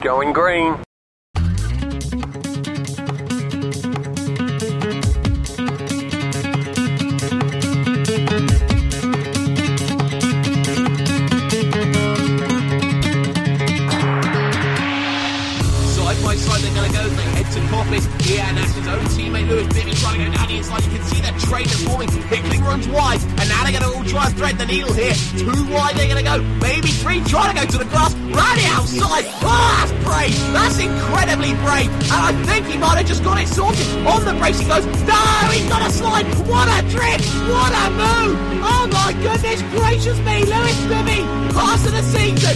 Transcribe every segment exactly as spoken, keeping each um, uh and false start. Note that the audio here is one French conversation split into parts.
Going green. By side they're going to go, they head to Corpus. Yeah, and that's his own teammate Lewis Bibby trying to go down the inside. You can see that train is forming. Hickling runs wide, and now they're going to all try and thread the needle here. Two wide they're going to go, maybe three trying to go to the grass. Round the outside, oh, that's brave. That's incredibly brave. And I think he might have just got it sorted. On the brace he goes, no, he's got a slide. What a drift, what a move. Oh my goodness gracious me, Lewis Bibby, pass of the season.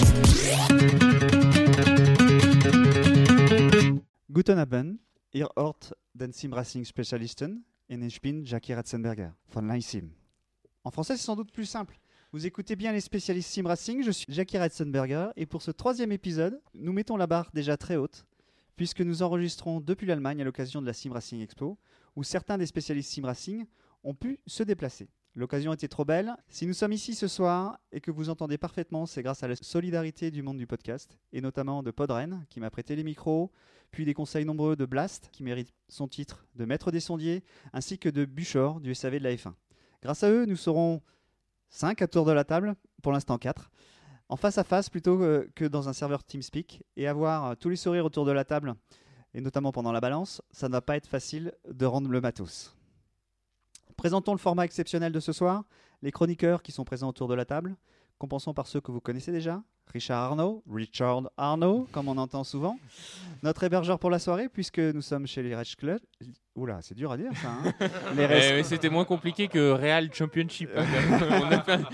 Guten Abend, ihr hört den Sim-Racing-Spezialisten und ich bin Jackie Ratzenberger von LineSim. En français, c'est sans doute plus simple. Vous écoutez bien les spécialistes Sim-Racing, je suis Jackie Ratzenberger et pour ce troisième épisode, nous mettons la barre déjà très haute puisque nous enregistrons depuis l'Allemagne à l'occasion de la Sim-Racing Expo où certains des spécialistes Sim-Racing ont pu se déplacer. L'occasion était trop belle. Si nous sommes ici ce soir et que vous entendez parfaitement, c'est grâce à la solidarité du monde du podcast et notamment de Podren qui m'a prêté les micros, puis des conseils nombreux de Blast qui mérite son titre de maître des sondiers, ainsi que de Buchor du S A V de la F un. Grâce à eux, nous serons cinq à tour de la table, pour l'instant quatre, en face à face plutôt que dans un serveur TeamSpeak et avoir tous les sourires autour de la table et notamment pendant la balance, ça ne va pas être facile de rendre le matos. Présentons le format exceptionnel de ce soir, les chroniqueurs qui sont présents autour de la table. Commençons par ceux que vous connaissez déjà. Richard Arnaud, Richard Arnaud, comme on entend souvent. Notre hébergeur pour la soirée, puisque nous sommes chez les Race Club. Oula, c'est dur à dire ça. Hein les Race... eh, c'était moins compliqué que Real Championship. Hein, on a fait...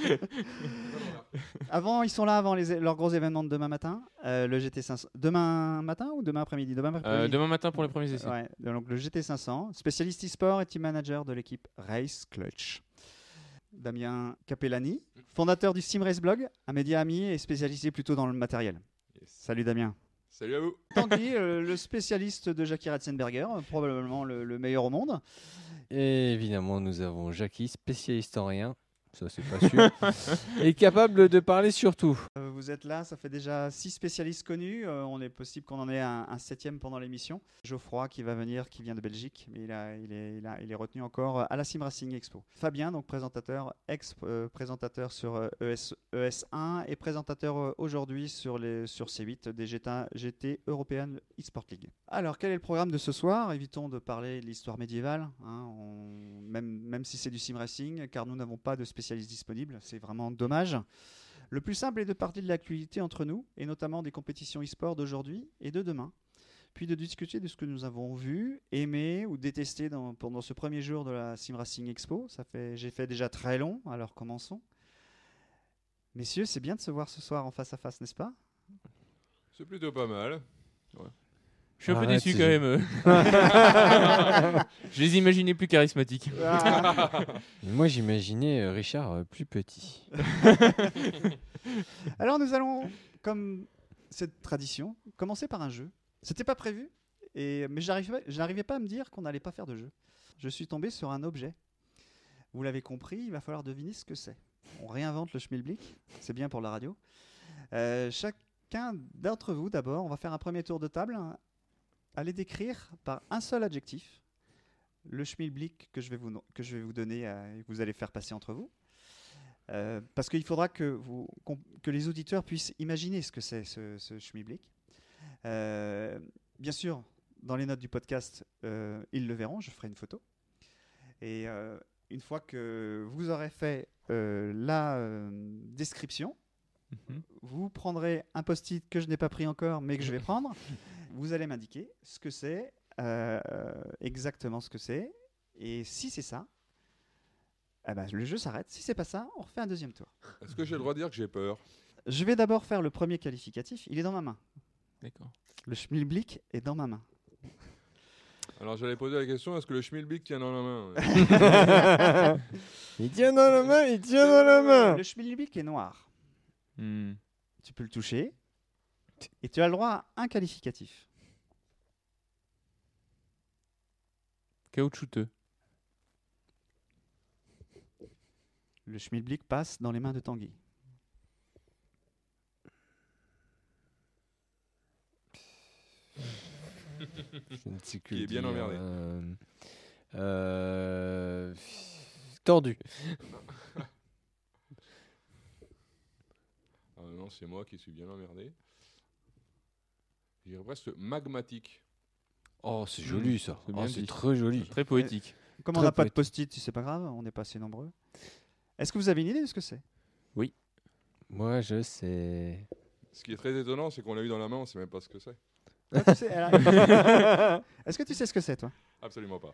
Avant, ils sont là avant les, leurs gros événements de demain matin. Euh, le G T cinq cents. Demain matin ou demain après-midi demain, après-midi euh, demain matin pour les premiers essais. Ouais, donc le G T cinq cents, spécialiste e-sport et team manager de l'équipe Race Clutch. Damien Capellani, fondateur du Sim Race Blog, un média ami et spécialisé plutôt dans le matériel. Yes. Salut Damien. Salut à vous. Tanguy, euh, le spécialiste de Jackie Ratzenberger, probablement le, le meilleur au monde. Et évidemment, nous avons Jackie, spécialiste en rien. Ça, c'est pas sûr. Et capable de parler sur tout. Euh, vous êtes là, ça fait déjà six spécialistes connus. Euh, on est possible qu'on en ait un, un septième pendant l'émission. Geoffroy qui va venir, qui vient de Belgique, mais il, a, il, est, il, a, il est retenu encore à la Sim Racing Expo. Fabien, donc présentateur, ex-présentateur euh, sur euh, E S, E S un et présentateur euh, aujourd'hui sur, les, sur C huit des G T, G T European eSport League. Alors, quel est le programme de ce soir ? Évitons de parler de l'histoire médiévale, hein, on, même, même si c'est du Sim Racing, car nous n'avons pas de spécialistes disponibles, c'est vraiment dommage. Le plus simple est de parler de l'actualité entre nous, et notamment des compétitions e-sport d'aujourd'hui et de demain, puis de discuter de ce que nous avons vu, aimé ou détesté dans, pendant ce premier jour de la Sim Racing Expo. Ça fait, j'ai fait déjà très long, alors commençons. Messieurs, c'est bien de se voir ce soir en face à face, n'est-ce pas ? C'est plutôt pas mal. Ouais. Je suis un peu Arrête, déçu c'est... quand même. Je les imaginais plus charismatiques. Moi, j'imaginais Richard euh, plus petit. Alors, nous allons, comme cette tradition, commencer par un jeu. C'était pas prévu, et, mais j'arrivais, j'arrivais pas à me dire qu'on n'allait pas faire de jeu. Je suis tombé sur un objet. Vous l'avez compris, il va falloir deviner ce que c'est. On réinvente le schmilblick, c'est bien pour la radio. Euh, chacun d'entre vous, d'abord, on va faire un premier tour de table. Allez décrire par un seul adjectif le schmilblick que je vais vous, que je vais vous donner euh, et que vous allez faire passer entre vous. Euh, parce qu'il faudra que, vous, que les auditeurs puissent imaginer ce que c'est ce, ce schmilblick. Euh, bien sûr, dans les notes du podcast, euh, ils le verront, je ferai une photo. Et euh, une fois que vous aurez fait euh, la euh, description, mm-hmm. vous prendrez un post-it que je n'ai pas pris encore, mais que je vais prendre. Vous allez m'indiquer ce que c'est, euh, exactement ce que c'est. Et si c'est ça, eh ben, le jeu s'arrête. Si c'est pas ça, on refait un deuxième tour. Est-ce que j'ai le droit de dire que j'ai peur ? Je vais d'abord faire le premier qualificatif. Il est dans ma main. D'accord. Le schmilblick est dans ma main. Alors j'allais poser la question, est-ce que le schmilblick tient dans la main ? Il tient dans la main, il tient dans la main. Le schmilblick est noir. Hmm. Tu peux le toucher. Et tu as le droit à un qualificatif. Caoutchouteux. Le schmilblick passe dans les mains de Tanguy. Je ne sais que Qui est le bien dire. emmerdé. Euh, euh, tordu. Ah non, c'est moi qui suis bien emmerdé. Je dirais presque magmatique. Oh, c'est joli ça. c'est Oh, bien c'est dit. très joli. Très poétique. Comme on Très n'a pas de poétique. post-it, c'est pas grave, on n'est pas assez nombreux. Est-ce que vous avez une idée de ce que c'est? Moi, je sais. Ce qui est très étonnant, c'est qu'on l'a eu dans la main, on ne sait même pas ce que c'est. Toi, tu sais, alors- Est-ce que tu sais ce que c'est, toi? Absolument pas.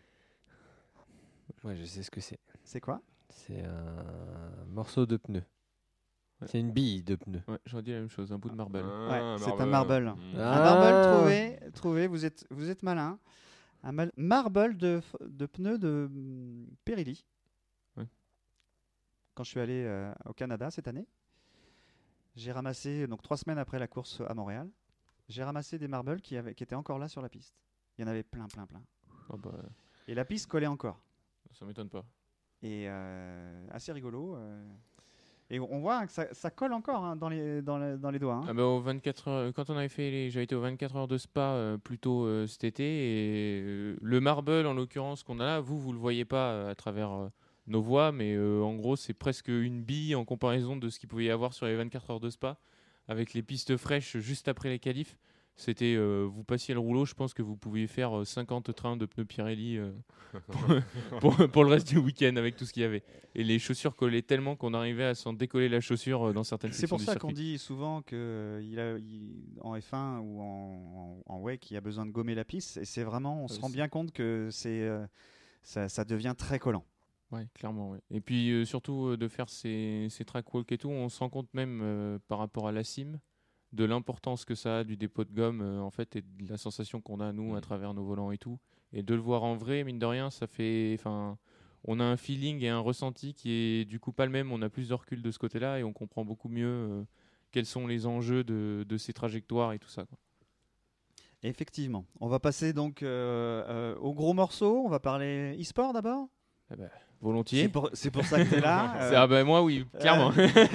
Moi, je sais ce que c'est. C'est quoi? C'est un morceau de pneu. Ouais. C'est une bille de pneu. Ouais, j'aurais dit la même chose, un bout de marble. Ah, Ouais, c'est un marble. Mmh. Ah. Un marble trouvé, trouvé, vous êtes, vous êtes malin. Un mal- marble de, f- de pneus de hum, Pirelli. Ouais. Quand je suis allé euh, au Canada cette année, j'ai ramassé, donc trois semaines après la course à Montréal, j'ai ramassé des marbles qui, avaient, qui étaient encore là sur la piste. Il y en avait plein, plein, plein. Ah bah, Et la piste collait encore. ça m'étonne pas. Et euh, assez rigolo. euh. Et on voit que ça, ça colle encore hein, dans, les, dans, les, dans les doigts. hein. Ah bah, aux vingt-quatre heures, quand on avait fait les, j'avais été aux vingt-quatre heures de Spa euh, plus tôt euh, cet été et euh, le marble en l'occurrence qu'on a là, vous vous le voyez pas euh, à travers euh, nos voix, mais euh, en gros c'est presque une bille en comparaison de ce qu'il pouvait y avoir sur les vingt-quatre heures de Spa avec les pistes fraîches juste après les qualifs. C'était euh, vous passiez le rouleau, je pense que vous pouviez faire euh, cinquante trains de pneus Pirelli euh, pour, pour, pour le reste du week-end avec tout ce qu'il y avait. Et les chaussures collaient tellement qu'on arrivait à s'en décoller la chaussure euh, dans certaines C'est sections pour du ça circuit. qu'on dit souvent que il a, il- en F un ou en, en, en wake, il y a besoin de gommer la piste. Et c'est vraiment, on se Euh, rend c'est- bien compte que c'est, euh, ça, ça devient très collant. Ouais, clairement. Ouais. Et puis euh, surtout euh, de faire ces, ces track walk et tout, on se rend compte même euh, par rapport à la sim de l'importance que ça a du dépôt de gomme euh, en fait et de la sensation qu'on a nous à Mm. travers nos volants et tout. Et de le voir en vrai, mine de rien, ça fait, enfin, on a un feeling et un ressenti qui est du coup pas le même. On a plus de recul de ce côté-là et on comprend beaucoup mieux euh, quels sont les enjeux de, de ces trajectoires et tout ça, quoi. Effectivement. On va passer donc euh, euh, au gros morceau. On va parler e-sport d'abord. Volontiers. C'est pour, c'est pour ça que tu es là. C'est- euh, ah ben moi oui, clairement.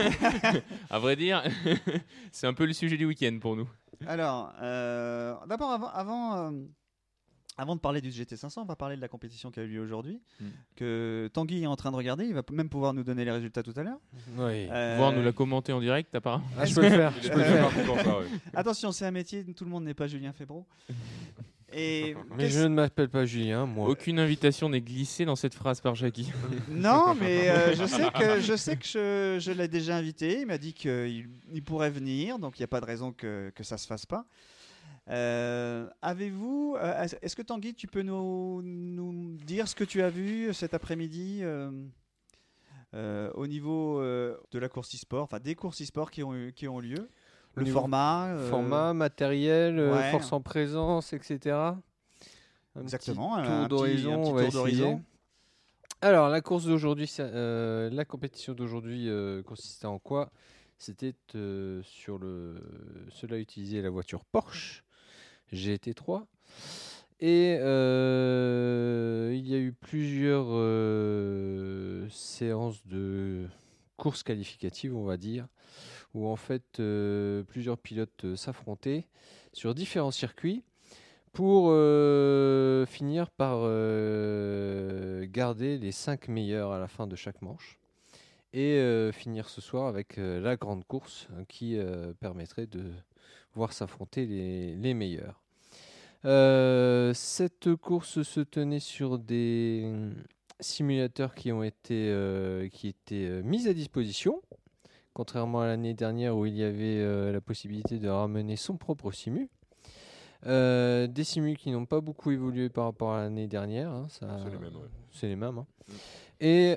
À vrai dire, c'est un peu le sujet du week-end pour nous. Alors, euh, d'abord, avant, avant, euh, avant de parler du G T cinq cents, on va parler de la compétition qui a eu lieu aujourd'hui, Mm. que Tanguy est en train de regarder. Il va p- même pouvoir nous donner les résultats tout à l'heure. Oui. Euh, Voir nous la commenter en direct, apparemment. Ah, je peux le faire. Il Je est peux le très faire. parti pour ça, ouais. Attention, c'est un métier, tout le monde n'est pas Julien Febro. Et Mais qu'est-ce- je ne m'appelle pas Julien, moi. Aucune invitation n'est glissée dans cette phrase par Jackie. Non, mais euh, je sais que je sais que je, je l'ai déjà invité. Il m'a dit qu'il il pourrait venir, donc il n'y a pas de raison que, que ça se fasse pas. Euh, avez-vous, euh, est-ce que Tanguy, tu peux nous, nous dire ce que tu as vu cet après-midi euh, euh, au niveau euh, de la course e-sport, enfin des courses e-sport qui ont, eu- qui ont lieu, Au le niveau format, euh, Format, matériel, euh, ouais. force en présence, et cetera. Un Exactement, petit un tour petit- d'horizon, un petit on va tour d'horizon. essayer. Alors, la course d'aujourd'hui, ça- euh, la compétition d'aujourd'hui euh, consistait en quoi? C'était euh, sur le. Cela utilisait la voiture Porsche G T trois. Et euh, il y a eu plusieurs euh, séances de courses qualificatives, on va dire, où en fait euh, plusieurs pilotes euh, s'affrontaient sur différents circuits pour euh, finir par euh, garder les cinq meilleurs à la fin de chaque manche et euh, finir ce soir avec euh, la grande course euh, qui euh, permettrait de voir s'affronter les, les meilleurs. Euh, cette course se tenait sur des simulateurs qui ont été, euh, qui étaient euh, mis à disposition, contrairement à l'année dernière où il y avait euh, la possibilité de ramener son propre simu. Euh, des simus qui n'ont pas beaucoup évolué par rapport à l'année dernière. hein, ça- C'est les mêmes, ouais. C'est les mêmes. hein. Mm. Et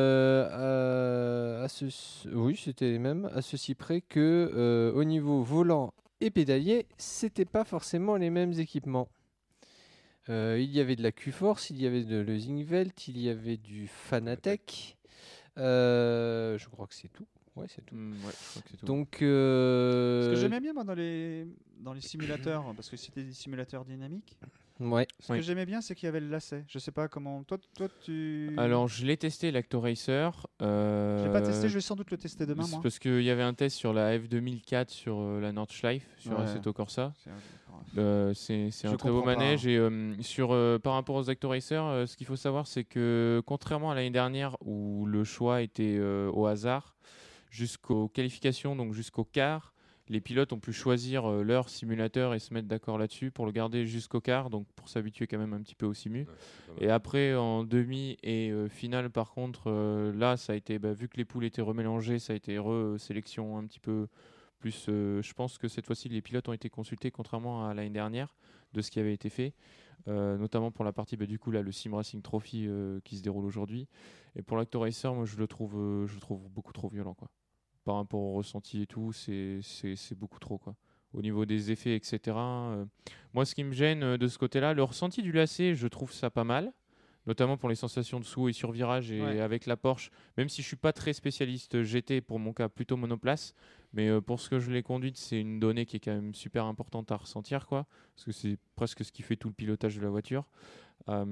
euh, à, à ce, oui, c'était les mêmes, à ceci près que euh, au niveau volant et pédalier, c'était pas forcément les mêmes équipements. Euh, il y avait de la Q-Force, il y avait de l'Eusingvelt, il y avait du Fanatec. Euh, je crois que c'est tout. Ouais, c'est tout. Mm, ouais, je crois que c'est tout. Donc, euh, Ce que j'aimais bien moi, dans les dans les simulateurs, parce que c'était des simulateurs dynamiques. ouais. Ce Oui. que j'aimais bien, c'est qu'il y avait le lacet. Je sais pas comment. Toi, toi tu. Alors, je l'ai testé, l'Acto Racer. Euh, Je l'ai pas testé. Je vais sans doute le tester demain, c'est moi. parce qu'il y avait un test sur la F deux mille quatre sur euh, la Nordschleife, sur Ouais. Assetto Corsa. C'est un- Euh, c'est c'est Je un très beau comprends pas, manège. Et euh, sur, euh, par rapport aux Acto Racers, euh, ce qu'il faut savoir, c'est que contrairement à l'année dernière où le choix était euh, au hasard, jusqu'aux qualifications, donc jusqu'au quart, les pilotes ont pu choisir euh, leur simulateur et se mettre d'accord là-dessus pour le garder jusqu'au quart, donc pour s'habituer quand même un petit peu au simu. Ouais, c'est pas mal. Et après, en demi et euh, finale, par contre, euh, là, ça a été, bah, vu que les poules étaient remélangées, ça a été re-sélection un petit peu plus. Euh, je pense que cette fois-ci, les pilotes ont été consultés, contrairement à l'année dernière, de ce qui avait été fait, euh, notamment pour la partie, bah, du coup, là, le Sim Racing Trophy euh, qui se déroule aujourd'hui. Et pour l'Acto Racer, moi, je le trouve, euh, je le trouve beaucoup trop violent, quoi. Par rapport au ressenti et tout, c'est, c'est, c'est beaucoup trop, quoi. Au niveau des effets, et cetera. Euh, moi, ce qui me gêne euh, de ce côté-là, le ressenti du lacet, je trouve ça pas mal, notamment pour les sensations de saut et sur virage et Ouais. avec la Porsche, même si je suis pas très spécialiste G T, pour mon cas plutôt monoplace, mais euh, pour ce que je l'ai conduite, c'est une donnée qui est quand même super importante à ressentir, quoi, parce que c'est presque ce qui fait tout le pilotage de la voiture. Euh,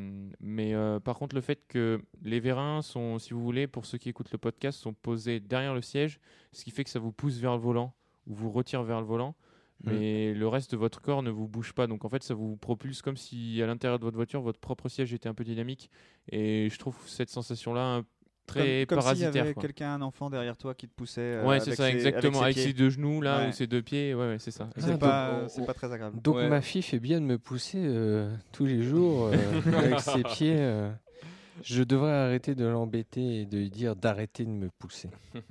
mais euh, par contre, le fait que les vérins sont, si vous voulez, pour ceux qui écoutent le podcast, sont posés derrière le siège, ce qui fait que ça vous pousse vers le volant ou vous retire vers le volant, mais le reste de votre corps ne vous bouge pas. Donc en fait, ça vous propulse comme si à l'intérieur de votre voiture, votre propre siège était un peu dynamique. Et je trouve cette sensation-là un- très comme, comme s'il y parasitaire, avait quoi. quelqu'un, un enfant derrière toi qui te poussait. euh, Ouais, avec c'est ça, ses- exactement. Avec ses ses, pieds. deux genoux là Ouais. ou ses deux pieds, ouais, ouais, c'est ça. Ah, C'est donc, pas, on- c'est on- pas très agréable. Donc Ouais. ma fille fait bien de me pousser euh, tous les jours euh, avec ses pieds. euh. Je devrais arrêter de l'embêter et de lui dire d'arrêter de me pousser.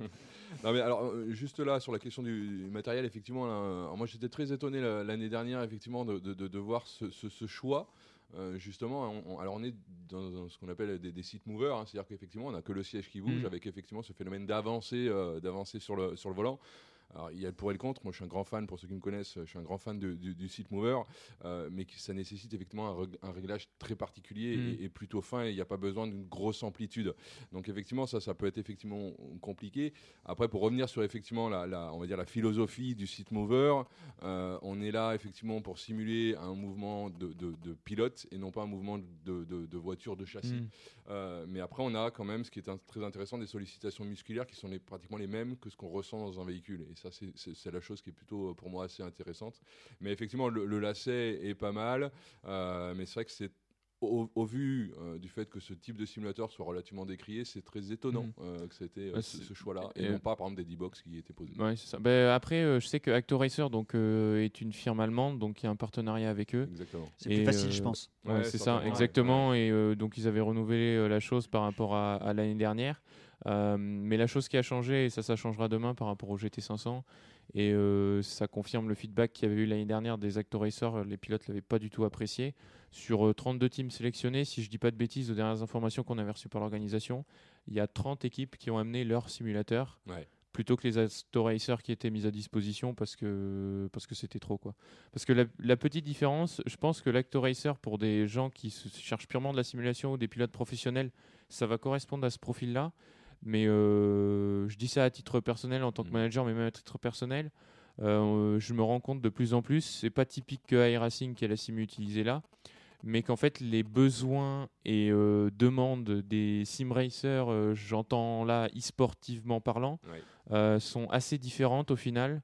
Non mais alors euh, juste là sur la question du, du matériel, effectivement, là, euh, alors moi j'étais très étonné la- l'année dernière effectivement de, de, de, de voir ce, ce, ce choix. Euh, justement, on, on- alors on est dans, dans ce qu'on appelle des, des seat movers, hein, c'est-à-dire qu'effectivement on n'a que le siège qui bouge, Mm. avec effectivement ce phénomène d'avancer, euh, d'avancer sur le sur le volant. Alors, il y a le pour et le contre. Moi, je suis un grand fan, pour ceux qui me connaissent, je suis un grand fan de- du, du seat mover, euh, mais qui, ça nécessite effectivement un, reg- un réglage très particulier Mm. et, et plutôt fin, et il n'y a pas besoin d'une grosse amplitude. Donc, effectivement, ça, ça peut être effectivement compliqué. Après, pour revenir sur effectivement la, la- on va dire la philosophie du seat mover, euh, on est là effectivement pour simuler un mouvement de, de- de pilote et non pas un mouvement de, de- de voiture de châssis. Mm. Euh, mais après, on a quand même, ce qui est un- très intéressant, des sollicitations musculaires qui sont les- pratiquement les mêmes que ce qu'on ressent dans un véhicule. Et ça, c'est- c'est c'est la chose qui est plutôt, euh, pour moi, assez intéressante. Mais effectivement, le, le lacet est pas mal. Euh, mais c'est vrai que c'est au, au vu euh, du fait que ce type de simulateur soit relativement décrié, c'est très étonnant Mhm. euh, que c'était euh, Ouais, ce, c'est- ce choix-là. Et et- non pas, par exemple, des D-Box qui étaient posés. Ouais, c'est ça. Ben, après, euh, je sais que Acto Racer donc, euh, est une firme allemande, donc il y a un partenariat avec eux. Exactement. C'est plus Et, facile, euh, je pense. Ouais, Ouais, c'est ça, certainement, ouais. exactement. Et euh, donc, ils avaient renouvelé euh, la chose par rapport à, à l'année dernière. Euh, mais la chose qui a changé, et ça, ça changera demain par rapport au G T cinq cents, et euh, ça confirme le feedback qu'il y avait eu l'année dernière des Acto Racers. Les pilotes ne l'avaient pas du tout apprécié. Sur euh, trente-deux teams sélectionnés, si je ne dis pas de bêtises, aux dernières informations qu'on avait reçues par l'organisation, il y a trente équipes qui ont amené leur simulateur. Ouais. Plutôt que les Acto Racers qui étaient mis à disposition parce que parce que c'était trop, quoi. Parce que la, la petite différence, je pense que l'Acto Racer, pour des gens qui se cherchent purement de la simulation ou des pilotes professionnels, ça va correspondre à ce profil-là. Mais euh, je dis ça à titre personnel en tant que Mhm. manager, mais même à titre personnel, euh, je me rends compte de plus en plus, c'est pas typique que iRacing qui a la simu utilisée là, mais qu'en fait les besoins et euh, demandes des sim racers, euh, j'entends là e-sportivement parlant, Ouais. euh, sont assez différentes au final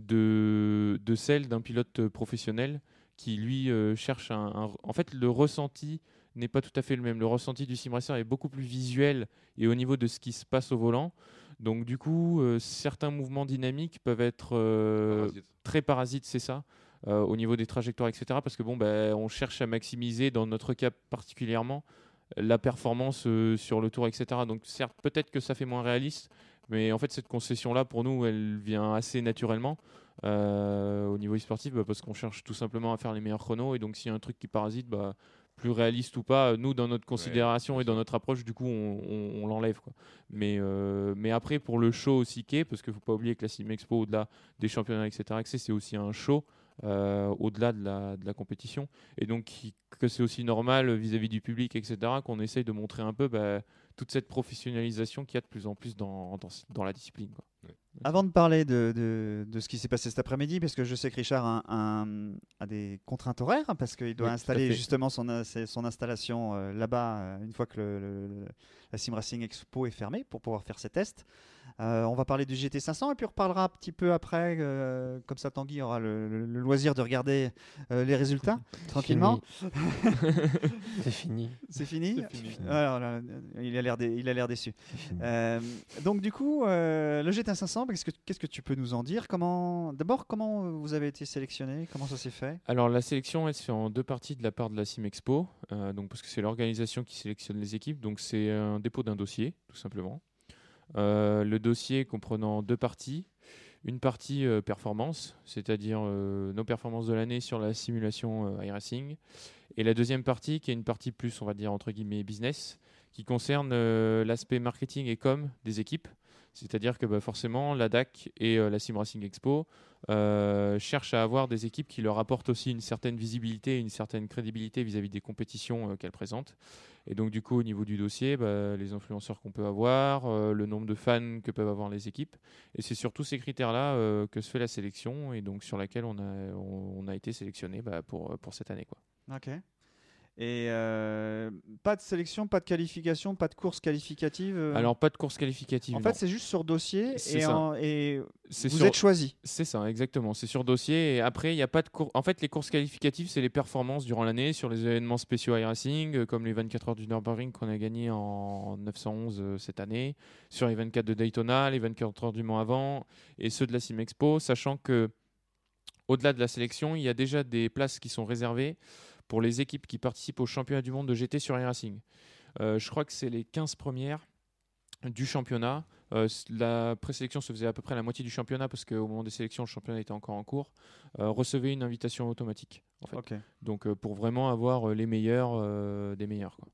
de, de celles d'un pilote professionnel qui lui euh, cherche un, un- En fait, le ressenti n'est pas tout à fait le même. Le ressenti du sim racer est beaucoup plus visuel et au niveau de ce qui se passe au volant. Donc du coup, euh, certains mouvements dynamiques peuvent être euh, Parasite. très parasites, c'est ça, euh, au niveau des trajectoires, et cetera. Parce que bon, ben, on cherche à maximiser, dans notre cas particulièrement, la performance euh, sur le tour, et cetera. Donc certes, peut-être que ça fait moins réaliste, mais en fait, cette concession-là, pour nous, elle vient assez naturellement euh, au niveau e-sportif, bah, parce qu'on cherche tout simplement à faire les meilleurs chronos. Et donc, s'il y a un truc qui parasite, bah, plus réaliste ou pas, nous, dans notre considération bien et dans sûr. notre approche, du coup, on, on- on l'enlève, quoi. Mais, euh, mais après, pour le show aussi qu'est, parce qu'il ne faut pas oublier que la Sim Expo, au-delà des championnats, et cetera, que c'est c'est aussi un show euh, au-delà de la, de la compétition. Et donc, qui- que c'est aussi normal vis-à-vis du public, et cetera, qu'on essaye de montrer un peu bah, toute cette professionnalisation qu'il y a de plus en plus dans, dans, dans la discipline, quoi. Avant de parler de, de, de ce qui s'est passé cet après-midi, parce que je sais que Richard a, un- a des contraintes horaires, parce qu'il doit Oui, tout à installer fait. justement son, euh, c'est- son installation euh, là-bas euh, une fois que le- le- le- la Sim Racing Expo est fermée pour pouvoir faire ses tests. Euh, on va parler du G T cinq cents et puis on reparlera un petit peu après. Euh, comme ça, Tanguy aura le, le- le loisir de regarder euh, les résultats tranquillement. C'est fini. C'est fini. C'est fini. Alors, là, il a l'air dé- il a l'air déçu. C'est fini. Euh, donc du coup, euh, le G T cinq cents, qu'est-ce que, qu'est-ce que tu peux nous en dire? Comment, d'abord, comment vous avez été sélectionné? Comment ça s'est fait? Alors la sélection, elle se fait en deux parties de la part de la Simexpo, euh, donc parce que c'est l'organisation qui sélectionne les équipes, donc c'est un dépôt d'un dossier, tout simplement. Euh, le dossier comprenant deux parties. Une partie euh, performance, c'est-à-dire euh, nos performances de l'année sur la simulation euh, iRacing. Et la deuxième partie, qui est une partie plus, on va dire, entre guillemets, business, qui concerne euh, l'aspect marketing et com des équipes. C'est-à-dire que bah, forcément, la D A C et euh, la Sim Racing Expo euh, cherchent à avoir des équipes qui leur apportent aussi une certaine visibilité et une certaine crédibilité vis-à-vis des compétitions euh, qu'elles présentent. Et donc, du coup, au niveau du dossier, bah, les influenceurs qu'on peut avoir, euh, le nombre de fans que peuvent avoir les équipes. Et c'est sur tous ces critères-là euh, que se fait la sélection et donc sur laquelle on a, on, on a été sélectionné bah, pour, pour cette année, quoi. Ok. Et euh, pas de sélection, pas de qualification, pas de course qualificative. euh, Alors, pas de course qualificative. en non. fait, c'est juste sur dossier C'est et, ça. en- et C'est vous sur- êtes choisi. C'est ça, exactement. C'est sur dossier. Et après, il n'y a pas de cours. En fait, les courses qualificatives, c'est les performances durant l'année sur les événements spéciaux iRacing, euh, comme les vingt-quatre heures du Nürburgring qu'on a gagné en neuf cent onze euh, cette année, sur les vingt-quatre de Daytona, les vingt-quatre heures du Mans avant, et ceux de la Simexpo, sachant que au-delà de la sélection, il y a déjà des places qui sont réservées pour les équipes qui participent au championnat du monde de G T sur iRacing. Euh, je crois que c'est les quinze premières du championnat. Euh, s- la présélection se faisait à peu près la moitié du championnat parce qu'au moment des sélections, le championnat était encore en cours. Euh, recevait une invitation automatique, en fait. Ok. Donc euh, pour vraiment avoir euh, les meilleurs euh, des meilleurs, quoi.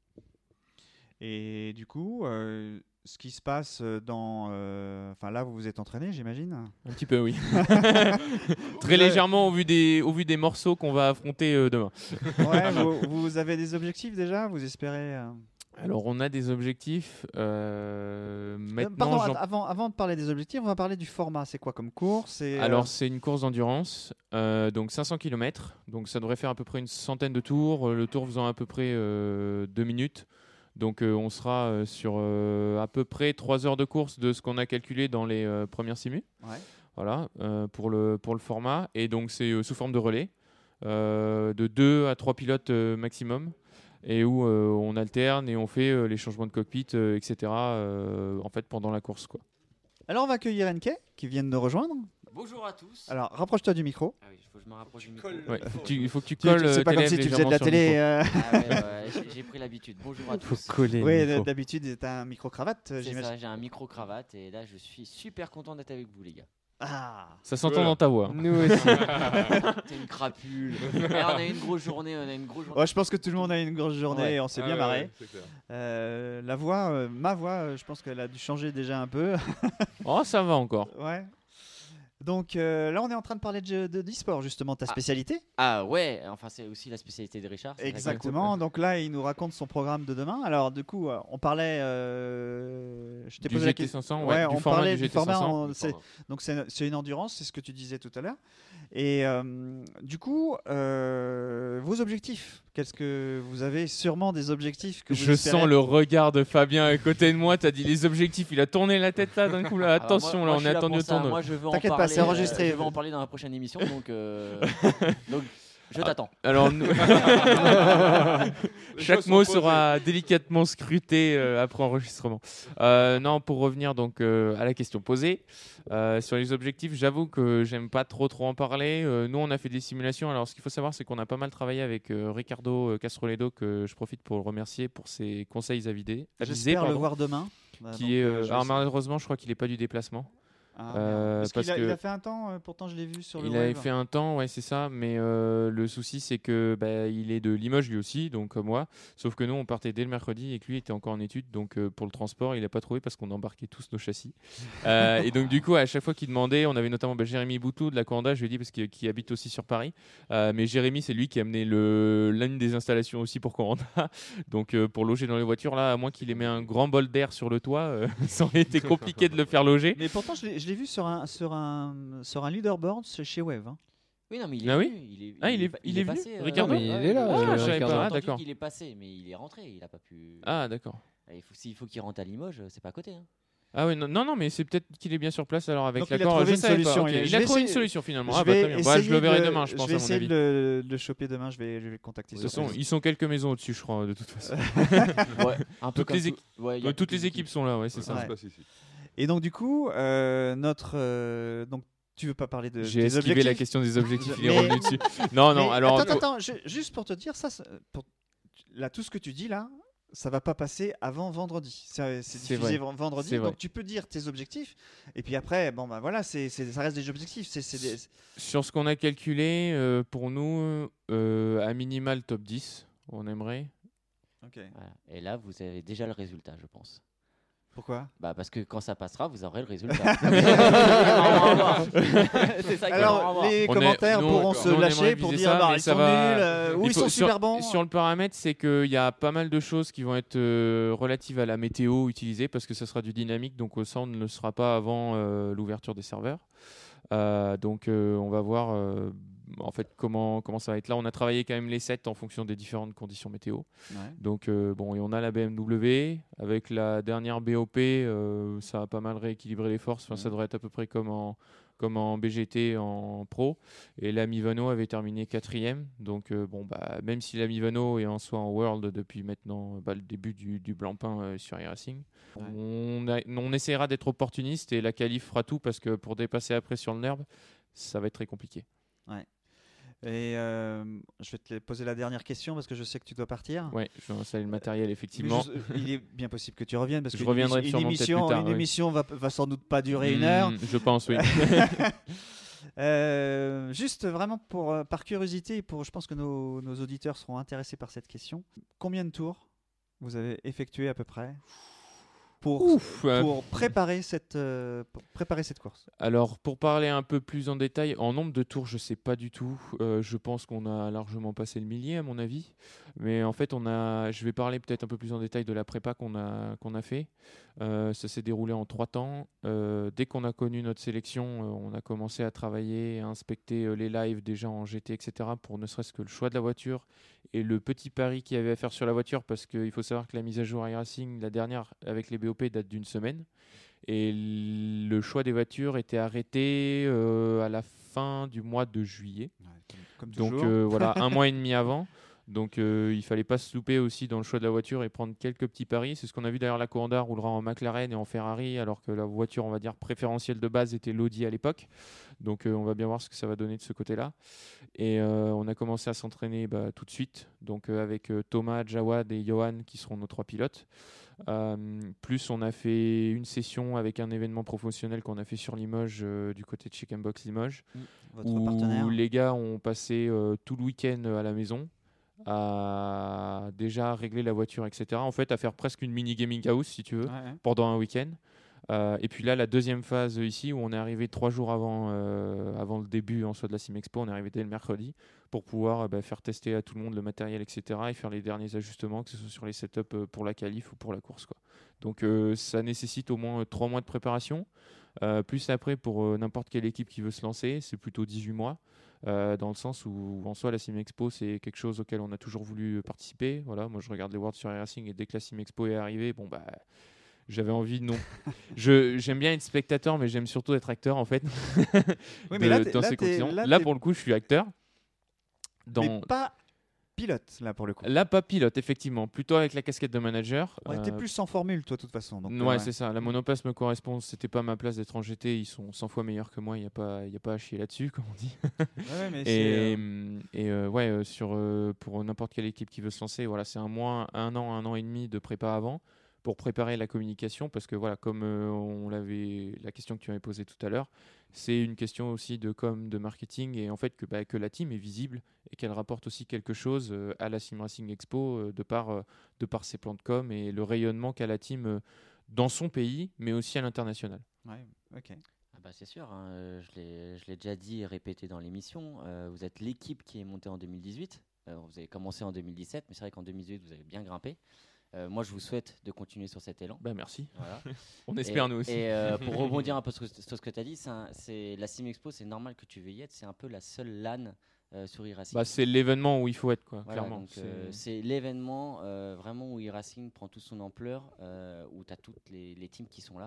Et du coup, euh, ce qui se passe dans, euh, enfin là, vous vous êtes entraîné, j'imagine. Un petit peu, oui. Très légèrement au vu des, au vu des morceaux qu'on va affronter euh, demain. Ouais, vous, vous avez des objectifs déjà? Vous espérez euh, Alors on a des objectifs. euh, euh, maintenant, Pardon, j'en- avant, avant de parler des objectifs, on va parler du format. C'est quoi comme course? C'est, euh, Alors c'est une course d'endurance, euh, donc cinq cents kilomètres, donc ça devrait faire à peu près une centaine de tours, euh, le tour faisant à peu près euh, deux minutes. Donc euh, on sera euh, sur euh, à peu près trois heures de course de ce qu'on a calculé dans les euh, premières simus. Ouais. Voilà, euh, pour, le, pour le format. Et donc c'est euh, sous forme de relais, euh, de deux à trois pilotes euh, maximum, et où euh, on alterne et on fait euh, les changements de cockpit, euh, et cetera euh, en fait pendant la course, quoi. Alors on va accueillir Enke qui vient de nous rejoindre. Bonjour à tous. Alors rapproche-toi du micro. Ah oui, il faut que je me rapproche du micro. Ouais, faut que tu- il faut que tu Tu- colles. tu- c'est euh, pas tes comme si lèvres tu faisais de légèrement la sur le télé. micro. euh. Ah ouais, ouais, j'ai- j'ai pris l'habitude. Bonjour à Faut tous. coller. Oui, il faut. d'habitude, c'est un micro-cravate, euh, C'est j'imagine. ça, j'ai un micro-cravate et là je suis super content d'être avec vous les gars. Ah. Ça s'entend Voilà. dans ta voix. Nous aussi. T'es une crapule. Et on a eu une grosse journée, on a une grosse journée. Ouais, je pense que tout le monde a eu une grosse journée Ouais. et on s'est Ah bien ouais, marré. ouais, c'est clair. Euh, la voix, euh, ma voix, euh, je pense qu'elle a dû changer déjà un peu. Oh, ça va encore. Ouais. Donc euh, là, on est en train de parler de de- d'e-sport, justement, ta Ah. spécialité. Ah ouais, enfin c'est aussi la spécialité de Richard. c'est vrai que- Exactement. Donc là, il nous raconte son programme de demain. Alors, du coup, euh, on parlait. euh, je t'ai Du posé la G T question. cinq cents, ouais, Ouais, du on format parlait du du G T format. cinq cents. en- c'est- Pardon. donc c'est c'est une endurance, c'est ce que tu disais tout à l'heure. Et euh, du coup, euh, vos objectifs. Qu'est-ce que vous avez? Sûrement des objectifs que vous Je espérez. sens le regard de Fabien à côté de moi. T'as dit les objectifs. Il a tourné la tête là d'un coup là. Alors, Attention moi- là, moi, on je est suis là attendu pour au ça. tournoi. Moi je veux en T'inquiète pas, parler. c'est enregistré. euh, je veux en parler dans la prochaine émission donc euh, donc je t'attends. Alors nous- Les chaque choses mot sont sera délicatement scruté euh, après enregistrement. Euh, non, pour revenir donc euh, à la question posée euh, sur les objectifs, j'avoue que j'aime pas trop trop en parler. Euh, nous, on a fait des simulations. Alors, ce qu'il faut savoir, c'est qu'on a pas mal travaillé avec euh, Ricardo euh, Castroledo, que je profite pour le remercier pour ses conseils avisés. avisés, J'espère le pardon, voir demain. Bah, Qui donc, est, euh, euh, je vais alors essayer. malheureusement, je crois qu'il est pas du déplacement. Ah, euh, merde. Parce, parce qu'il a, que- il a fait un temps, euh, pourtant je l'ai vu sur le Il avait web. fait un temps, ouais, c'est ça. Mais euh, le souci, c'est que bah, il est de Limoges lui aussi, donc comme moi. Sauf que nous, on partait dès le mercredi et que lui était encore en études. Donc euh, pour le transport, il n'a pas trouvé parce qu'on embarquait tous nos châssis. Euh, et donc du coup, à chaque fois qu'il demandait, on avait notamment bah, Jérémy Boutou de la Coanda, je lui ai dit parce qu'il qu'il habite aussi sur Paris. Euh, mais Jérémy, c'est lui qui a amené le l'une des installations aussi pour Coanda. Donc euh, pour loger dans les voitures, là, à moins qu'il ait mis un grand bol d'air sur le toit, euh, ça aurait été compliqué de le faire loger. Mais pourtant, je l'ai je l'ai vu sur un, sur un, sur un leaderboard chez Wave. hein. Oui non mais il est Ah oui venu, il est Ah, il est- pa- il est venu, passé, euh, Ricardo ouais, Mais il ouais, est là, ouais, euh, ouais, je savais j'ai pas, entendu d'accord. qu'il est passé mais il est rentré, il a pas pu. Ah d'accord. Il faut s'il faut qu'il rentre à Limoges, c'est pas à côté hein. Ah oui, non, non, non, mais c'est peut-être qu'il est bien sur place alors avec Donc, il a l'accord. trouvé je une savais pas. solution, Ok, il- Il, je a vais trouvé une essayer- solution finalement. Je Ah bah vais très bien. Bah, je le essayer verrai de- demain, je pense, Je vais à mon essayer avis. de le, de le choper demain. Je vais, je vais le contacter. De sur toute façon, Facebook. ils sont quelques maisons au-dessus, je crois, de toute façon. Ouais, un peu Toutes comme les tout- ouais, il y a Ouais, toutes les équipes sont là, ouais, c'est Ça ça. se Ouais. passe ici. Et donc, du coup, euh, notre. euh, donc, tu veux pas parler de. J'ai des esquivé objectifs la question des objectifs, il est Mais- revenu dessus. Non, non, Mais alors. Attends, attends, je- juste pour te dire, ça, ça- pour- là, tout ce que tu dis là, ça va pas passer avant vendredi. C'est c'est C'est diffusé vrai. ven- vendredi, C'est vrai. donc tu peux dire tes objectifs. Et puis après, bon bah voilà, c'est c'est- ça reste des objectifs. C'est c'est des- Sur ce qu'on a calculé, euh, pour nous, euh, à minimal top dix, on aimerait. Ok. Voilà. Et là, vous avez déjà le résultat, je pense. Pourquoi Bah parce que quand ça passera, vous aurez le résultat. C'est ça qui est marrant à Alors, voir. les On est- commentaires nous, pourront on- se nous, on lâcher aimerait pour viser dire ça, bah, mais ils ça sont va- nuls euh, ou Il ils faut- sont sur, super bons. Sur le paramètre, c'est qu'il y a pas mal de choses qui vont être euh, relatives à la météo utilisée parce que ça sera du dynamique, donc ça on ne le sera pas avant euh, l'ouverture des serveurs. Euh, donc euh, on va voir euh, en fait comment, comment ça va être là. On a travaillé quand même les sets en fonction des différentes conditions météo. Ouais. Donc euh, bon, et on a la B M W avec la dernière B O P, euh, ça a pas mal rééquilibré les forces. Enfin, ça devrait être à peu près comme en comme en B G T en pro. Et la Mivano avait terminé quatrième. Donc euh, bon, bah même si la Mivano est en soi en World depuis maintenant bah, le début du, du Blancpain euh, sur iRacing, Ouais. on, a- on essaiera d'être opportuniste et la qualif fera tout parce que pour dépasser après sur le N E R B, ça va être très compliqué. Et euh, je vais te poser la dernière question parce que je sais que tu dois partir. Ouais, je vais installer le matériel Mais effectivement. je- il est bien possible que tu reviennes parce Je qu'une reviendrai émission- sûrement une peut-être émission, plus tard, une ouais. émission va, va sans doute pas durer une heure. Hmm, je pense, oui. Euh, juste vraiment pour, euh, par curiosité, pour, je pense que nos, nos auditeurs seront intéressés par cette question. Combien de tours vous avez effectué à peu près pour, Ouf, euh, pour, préparer cette, euh, pour préparer cette course? Alors, pour parler un peu plus en détail, en nombre de tours, je sais pas du tout. Euh, je pense qu'on a largement passé le millier, à mon avis. Mais en fait, on a, je vais parler peut-être un peu plus en détail de la prépa qu'on a, qu'on a fait. Euh, ça s'est déroulé en trois temps. Euh, dès qu'on a connu notre sélection, euh, on a commencé à travailler, à inspecter euh, les lives déjà en G T, et cetera, pour ne serait-ce que le choix de la voiture et le petit pari qu'il y avait à faire sur la voiture, parce qu'il faut savoir que la mise à jour iRacing, la dernière avec les B O P, date d'une semaine. Et le choix des voitures était arrêté euh, à la fin du mois de juillet. Comme Donc toujours. euh, voilà, un mois et demi avant. Donc euh, il fallait pas se louper aussi dans le choix de la voiture et prendre quelques petits paris. C'est ce qu'on a vu d'ailleurs. La Coanda roulera en McLaren et en Ferrari, alors que la voiture, on va dire, préférentielle de base était l'Audi à l'époque. Donc euh, on va bien voir ce que ça va donner de ce côté-là. Et euh, on a commencé à s'entraîner bah, tout de suite. Donc euh, avec euh, Thomas, Jawad et Johan qui seront nos trois pilotes. Euh, plus on a fait une session avec un événement professionnel qu'on a fait sur Limoges, euh, du côté de Chicken Box Limoges, Votre où partenaire. les gars ont passé euh, tout le week-end à la maison à déjà régler la voiture, et cetera. En fait, à faire presque une mini gaming house, si tu veux, Ouais, ouais. pendant un week-end. Euh, et puis là, la deuxième phase ici, où on est arrivé trois jours avant, euh, avant le début en soi de la Simexpo, on est arrivé dès le mercredi pour pouvoir euh, bah, faire tester à tout le monde le matériel, et cetera, et faire les derniers ajustements, que ce soit sur les setups euh, pour la qualif ou pour la course, quoi. Donc euh, ça nécessite au moins euh, trois mois de préparation. Euh, plus après, pour euh, n'importe quelle équipe qui veut se lancer, c'est plutôt dix-huit mois. Euh, dans le sens où, en soi, la Simexpo, c'est quelque chose auquel on a toujours voulu participer. Voilà, moi, je regarde les Worlds sur iRacing et dès que la Simexpo est arrivée, bon, bah, j'avais envie de non. je, j'aime bien être spectateur, mais j'aime surtout être acteur, en fait, Oui, mais de- là, t'es- dans là, ces t'es- conditions. là, Là, t'es- pour le coup, je suis acteur. Dans... mais pas pilote, là, pour le coup. Là, pas pilote, effectivement. Plutôt avec la casquette de manager. Ouais, t'es Euh, plus sans formule, toi, de toute façon. Donc, ouais, euh, ouais. c'est ça. La monopace me correspond. C'était pas ma place d'être en G T. Ils sont cent fois meilleurs que moi. Il n'y a, pas- y a pas à chier là-dessus, comme on dit. Ouais, ouais, mais c'est, Et, euh, hum, et euh, ouais, euh, sur, euh, pour n'importe quelle équipe qui veut se lancer, voilà, c'est un mois, un an, un an et demi de prépa avant pour préparer la communication, parce que voilà, comme euh, on l'avait, la question que tu m'avais posée tout à l'heure, c'est une question aussi de com, de marketing, et en fait que, bah, que la team est visible et qu'elle rapporte aussi quelque chose euh, à la Sim Racing Expo euh, de par euh, de par ses plans de com et le rayonnement qu'a la team euh, dans son pays, mais aussi à l'international. ouais, ok. Ah bah c'est sûr, hein, euh, je l'ai je l'ai déjà dit et répété dans l'émission, euh, vous êtes l'équipe qui est montée en deux mille dix-huit, euh, vous avez commencé en deux mille dix-sept, mais c'est vrai qu'en deux mille dix-huit vous avez bien grimpé. Euh, moi je vous souhaite de continuer sur cet élan. Bah merci. Voilà. On espère et, nous aussi. Et euh, pour rebondir un peu sur, sur ce que tu as dit, c'est un- c'est la Simexpo, c'est normal que tu veuilles y être, c'est un peu la seule LAN euh, sur iRacing. Bah, c'est l'événement où il faut être, quoi, Voilà, clairement. donc, C'est- euh, c'est l'événement euh, vraiment où iRacing prend toute son ampleur, euh, où tu as toutes les, les teams qui sont là.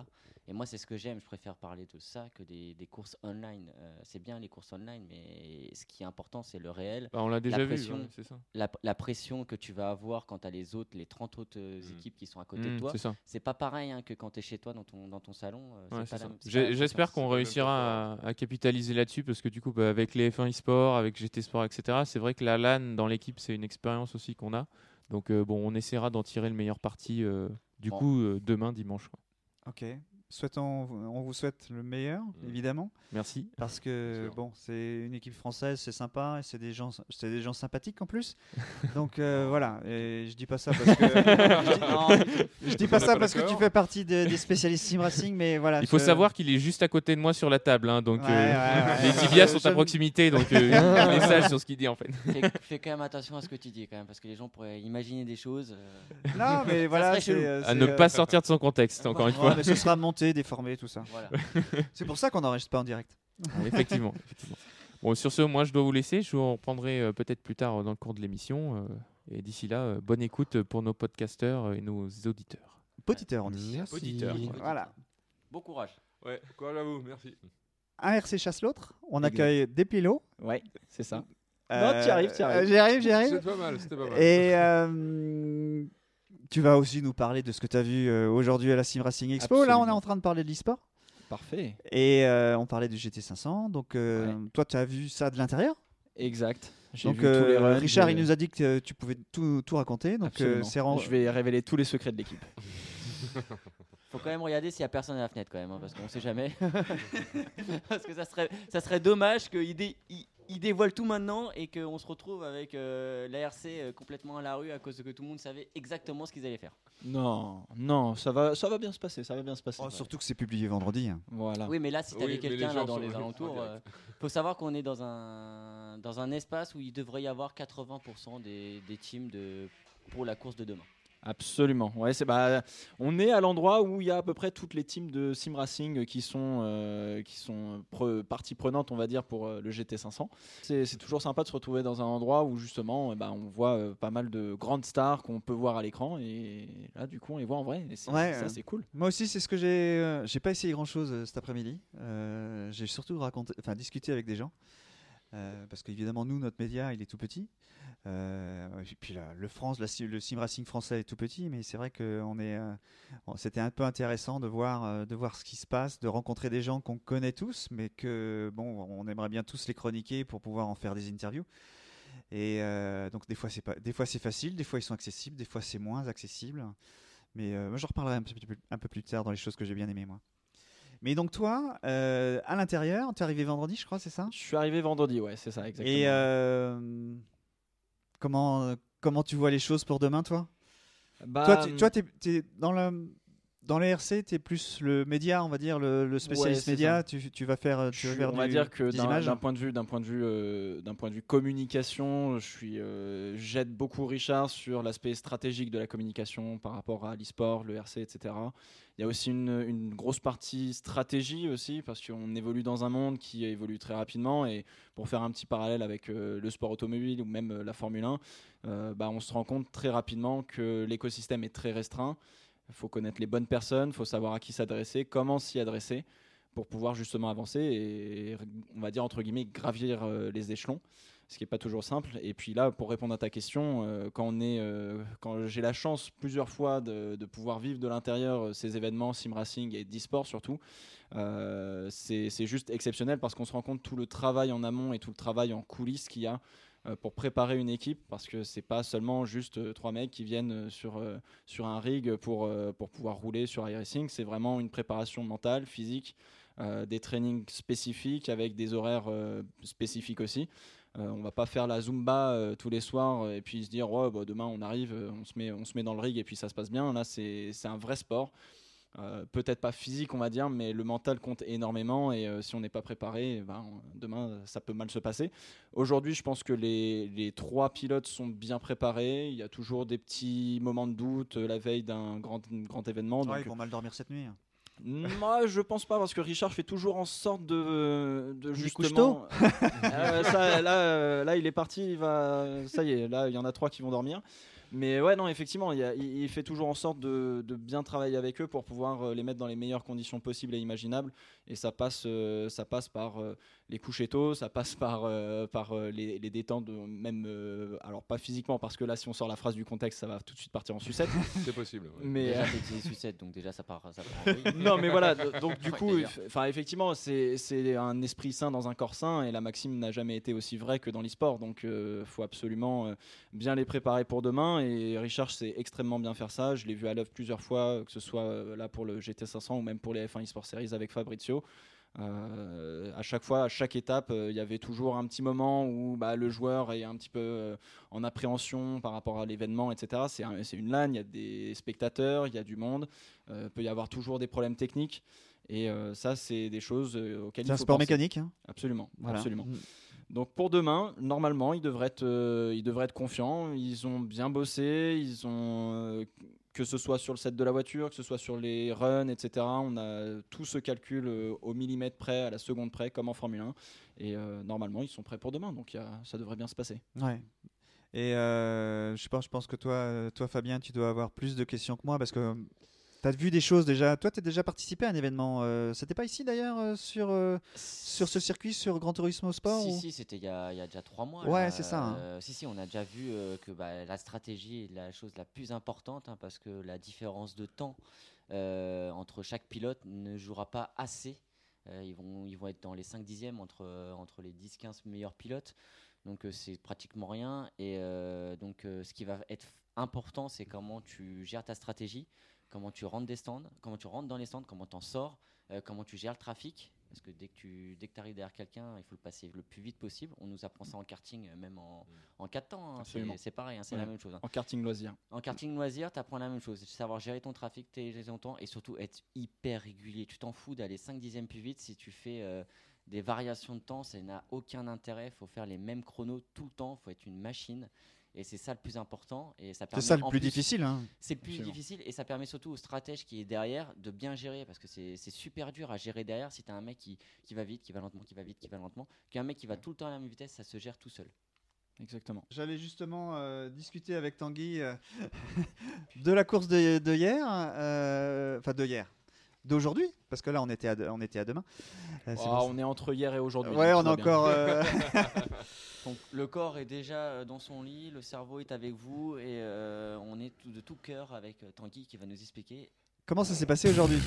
Et moi, c'est ce que j'aime. Je préfère parler de ça que des, des courses online. Euh, c'est bien les courses online, mais ce qui est important, c'est le réel. Bah, on l'a déjà la vu, pression, ouais, c'est ça. La, la pression que tu vas avoir quand tu as les autres, les trente autres euh, Mm. équipes qui sont à côté Mm, de toi. c'est ça. C'est pas pareil hein, que quand tu es chez toi dans ton, dans ton salon. euh, Ouais, c'est pas c'est la ça. même- c'est pas J'ai- la même J'espère pression. qu'on c'est même réussira pas à, à capitaliser là-dessus parce que du coup, bah, avec les F un e-sport, avec G T Sport, et cetera, c'est vrai que la LAN dans l'équipe, c'est une expérience aussi qu'on a. Donc, euh, bon, on essaiera d'en tirer le meilleur parti euh, du Bon. coup euh, demain, dimanche. quoi. Ok. Souhaitons, on vous souhaite le meilleur, Mm. évidemment, Merci. parce que sûr. bon, c'est une équipe française, c'est sympa, et c'est des gens, c'est des gens sympathiques en plus. Donc euh, voilà. Et je dis pas ça parce que je dis, non, je dis pas On est ça pas parce que tu d'accord. fais partie de- des spécialistes sim racing, mais voilà. Il faut je- savoir qu'il est juste à côté de moi sur la table, hein, donc Ouais, euh, ouais, ouais. les tibias Je- sont à je- proximité, donc euh, il est sage sur ce qu'il dit en fait. Fais, fais quand même attention à ce que tu dis, quand même, parce que les gens pourraient imaginer des choses. euh, Non, mais voilà, serait c'est, chelou. euh, À c'est, ne euh, pas sortir de son contexte, encore une ouais, fois. mais ce sera monté, déformé, tout ça. voilà. C'est pour ça qu'on n'enregistre pas en direct. effectivement, effectivement. Bon, sur ce, moi je dois vous laisser. Je vous reprendrai euh, peut-être plus tard euh, dans le cours de l'émission. euh, et d'ici là, euh, bonne écoute pour nos podcasteurs et nos auditeurs. Poditeur, on dit. Merci. Auditeur. Voilà. Bon courage. Ouais, quoi à vous, merci. Un R C chasse l'autre. On Exact. accueille Despilo. Ouais, c'est ça. Euh, Non, t'y arrives, t'y arrives. euh, J'y arrive, j'y arrive. C'était pas mal, c'était pas mal. Et euh, tu vas aussi nous parler de ce que tu as vu euh, aujourd'hui à la Sim Racing Expo. Là, on est Absolument. en train de parler de l'e-sport. Parfait. Et euh, on parlait du G T cinq cents. Donc, euh, toi, tu as vu ça de l'intérieur. Exact. J'ai Donc, vu tous les euh, runs, Richard, j'ai- il nous a dit que euh, tu pouvais tout, tout raconter. Donc, euh, Absolument. c'est rend- Je vais révéler tous les secrets de l'équipe. Faut quand même regarder s'il y a personne à la fenêtre quand même, hein, parce qu'on sait jamais. Parce que ça serait, ça serait dommage qu'il dé, il, il dévoile tout maintenant et qu'on se retrouve avec euh, l'A R C euh, complètement à la rue à cause de que tout le monde savait exactement ce qu'ils allaient faire. Non, non, ça va, ça va bien se passer, ça va bien se passer. Oh, surtout que c'est publié vendredi. hein. Voilà. Oui, mais là, si Oui, t'avais mais quelqu'un les là gens dans sont les en alentours, direct. euh, faut savoir qu'on est dans un, dans un espace où il devrait y avoir quatre-vingts pour cent des, des teams de, pour la course de demain. Absolument. Ouais, c'est bah, on est à l'endroit où il y a à peu près toutes les teams de sim racing qui sont euh, qui sont pre- partie prenante, on va dire, pour euh, le G T cinq cents. C'est, c'est toujours sympa de se retrouver dans un endroit où justement, eh ben, on voit euh, pas mal de grandes stars qu'on peut voir à l'écran et là, du coup, on les voit en vrai. Et c'est, Ouais, ça, euh, c'est cool. Moi aussi, c'est ce que j'ai. euh, j'ai pas essayé grand chose cet après-midi. Euh, j'ai surtout raconté, enfin discuté avec des gens. Euh, parce qu'évidemment, nous, notre média, il est tout petit. Euh, et puis là, le France, la sim- le sim racing français est tout petit, mais c'est vrai que on est, euh, bon, c'était un peu intéressant de voir, euh, de voir ce qui se passe, de rencontrer des gens qu'on connaît tous, mais que bon, on aimerait bien tous les chroniquer pour pouvoir en faire des interviews. Et euh, donc des fois c'est pas, des fois c'est facile, des fois ils sont accessibles, des fois c'est moins accessible. Mais euh, moi, j'en reparlerai un, petit peu, un peu plus tard dans les choses que j'ai bien aimées moi. Mais donc toi, euh, à l'intérieur, tu es arrivé vendredi, je crois, c'est ça? Je suis arrivé vendredi, ouais, c'est ça, exactement. Et euh, comment, comment tu vois les choses pour demain, toi? Bah, Toi, tu toi, t'es, t'es dans le dans les R C, tu es plus le média, on va dire, le, le spécialiste Ouais, c'est média. ça. Tu, tu vas faire, tu Je vas suis- faire on va du- dire que des d'un, images. d'un point de vue, d'un point de vue, euh, d'un point de vue communication, je suis, euh, j'aide beaucoup Richard sur l'aspect stratégique de la communication par rapport à l'e-sport, le R C, et cetera. Il y a aussi une, une grosse partie stratégie aussi parce qu'on évolue dans un monde qui évolue très rapidement et pour faire un petit parallèle avec euh, le sport automobile ou même euh, la Formule un, euh, bah, on se rend compte très rapidement que l'écosystème est très restreint. Il faut connaître les bonnes personnes, il faut savoir à qui s'adresser, comment s'y adresser pour pouvoir justement avancer et, on va dire, entre guillemets, gravir euh, les échelons, ce qui n'est pas toujours simple. Et puis là, pour répondre à ta question, euh, quand, on est, euh, quand j'ai la chance plusieurs fois de, de pouvoir vivre de l'intérieur euh, ces événements, sim racing et d'e-sport surtout, euh, c'est, c'est juste exceptionnel parce qu'on se rend compte tout le travail en amont et tout le travail en coulisses qu'il y a euh, pour préparer une équipe, parce que c'est pas seulement juste euh, trois mecs qui viennent euh, sur, euh, sur un rig pour, euh, pour pouvoir rouler sur iRacing. C'est vraiment une préparation mentale, physique, euh, des trainings spécifiques avec des horaires euh, spécifiques aussi. Euh, on va pas faire la Zumba euh, tous les soirs euh, et puis se dire ouais, bah, demain on arrive, euh, on se met, on se met dans le rig et puis ça se passe bien. Là, c'est, c'est un vrai sport. Euh, peut-être pas physique, on va dire, mais le mental compte énormément et euh, si on n'est pas préparé, eh ben, demain ça peut mal se passer. Aujourd'hui, je pense que les, les trois pilotes sont bien préparés. Il y a toujours des petits moments de doute euh, la veille d'un grand, grand événement. Ouais, donc, ils vont mal dormir cette nuit. hein. moi, je pense pas parce que Richard fait toujours en sorte de, de Il justement. Euh, ça, là, euh, là, il est parti. Il va. Ça y est. Là, il y en a trois qui vont dormir. Mais ouais, non, effectivement, il, y a, il, il fait toujours en sorte de, de bien travailler avec eux pour pouvoir euh, les mettre dans les meilleures conditions possibles et imaginables. Et ça passe, euh, ça passe par euh, les couchers tôt, ça passe par, euh, par euh, les, les détentes, même, euh, alors pas physiquement, parce que là, si on sort la phrase du contexte, ça va tout de suite partir en sucette. C'est possible. Ouais. Mais Déjà, euh, t'es des sucettes, donc déjà, ça part. Ça part en vrille. non, mais voilà, d- donc du Enfin, coup, d'ailleurs. enfin effectivement, c'est c'est un esprit sain dans un corps sain, et la maxime n'a jamais été aussi vraie que dans l'e-sport. Donc, il euh, faut absolument euh, bien les préparer pour demain. Et Richard sait extrêmement bien faire ça. Je l'ai vu à l'œuvre plusieurs fois, que ce soit euh, là pour le G T cinq cents ou même pour les F un eSport Series avec Fabrizio. Euh, à chaque fois, à chaque étape, il euh, y avait toujours un petit moment où bah, le joueur est un petit peu euh, en appréhension par rapport à l'événement, et cetera. C'est un, c'est une LAN, il y a des spectateurs, il y a du monde, il euh, peut y avoir toujours des problèmes techniques. Et euh, ça, c'est des choses euh, auxquelles C'est il un faut sport penser. mécanique. Hein. Absolument, Voilà. absolument. Mm. Donc pour demain, normalement, ils devraient être, euh, ils devraient être confiants. Ils ont bien bossé. Ils ont, euh, que ce soit sur le set de la voiture, que ce soit sur les runs, et cetera. On a tout ce calcul euh, au millimètre près, à la seconde près, comme en Formule un. Et euh, normalement, ils sont prêts pour demain. Donc y a, ça devrait bien se passer. Ouais. Et euh, je pense, je pense que toi, euh, toi, Fabien, tu dois avoir plus de questions que moi parce que tu as vu des choses déjà. Toi, tu as déjà participé à un événement. Euh, C'était pas ici d'ailleurs euh, sur, euh, sur ce circuit, sur Gran Turismo Sport Si, ou... si, c'était il y, a- il y a déjà trois mois. Ouais, là. c'est ça, hein. Euh, si, si, on a déjà vu euh, que bah, la stratégie est la chose la plus importante, hein, parce que la différence de temps euh, entre chaque pilote ne jouera pas assez. Euh, ils, vont, ils vont être dans les cinq dixièmes entre, euh, entre les dix quinze meilleurs pilotes. Donc euh, c'est pratiquement rien. Et euh, donc euh, ce qui va être f- important, c'est comment tu gères ta stratégie, comment tu rentres des stands, comment tu rentres dans les stands, comment tu en sors, euh, comment tu gères le trafic. Parce que dès que tu dès que arrives derrière quelqu'un, il faut le passer le plus vite possible. On nous apprend ça en karting, euh, même en, en quatre temps. hein. Absolument. C'est c'est pareil, hein, c'est Ouais. la même chose. hein. En karting loisir. En karting loisir, tu apprends la même chose. Savoir gérer ton trafic, tes- gérer ton temps et surtout être hyper régulier. Tu t'en fous d'aller cinq dixièmes plus vite si tu fais euh, des variations de temps. Ça n'a aucun intérêt. Il faut faire les mêmes chronos tout le temps. Il faut être une machine. Et c'est ça le plus important. Et ça C'est permet ça le en plus difficile. Hein. C'est le plus Absolument. difficile et ça permet surtout au stratège qui est derrière de bien gérer parce que c'est c'est super dur à gérer derrière si tu as un mec qui, qui va vite, qui va lentement, qui va vite, qui va lentement, qu'un mec qui va tout le temps à la même vitesse, ça se gère tout seul. Exactement. J'allais justement euh, discuter avec Tanguy euh, de la course de, de hier, euh, enfin de hier, d'aujourd'hui, parce que là on était à, de- on était à demain. Euh, c'est Oh, pour ça. on est entre hier et aujourd'hui. Ouais, donc on tout a va bien. encore. euh, Donc le corps est déjà euh, dans son lit, le cerveau est avec vous et euh, on est tout- de tout cœur avec euh, Tanguy qui va nous expliquer. Comment ça s'est passé aujourd'hui?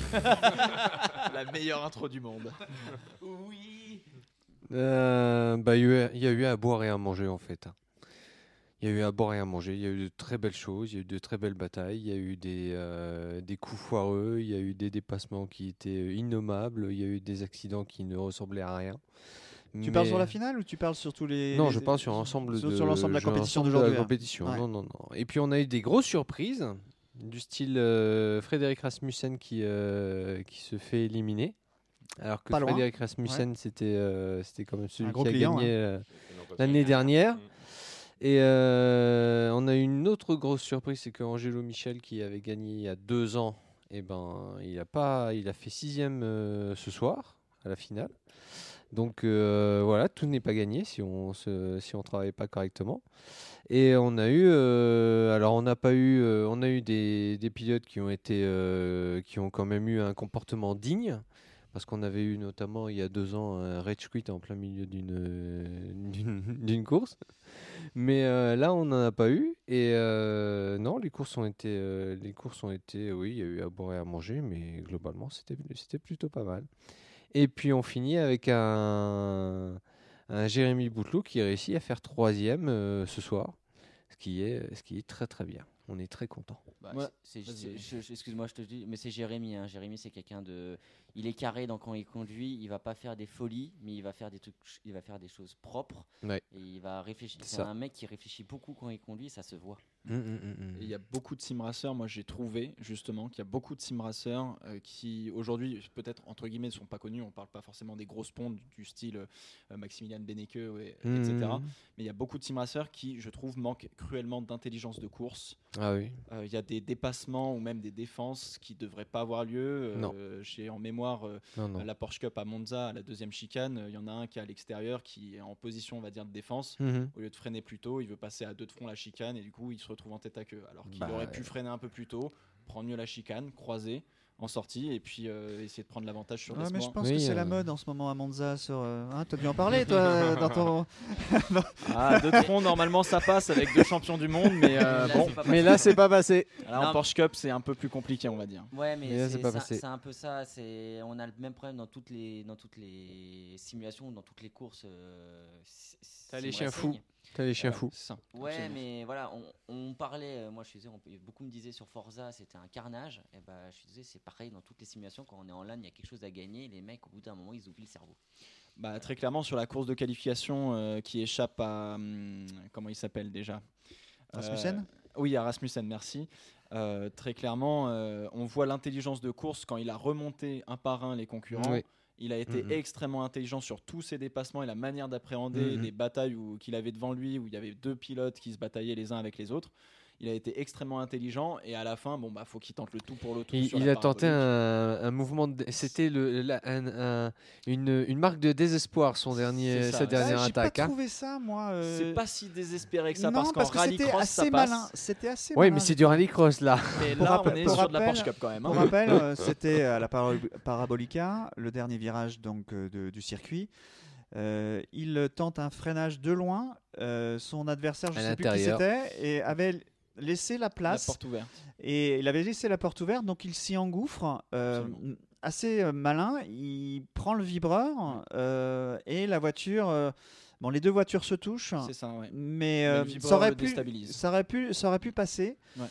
La meilleure intro du monde. Oui. Euh, bah, il y a eu- il y a eu à boire et à manger en fait. Il y a eu à boire et à manger, il y a eu de très belles choses, il y a eu de très belles batailles, il y a eu des, euh, des coups foireux, il y a eu des dépassements qui étaient innommables, il y a eu des accidents qui ne ressemblaient à rien. Tu parles Mais- sur la finale ou tu parles sur tous les. Non, les- je parle sur l'ensemble sur, de, sur l'ensemble de la sur compétition l'ensemble de d'aujourd'hui. la hein. compétition. Ouais. Non, non, non. Et puis on a eu des grosses surprises du style euh, Frédéric Rasmussen qui, euh, qui se fait éliminer. Alors que Pas loin. Frédéric Rasmussen, c'était euh, c'était quand même celui Un gros qui a client, gagné hein. euh, l'an passé. l'année dernière. Mm. Et euh, on a eu une autre grosse surprise, c'est que Angelo Michel, qui avait gagné il y a deux ans, eh ben, il a pas, il a fait sixième euh, ce soir à la finale. Donc euh, voilà, tout n'est pas gagné si on se, si on travaille pas correctement. Et on a eu, euh, alors on n'a pas eu, euh, on a eu des, des pilotes qui ont été, euh, qui ont quand même eu un comportement digne. Parce qu'on avait eu notamment il y a deux ans un rage quit en plein milieu d'une euh, d'une d'une course. Mais euh, là, on n'en a pas eu. Et euh, non, les courses ont été, euh, les courses ont été, oui, il y a eu à boire et à manger, mais globalement, c'était c'était plutôt pas mal. Et puis on finit avec un, un Jérémy Bouteloup qui réussit à faire troisième euh, ce soir, ce qui est, ce qui est très très bien. On est très content. Bah, Ouais. c'est- c'est- Vas-y. je- je- Excuse-moi, je te dis, mais c'est Jérémy. Hein. Jérémy, c'est quelqu'un de. Il est carré dans quand il conduit. Il va pas faire des folies, mais il va faire des trucs. Il va faire des choses propres. Ouais. Et il va réfléchir. C'est C'est ça. un mec qui réfléchit beaucoup quand il conduit. Ça se voit. Hum, hum, hum, hum. Et il y a beaucoup de sim racers, moi j'ai trouvé justement qu'il y a beaucoup de sim racers euh, qui aujourd'hui peut-être entre guillemets ne sont pas connus, on parle pas forcément des grosses pontes du style euh, Maximilian Beneke, ouais, Hum, et cetera. hum, Mais il y a beaucoup de sim racers qui je trouve manquent cruellement d'intelligence de course. hum. Ah oui. Euh, Il y a des dépassements ou même des défenses qui ne devraient pas avoir lieu. Non. Euh, J'ai en mémoire euh, Non, non. la Porsche Cup à Monza, à la deuxième chicane. Il y en a un qui est à l'extérieur, qui est en position, on va dire, de défense. Mhm. Au lieu de freiner plus tôt, il veut passer à deux de front la chicane et du coup, il se retrouve en tête à queue. Alors qu'il Bah, aurait ouais. pu freiner un peu plus tôt, prendre mieux la chicane, croiser en sortie et puis euh, essayer de prendre l'avantage sur Ouais, les mais je pense Oui, que c'est euh. la mode en ce moment à Monza. Sur, euh, hein, t'as dû en parler, toi, dans ton. Ah, deux de front, normalement, ça passe avec deux champions du monde, mais euh, Là, bon. c'est pas Mais là, c'est pas passé. Là, Non, en Porsche Cup, c'est un peu plus compliqué, on va dire. Ouais, mais, Mais là, c'est c'est pas c'est un- passé. c'est un peu ça. C'est on a le même problème dans toutes les dans toutes les simulations, dans toutes les courses. Euh, si- T'as sim les chiens racing. fous. T'as les chiens Voilà, fous. c'est ça. Ouais, Absolument. mais voilà, on, on parlait. euh, Moi, je suis désolé, on- beaucoup me disaient sur Forza, c'était un carnage. Et ben, je suis désolé, c'est pareil dans toutes les simulations. Quand on est en LAN, il y a quelque chose à gagner. Les mecs, au bout d'un moment, ils oublient le cerveau. Bah, très clairement, sur la course de qualification euh, qui échappe à. hum, comment il s'appelle déjà Rasmussen Euh, Oui, à Rasmussen, merci. Euh, très clairement, euh, on voit l'intelligence de course quand il a remonté un par un les concurrents. Oui. Il a été Mhm. extrêmement intelligent sur tous ses dépassements et la manière d'appréhender Mhm. les batailles où- qu'il avait devant lui, où il y avait deux pilotes qui se bataillaient les uns avec les autres. Il a été extrêmement intelligent et à la fin, bon bah faut qu'il tente le tout pour le tout. Il, sur il la a tenté parabolique. un, un mouvement. De, c'était le, la- un- un- une, une marque de désespoir son dernier, C'est ça, sa ouais. dernière Ah, j'ai attaque. pas hein. trouvé ça, moi. euh, C'est pas si désespéré que ça non, parce qu'en parce que c'était rallycross assez ça passe. malin. C'était assez Oui, malin. mais c'est du rallycross là. Mais Pour là, rappel- on est pour sur de la rappel- Porsche Cup quand même. Pour hein. rappel, euh, c'était à la para- Parabolica, le dernier virage donc, euh, de- du circuit. Euh, il tente un freinage de loin. euh, son adversaire, je À ne sais plus qui l'intérieur. c'était, et avait laissé la La place. porte ouverte. Et il avait laissé la porte ouverte, donc il s'y engouffre. euh, Absolument. assez euh, malin. Il prend le vibreur euh, et la voiture. euh, bon, les deux voitures se touchent. C'est ça, ouais. Mais, Mais euh, le vibreur ça, aurait le pu, déstabilise. ça, aurait pu, ça aurait pu passer. Ouais.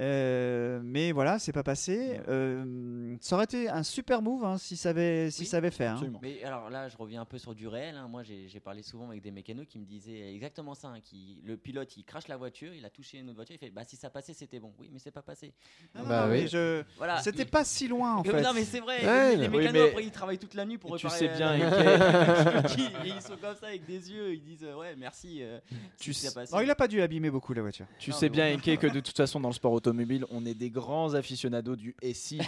Euh, mais voilà, c'est pas passé. Euh, ça aurait été un super move hein, si ça avait, si Oui, ça avait fait. hein. Absolument. Mais alors là, je reviens un peu sur du réel. hein. Moi, j'ai j'ai parlé souvent avec des mécanos qui me disaient exactement ça. hein, qui, le pilote, il crache la voiture, il a touché une autre voiture, il fait bah si ça passait, c'était bon. Oui, mais c'est pas passé. Non, Bah non, oui. mais je... Voilà. C'était il- pas si loin en Mais fait. Non, mais c'est vrai. Ouais, les, les oui, mécanos mais- après, ils travaillent toute la nuit pour Et tu réparer. sais bien, euh, Ike, qui- et ils sont comme ça avec des yeux. Ils disent euh, ouais, merci. euh, Tu si ça sais- passait. Non, il a pas dû abîmer beaucoup la voiture. tu Non, sais mais bien, bon. Ike, que de toute façon, dans le sport automobile, on est des grands aficionados du et si.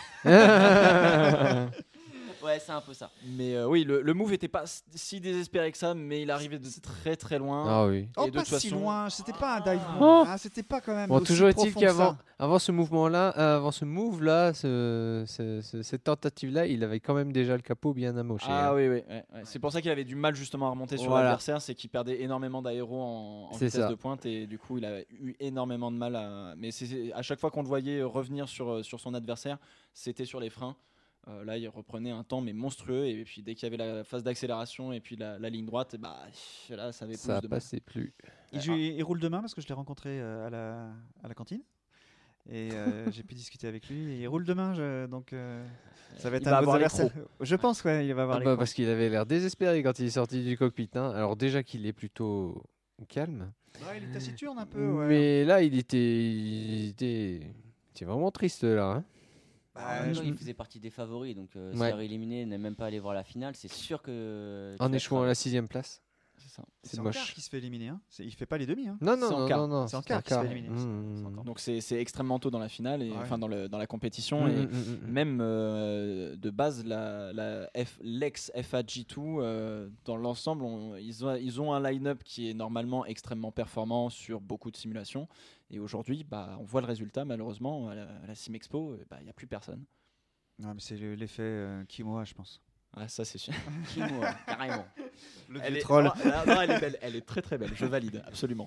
Ouais, c'est un peu ça. Mais euh, oui, le, le move était pas s- si désespéré que ça, mais il arrivait de très très loin. Ah oui. Oh, Et de pas toute si façon- loin. C'était pas un dive. Oh. Ah, c'était pas quand même. Bon, aussi toujours est-il profond que qu'avant ça. avant ce mouvement-là, euh, avant ce move-là, ce- ce- ce- cette tentative-là, il avait quand même déjà le capot bien amoché. Ah hein. oui, oui. ouais, ouais. C'est pour ça qu'il avait du mal justement à remonter sur Voilà. l'adversaire, c'est qu'il perdait énormément d'aéro en, en C'est vitesse ça. de pointe et du coup il a eu énormément de mal à. Mais c'est- c'est à chaque fois qu'on le voyait revenir sur, euh, sur son adversaire, c'était sur les freins. Euh, là, il reprenait un temps mais monstrueux et puis dès qu'il y avait la phase d'accélération et puis la, la ligne droite, et bah là ça avait Ça plus de mal. passait plus. Il, joue- il roule demain parce que je l'ai rencontré euh, à la, à la cantine. Et euh, j'ai pu discuter avec lui. Et il roule demain, je- donc euh, ça va être Il un va bon avoir les adversaire. Je pense, ouais, il va avoir Ah les bah, crocs. parce qu'il avait l'air désespéré quand il est sorti du cockpit. hein. Alors déjà qu'il est plutôt calme. Ouais, il est taciturne un peu. Ouais. Mais là, il était, il était, il était vraiment triste là. hein. Bah, En même temps, je- il faisait partie des favoris, donc euh, se Ouais. faire éliminer, n'est même pas allé voir la finale, c'est sûr que. tu En vas échouant à être- la sixième place. C'est ça. C'est en quart moche. qui se fait éliminer. Hein. C'est- Il fait pas les demi. Hein. Non, non, C'est en non, quart. non, non. C'est en c'est quart en qu'il se fait quart. éliminer. Mmh. Donc c'est c'est extrêmement tôt dans la finale et Ouais. enfin dans, le, dans la compétition. Mmh, et, mmh, mmh, mmh. Même euh, de base, la, la F- l'ex F A G deux, euh, dans l'ensemble, on- ils, ont, ils ont un line-up qui est normalement extrêmement performant sur beaucoup de simulations. Et aujourd'hui, bah, on voit le résultat, malheureusement, à la, à la Sim Expo, euh, bah, il n'y a plus personne. Non, mais c'est le- l'effet euh, Kimoa, je pense. Ah, ça, c'est sûr. Kimo, ouais, carrément. Le Elle vieux est, troll. non, non, non, elle est belle, elle est très très belle, je valide, absolument.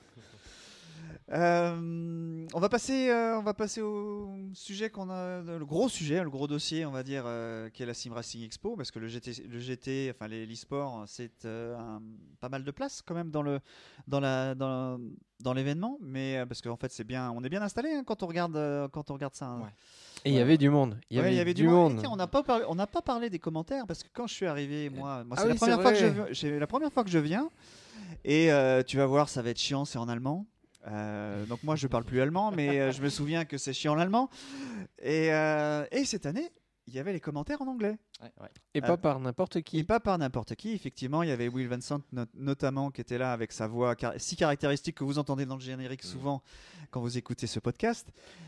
Euh, on va passer, euh, on va passer au sujet qu'on a, le gros sujet, le gros dossier, on va dire, euh, qui est la Sim Racing Expo, parce que le G T, le G T, enfin les l'e-sport, c'est euh, un- pas mal de place quand même dans le, dans la, dans, dans l'événement, mais euh, parce qu'en fait c'est bien, on est bien installé hein, quand on regarde, euh, quand on regarde ça. hein. Ouais. Et il y avait du monde. Il y Ouais, avait, du monde. Et tiens, on n'a pas parlé, on n'a pas parlé des commentaires parce que quand je suis arrivé, moi, moi Ah c'est oui, la première c'est fois que je, vrai. vi- j'ai- la première fois que je viens, et euh, tu vas voir, ça va être chiant, c'est en allemand. Euh, donc moi je parle plus allemand, mais euh, je me souviens que c'est chiant l'allemand. Et, euh, et cette année, il y avait les commentaires en anglais. Et Ah. pas par n'importe qui. Et pas par n'importe qui, effectivement. Il y avait Will Vincent not- notamment qui était là avec sa voix car- si caractéristique que vous entendez dans le générique souvent quand vous écoutez ce podcast.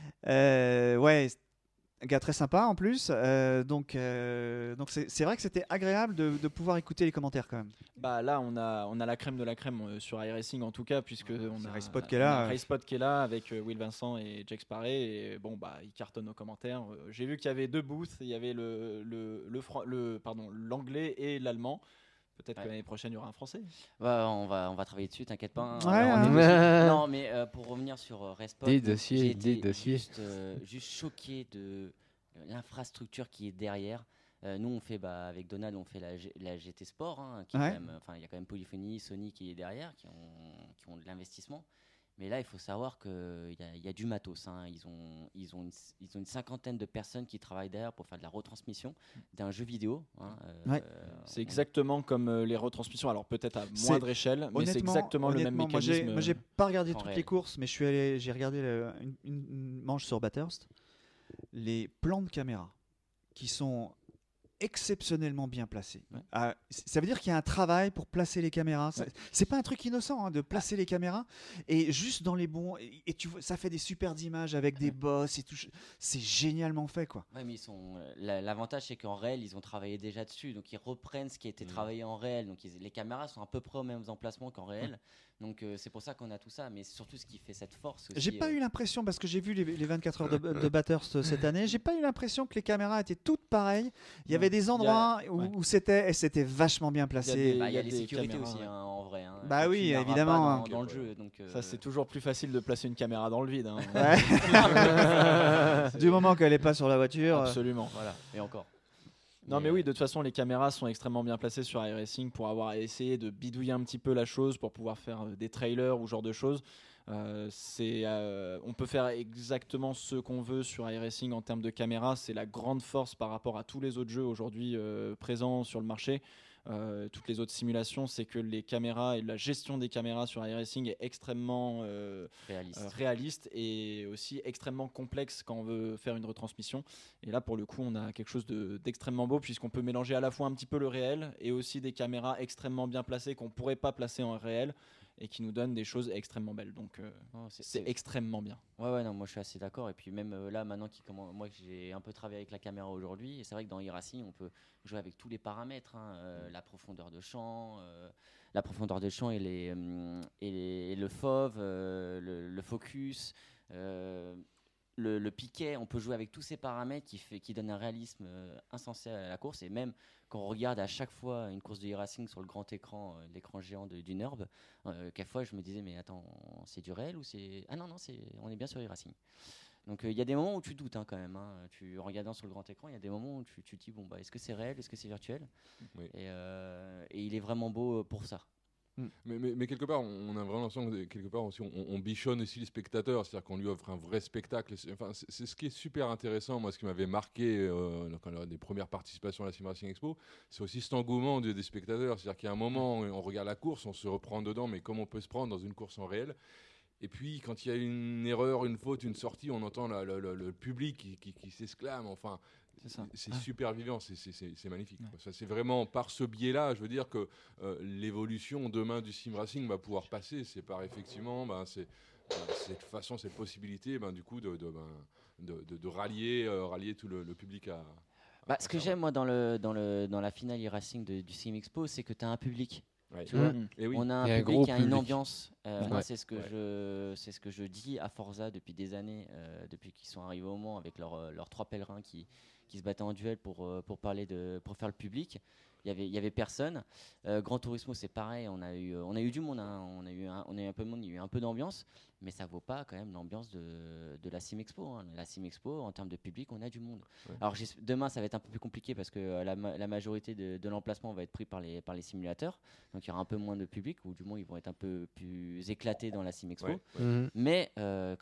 Euh, ouais, un gars très sympa en plus. Euh, donc euh, donc c'est c'est vrai que c'était agréable de, de pouvoir écouter les commentaires quand même. Bah là, on a, on a la crème de la crème euh, sur iRacing en tout cas, puisque on c'est a Racepod qui est là, on a euh. Racepod qui est là avec euh, Will Vincent et Jake Sparray. Et bon, bah, ils cartonnent aux commentaires. Euh, J'ai vu qu'il y avait deux booths. Il y avait le, le, le, fran- le- pardon, l'anglais et l'allemand. Peut-être Ouais. que l'année prochaine, il y aura un français. Ouais, on va, on va travailler dessus, t'inquiète pas. hein. Ouais, Alors, on est hein. dessus. Non, mais euh, pour revenir sur euh, Respot, Des dossiers, j'ai été des dossiers. Juste, euh, juste choqué de l'infrastructure qui est derrière. Euh, nous, on fait bah, avec Donald, on fait la, G- la G T Sport. hein, qui est Ouais. quand même- enfin, il y a quand même Polyphony, Sony qui est derrière, qui ont, qui ont de l'investissement. Mais là, il faut savoir qu'il y, a- il y a du matos. hein. Ils, ont, ils, ont une, ils ont une cinquantaine de personnes qui travaillent derrière pour faire de la retransmission d'un jeu vidéo. hein. Euh, Ouais. C'est on- exactement comme euh, les retransmissions. Alors peut-être à C'est- moindre échelle, mais c'est exactement le même honnêtement, moi, j'ai- mécanisme. Moi, j'ai pas regardé en toutes réel. les courses, mais je suis allé, j'ai regardé le- une, une- une manche sur Bathurst. Les plans de caméra qui sont exceptionnellement bien placés. Ouais. Ah, c- ça veut dire qu'il y a un travail pour placer les caméras. C'est- C'est pas un truc innocent hein, de placer les caméras et juste dans les bons. Et, et tu vois, ça fait des superbes images avec des boss et tout. C'est génialement fait quoi. Ouais, mais ils sont. euh, la- L'avantage, c'est qu'en réel, ils ont travaillé déjà dessus, donc ils reprennent ce qui a été Mhm. travaillé en réel. Donc ils- les caméras sont à peu près aux mêmes emplacements qu'en réel. Donc euh, c'est pour ça qu'on a tout ça. Mais surtout, ce qui fait cette force. J'ai aussi, pas euh, eu l'impression, parce que j'ai vu les, les vingt-quatre heures de, de Bathurst cette année, j'ai pas eu l'impression que les caméras étaient toutes pareilles. Il y avait des endroits où, ouais. où c'était et c'était vachement bien placé. des- bah, il y a, il y a les des sécurités caméras, aussi ouais. hein, en vrai. hein. Bah Que oui, tu verras évidemment, pas hein. Dans, dans le jeu. Donc, euh, Ça, c'est toujours plus facile de placer une caméra dans le vide. hein. Ouais. Du moment qu'elle est pas sur la voiture. euh, Absolument. Voilà. Et encore. Non mais euh, oui, de toute façon les caméras sont extrêmement bien placées sur iRacing pour avoir essayé de bidouiller un petit peu la chose, pour pouvoir faire euh, des trailers ou ce genre de choses. Euh, c'est, euh, on peut faire exactement ce qu'on veut sur iRacing en termes de caméras. C'est la grande force par rapport à tous les autres jeux aujourd'hui euh, présents sur le marché. Euh, toutes les autres simulations, c'est que les caméras et la gestion des caméras sur iRacing est extrêmement euh, réaliste. euh, réaliste et aussi extrêmement complexe quand on veut faire une retransmission. Et là, pour le coup, on a quelque chose de- d'extrêmement beau puisqu'on peut mélanger à la fois un petit peu le réel et aussi des caméras extrêmement bien placées qu'on ne pourrait pas placer en réel et qui nous donnent des choses extrêmement belles. Donc, euh, Non, c'est- c'est c'est- extrêmement bien. Ouais, ouais, non, moi je suis assez d'accord. Et puis même euh, là, maintenant, qui comment, moi que j'ai un peu travaillé avec la caméra aujourd'hui, et c'est vrai que dans iRacing, on peut jouer avec tous les paramètres, hein, euh, la profondeur de champ, euh, la profondeur de champ et, les, hum, et, les- et le fauve, euh, le, le focus, euh, le, le piquet. On peut jouer avec tous ces paramètres qui, fait, qui donnent un réalisme euh, insensé à la course. Et même quand on regarde à chaque fois une course de iRacing sur le grand écran, euh, l'écran géant de, du Nurb, euh, quelquefois je me disais, mais attends, c'est du réel ou c'est. Ah non, non, c'est... on est bien sur iRacing. Donc il y a des moments où tu doutes hein, quand même. Hein. Tu, en regardant sur le grand écran, il y a des moments où tu, tu te dis, bon, bah, est-ce que c'est réel, est-ce que c'est virtuel Oui. et, euh, et il est vraiment beau euh, pour ça. Mais, mais- mais quelque part, on on a vraiment l'impression que quelque part aussi, on, on bichonne aussi les spectateurs, c'est-à-dire qu'on lui offre un vrai spectacle. Et c'est- Enfin, c'est c'est ce qui est super intéressant. Moi, ce qui m'avait marqué euh, quand on a des premières participations à la Sim Racing Expo, c'est aussi cet engouement des, des spectateurs. C'est-à-dire qu'il y a un moment, on regarde la course, on se reprend dedans, mais comment on peut se prendre dans une course en réel? Et puis, quand il y a une erreur, une faute, une sortie, on entend la- la- la- le public qui, qui- qui s'exclame. Enfin, C'est ça. c'est super vivant, c'est- c'est c'est- c'est magnifique. quoi. Ça, c'est vraiment par ce biais-là, je veux dire que euh, l'évolution demain du sim racing va pouvoir passer. C'est par effectivement, ben, c'est ben, cette façon, cette possibilité, ben, du coup, de, de, ben, de, de- de rallier, euh, rallier tout le, le public à. Bah, à ce que faire- j'aime moi dans, le, dans, le, dans la finale e-racing de- du Sim Expo, c'est que tu as un public. Ouais. Tu vois, Mhm. Et oui. on a un Et un public gros qui a une public. ambiance. Euh, Ouais. moi, c'est ce que Ouais. je, c'est ce que je dis à Forza depuis des années, euh, depuis qu'ils sont arrivés au Mans avec leurs euh, leurs trois pèlerins qui, qui se battaient en duel pour, euh, pour parler de, pour faire le public. Il y avait, il y avait personne. Euh, Gran Turismo, c'est pareil. On a eu, on a eu du monde. hein. On a eu, un, on a eu un peu de monde. Il y a eu un peu d'ambiance, mais ça vaut pas quand même l'ambiance de, de la Sim Expo. hein. La Sim Expo, en termes de public, on a du monde. Ouais. Alors j'es- demain, ça va être un peu plus compliqué parce que euh, la, ma- la majorité de, de l'emplacement va être pris par les, par les simulateurs. Donc il y aura un peu moins de public, ou du moins ils vont être un peu plus éclatés dans la Sim Expo. Ouais. Mhm. Mais euh,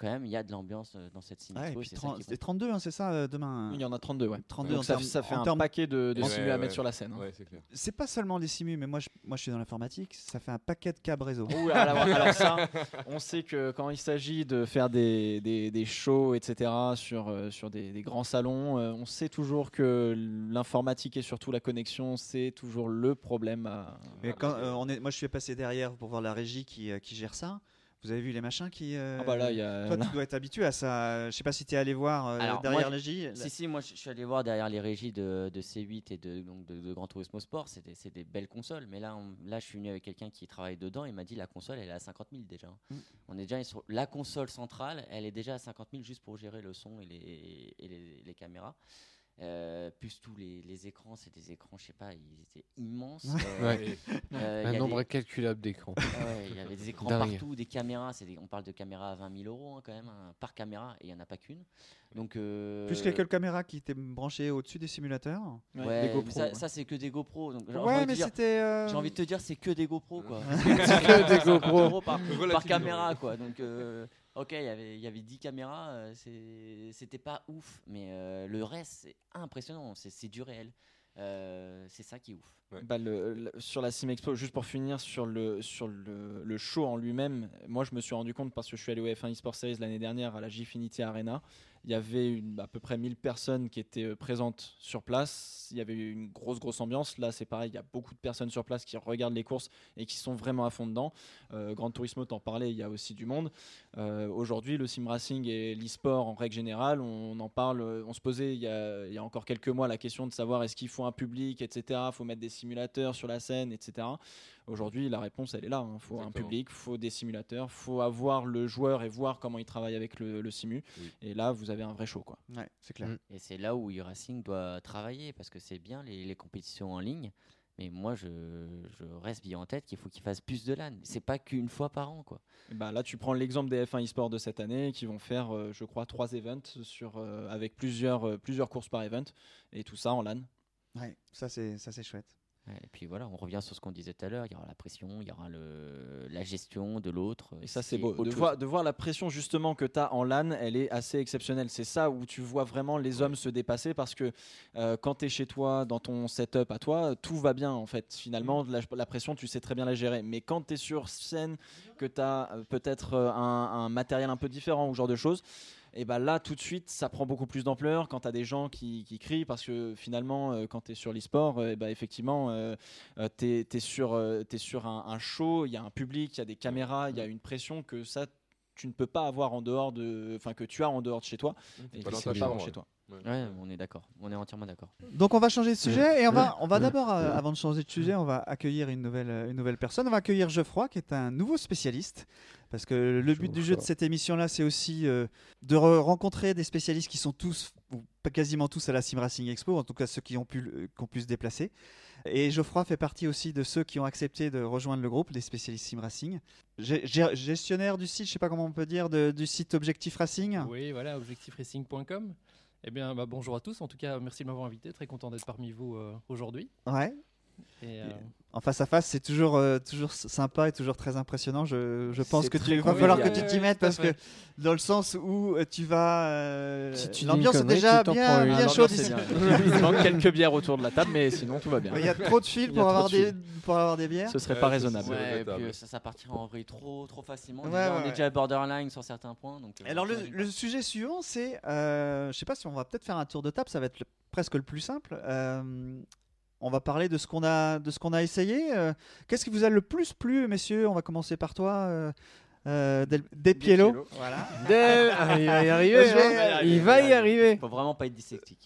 quand même, il y a de l'ambiance euh, dans cette Sim Ouais, et Expo. puis c'est ça trente qui c'est trente-deux, hein, c'est ça, euh, demain. Il y en a trente-deux, ouais. trente-deux Donc en ça, termes- ça fait en un termes- paquet de, de Ouais, simus à ouais. mettre sur la scène. hein. Ouais, c'est clair. C'est pas seulement des simus, mais moi je, moi je suis dans l'informatique, ça fait un paquet de câbles réseau. Ouh, alors, alors ça, on sait que quand il s'agit de faire des, des, des shows, et cetera, sur, euh, sur des, des grands salons, euh, on sait toujours que l'informatique et surtout la connexion, c'est toujours le problème. À... Et quand, euh, on est, moi je suis passé derrière pour voir la régie qui, euh, qui gère ça. Vous avez vu les machins qui. euh, Ah bah là, il y a... Toi, tu dois être habitué à ça. Je sais pas si tu es allé voir euh, Alors, derrière moi, la régie. Si, si, moi je je suis allé voir derrière les régies de, de C huit et de, donc de, de Gran Turismo Sport, c'est des, c'est des belles consoles. Mais là, on- là, je suis venu avec quelqu'un qui travaille dedans, il m'a dit la console elle est à cinquante mille déjà. Mm. On est déjà sur la console centrale, elle est déjà à cinquante mille juste pour gérer le son et les, et les, les caméras. Euh, plus tous les, les écrans, c'est des écrans, je sais pas, ils étaient immenses. Euh, Ouais. euh, il y Un a nombre des- incalculable d'écrans. Ouais, il y avait des écrans Dingue. partout, des caméras. C'est des- on parle de caméras à vingt mille euros hein, quand même, hein, par caméra, et il n'y en a pas qu'une. Donc, euh, Plus quelques caméras qui étaient branchées au-dessus des simulateurs. Ouais, ouais, des mais GoPro, ça, ouais. ça, c'est que des GoPro. Donc, j'ai Ouais, envie de mais te dire- c'était. euh, j'ai envie de te dire, c'est que des GoPro quoi. Que des GoPro. euros par, par Relativement. caméra quoi. Donc, euh, ok, il y avait- il y avait dix caméras, euh, c'est- c'était pas ouf, mais euh, le reste, c'est impressionnant. C'est c'est du réel. Euh, c'est ça qui est ouf. Bah, le- le- sur la Sim Expo, juste pour finir sur le, sur le, le show en lui-même, moi je me suis rendu compte parce que je suis allé au F un eSport Series l'année dernière à la Gfinity Arena. Il y avait une- à peu près mille personnes qui étaient euh, présentes sur place. Il y avait une grosse, grosse ambiance. Là, c'est pareil, il y a beaucoup de personnes sur place qui regardent les courses et qui sont vraiment à fond dedans. Euh, Gran Turismo, t'en parlais, il y a aussi du monde. Euh, Aujourd'hui, le sim racing et l'e-sport en règle générale, on en parle. euh, On se posait il y a, il y a encore quelques mois la question de savoir est-ce qu'il faut un public, et cetera. Il faut mettre des simulateurs sur la scène, et cetera. Aujourd'hui, la réponse, elle est là. Il faut un Exactement. public, il faut des simulateurs, il faut avoir le joueur et voir comment il travaille avec le, le simu. Oui. Et là, vous avez un vrai show, quoi. Ouais, c'est clair. Mm. Et c'est là où e-racing doit travailler parce que c'est bien les, les compétitions en ligne. Mais moi, je, je reste bien en tête qu'il faut qu'ils fassent plus de LAN. C'est pas qu'une fois par an, quoi. Et bah, là, tu prends l'exemple des F un eSport de cette année qui vont faire, euh, je crois, trois events sur, euh, avec plusieurs, euh, plusieurs courses par event. Et tout ça en LAN. Ouais, ça c'est ça c'est chouette. Ouais, et puis voilà, on revient sur ce qu'on disait tout à l'heure. Il y aura la pression, il y aura le, la gestion de l'autre. Et ça, c'est C'est beau. autre De chose. voir, de voir la pression justement que tu as en LAN, elle est assez exceptionnelle. C'est ça où tu vois vraiment les hommes se dépasser parce que euh, quand tu es chez toi, dans ton setup à toi, tout va bien en fait. Finalement, la, la pression, tu sais très bien la gérer. Mais quand tu es sur scène, que tu as euh, peut-être euh, un, un matériel un peu différent ou ce genre de choses, et bah là tout de suite ça prend beaucoup plus d'ampleur quand tu as des gens qui, qui crient parce que finalement euh, quand tu es sur l'e-sport euh, bah, effectivement euh, euh, tu es sur, euh, t'es sur un, un show, il y a un public, il y a des caméras, il y a une pression que ça tu ne peux pas avoir en dehors de enfin que tu as en dehors de chez toi et pas que dans tu ta peux chambre, avoir ouais. chez toi. Ouais, on est d'accord. On est entièrement d'accord. Donc on va changer de sujet et on va, on va d'abord, euh, avant de changer de sujet, on va accueillir une nouvelle, euh, une nouvelle personne. On va accueillir Geoffroy qui est un nouveau spécialiste. Parce que le but du jeu de cette émission-là, c'est aussi euh, de re- rencontrer des spécialistes qui sont tous, ou pas quasiment tous, à la Sim Racing Expo, en tout cas ceux qui ont pu, le- qui ont pu se déplacer. Et Geoffroy fait partie aussi de ceux qui ont accepté de rejoindre le groupe des spécialistes Sim Racing. Gé- gé- gestionnaire du site, je sais pas comment on peut dire, de- du site Objectif Racing. Oui, voilà, objectif racing point com. Eh bien, bah, bonjour à tous. En tout cas, merci de m'avoir invité. Très content d'être parmi vous euh, aujourd'hui. Ouais. Et, euh, En face à face, c'est toujours, euh, toujours s- sympa et toujours très impressionnant. Je, je pense C'est que très tu va convivial. falloir que Ouais, tu t'y ouais, mettes tout à parce que fait. dans le sens où euh, tu vas, euh, Si tu dis l'ambiance une est connerie, déjà tu t'en bien, prends une. bien Ah, chaude l'ambiance, ici. c'est bien. Il manque quelques bières autour de la table mais sinon tout va bien. Il y a trop de fils Il y a pour trop avoir de des, fils. pour avoir des bières. Ce serait Ouais, pas ça, raisonnable. c'est- Ouais, et regrettable. puis euh, ça, ça partira en vrille trop, trop facilement. Ouais, Déjà, ouais, on ouais. est déjà borderline sur certains points. Donc, euh, Alors le, j'imagine le sujet suivant, c'est, euh, je sais pas si on va peut-être faire un tour de table, ça va être le- presque le plus simple. Euh, on va parler de ce qu'on a, de ce qu'on a essayé. Euh, Qu'est-ce qui vous a le plus plu, messieurs? On va commencer par toi, euh, euh, Del, Despiello. Voilà. Del- Ah, il va y arriver. Je vais- hein. Il va y arriver. faut vraiment pas être dyslexique.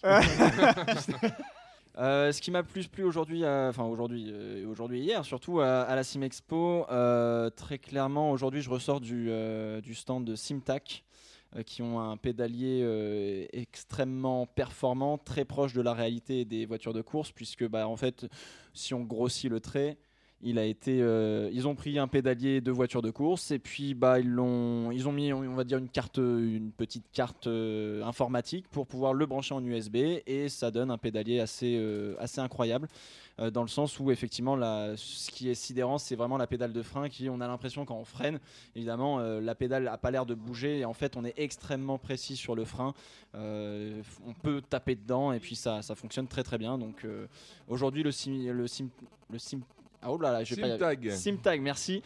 Euh, ce qui m'a plus plu aujourd'hui, euh, enfin aujourd'hui, euh, aujourd'hui hier, surtout à, à la Sim Expo, euh, très clairement aujourd'hui je ressors du, euh, du stand de Simtac euh, qui ont un pédalier euh, extrêmement performant, très proche de la réalité des voitures de course, puisque bah, en fait, si on grossit le trait, Il a été, euh, ils ont pris un pédalier de voiture de course et puis bah ils l'ont, ils ont mis, on va dire une carte, une petite carte euh, informatique pour pouvoir le brancher en U S B et ça donne un pédalier assez, euh, assez incroyable euh, dans le sens où effectivement la, ce qui est sidérant c'est vraiment la pédale de frein qui, on a l'impression quand on freine, évidemment euh, la pédale a pas l'air de bouger et en fait on est extrêmement précis sur le frein, euh, on peut taper dedans et puis ça, ça fonctionne très très bien. Donc euh, aujourd'hui le sim, le sim, le sim Ah, oh là là, je vais pas y arriver. SimTag. SimTag, merci.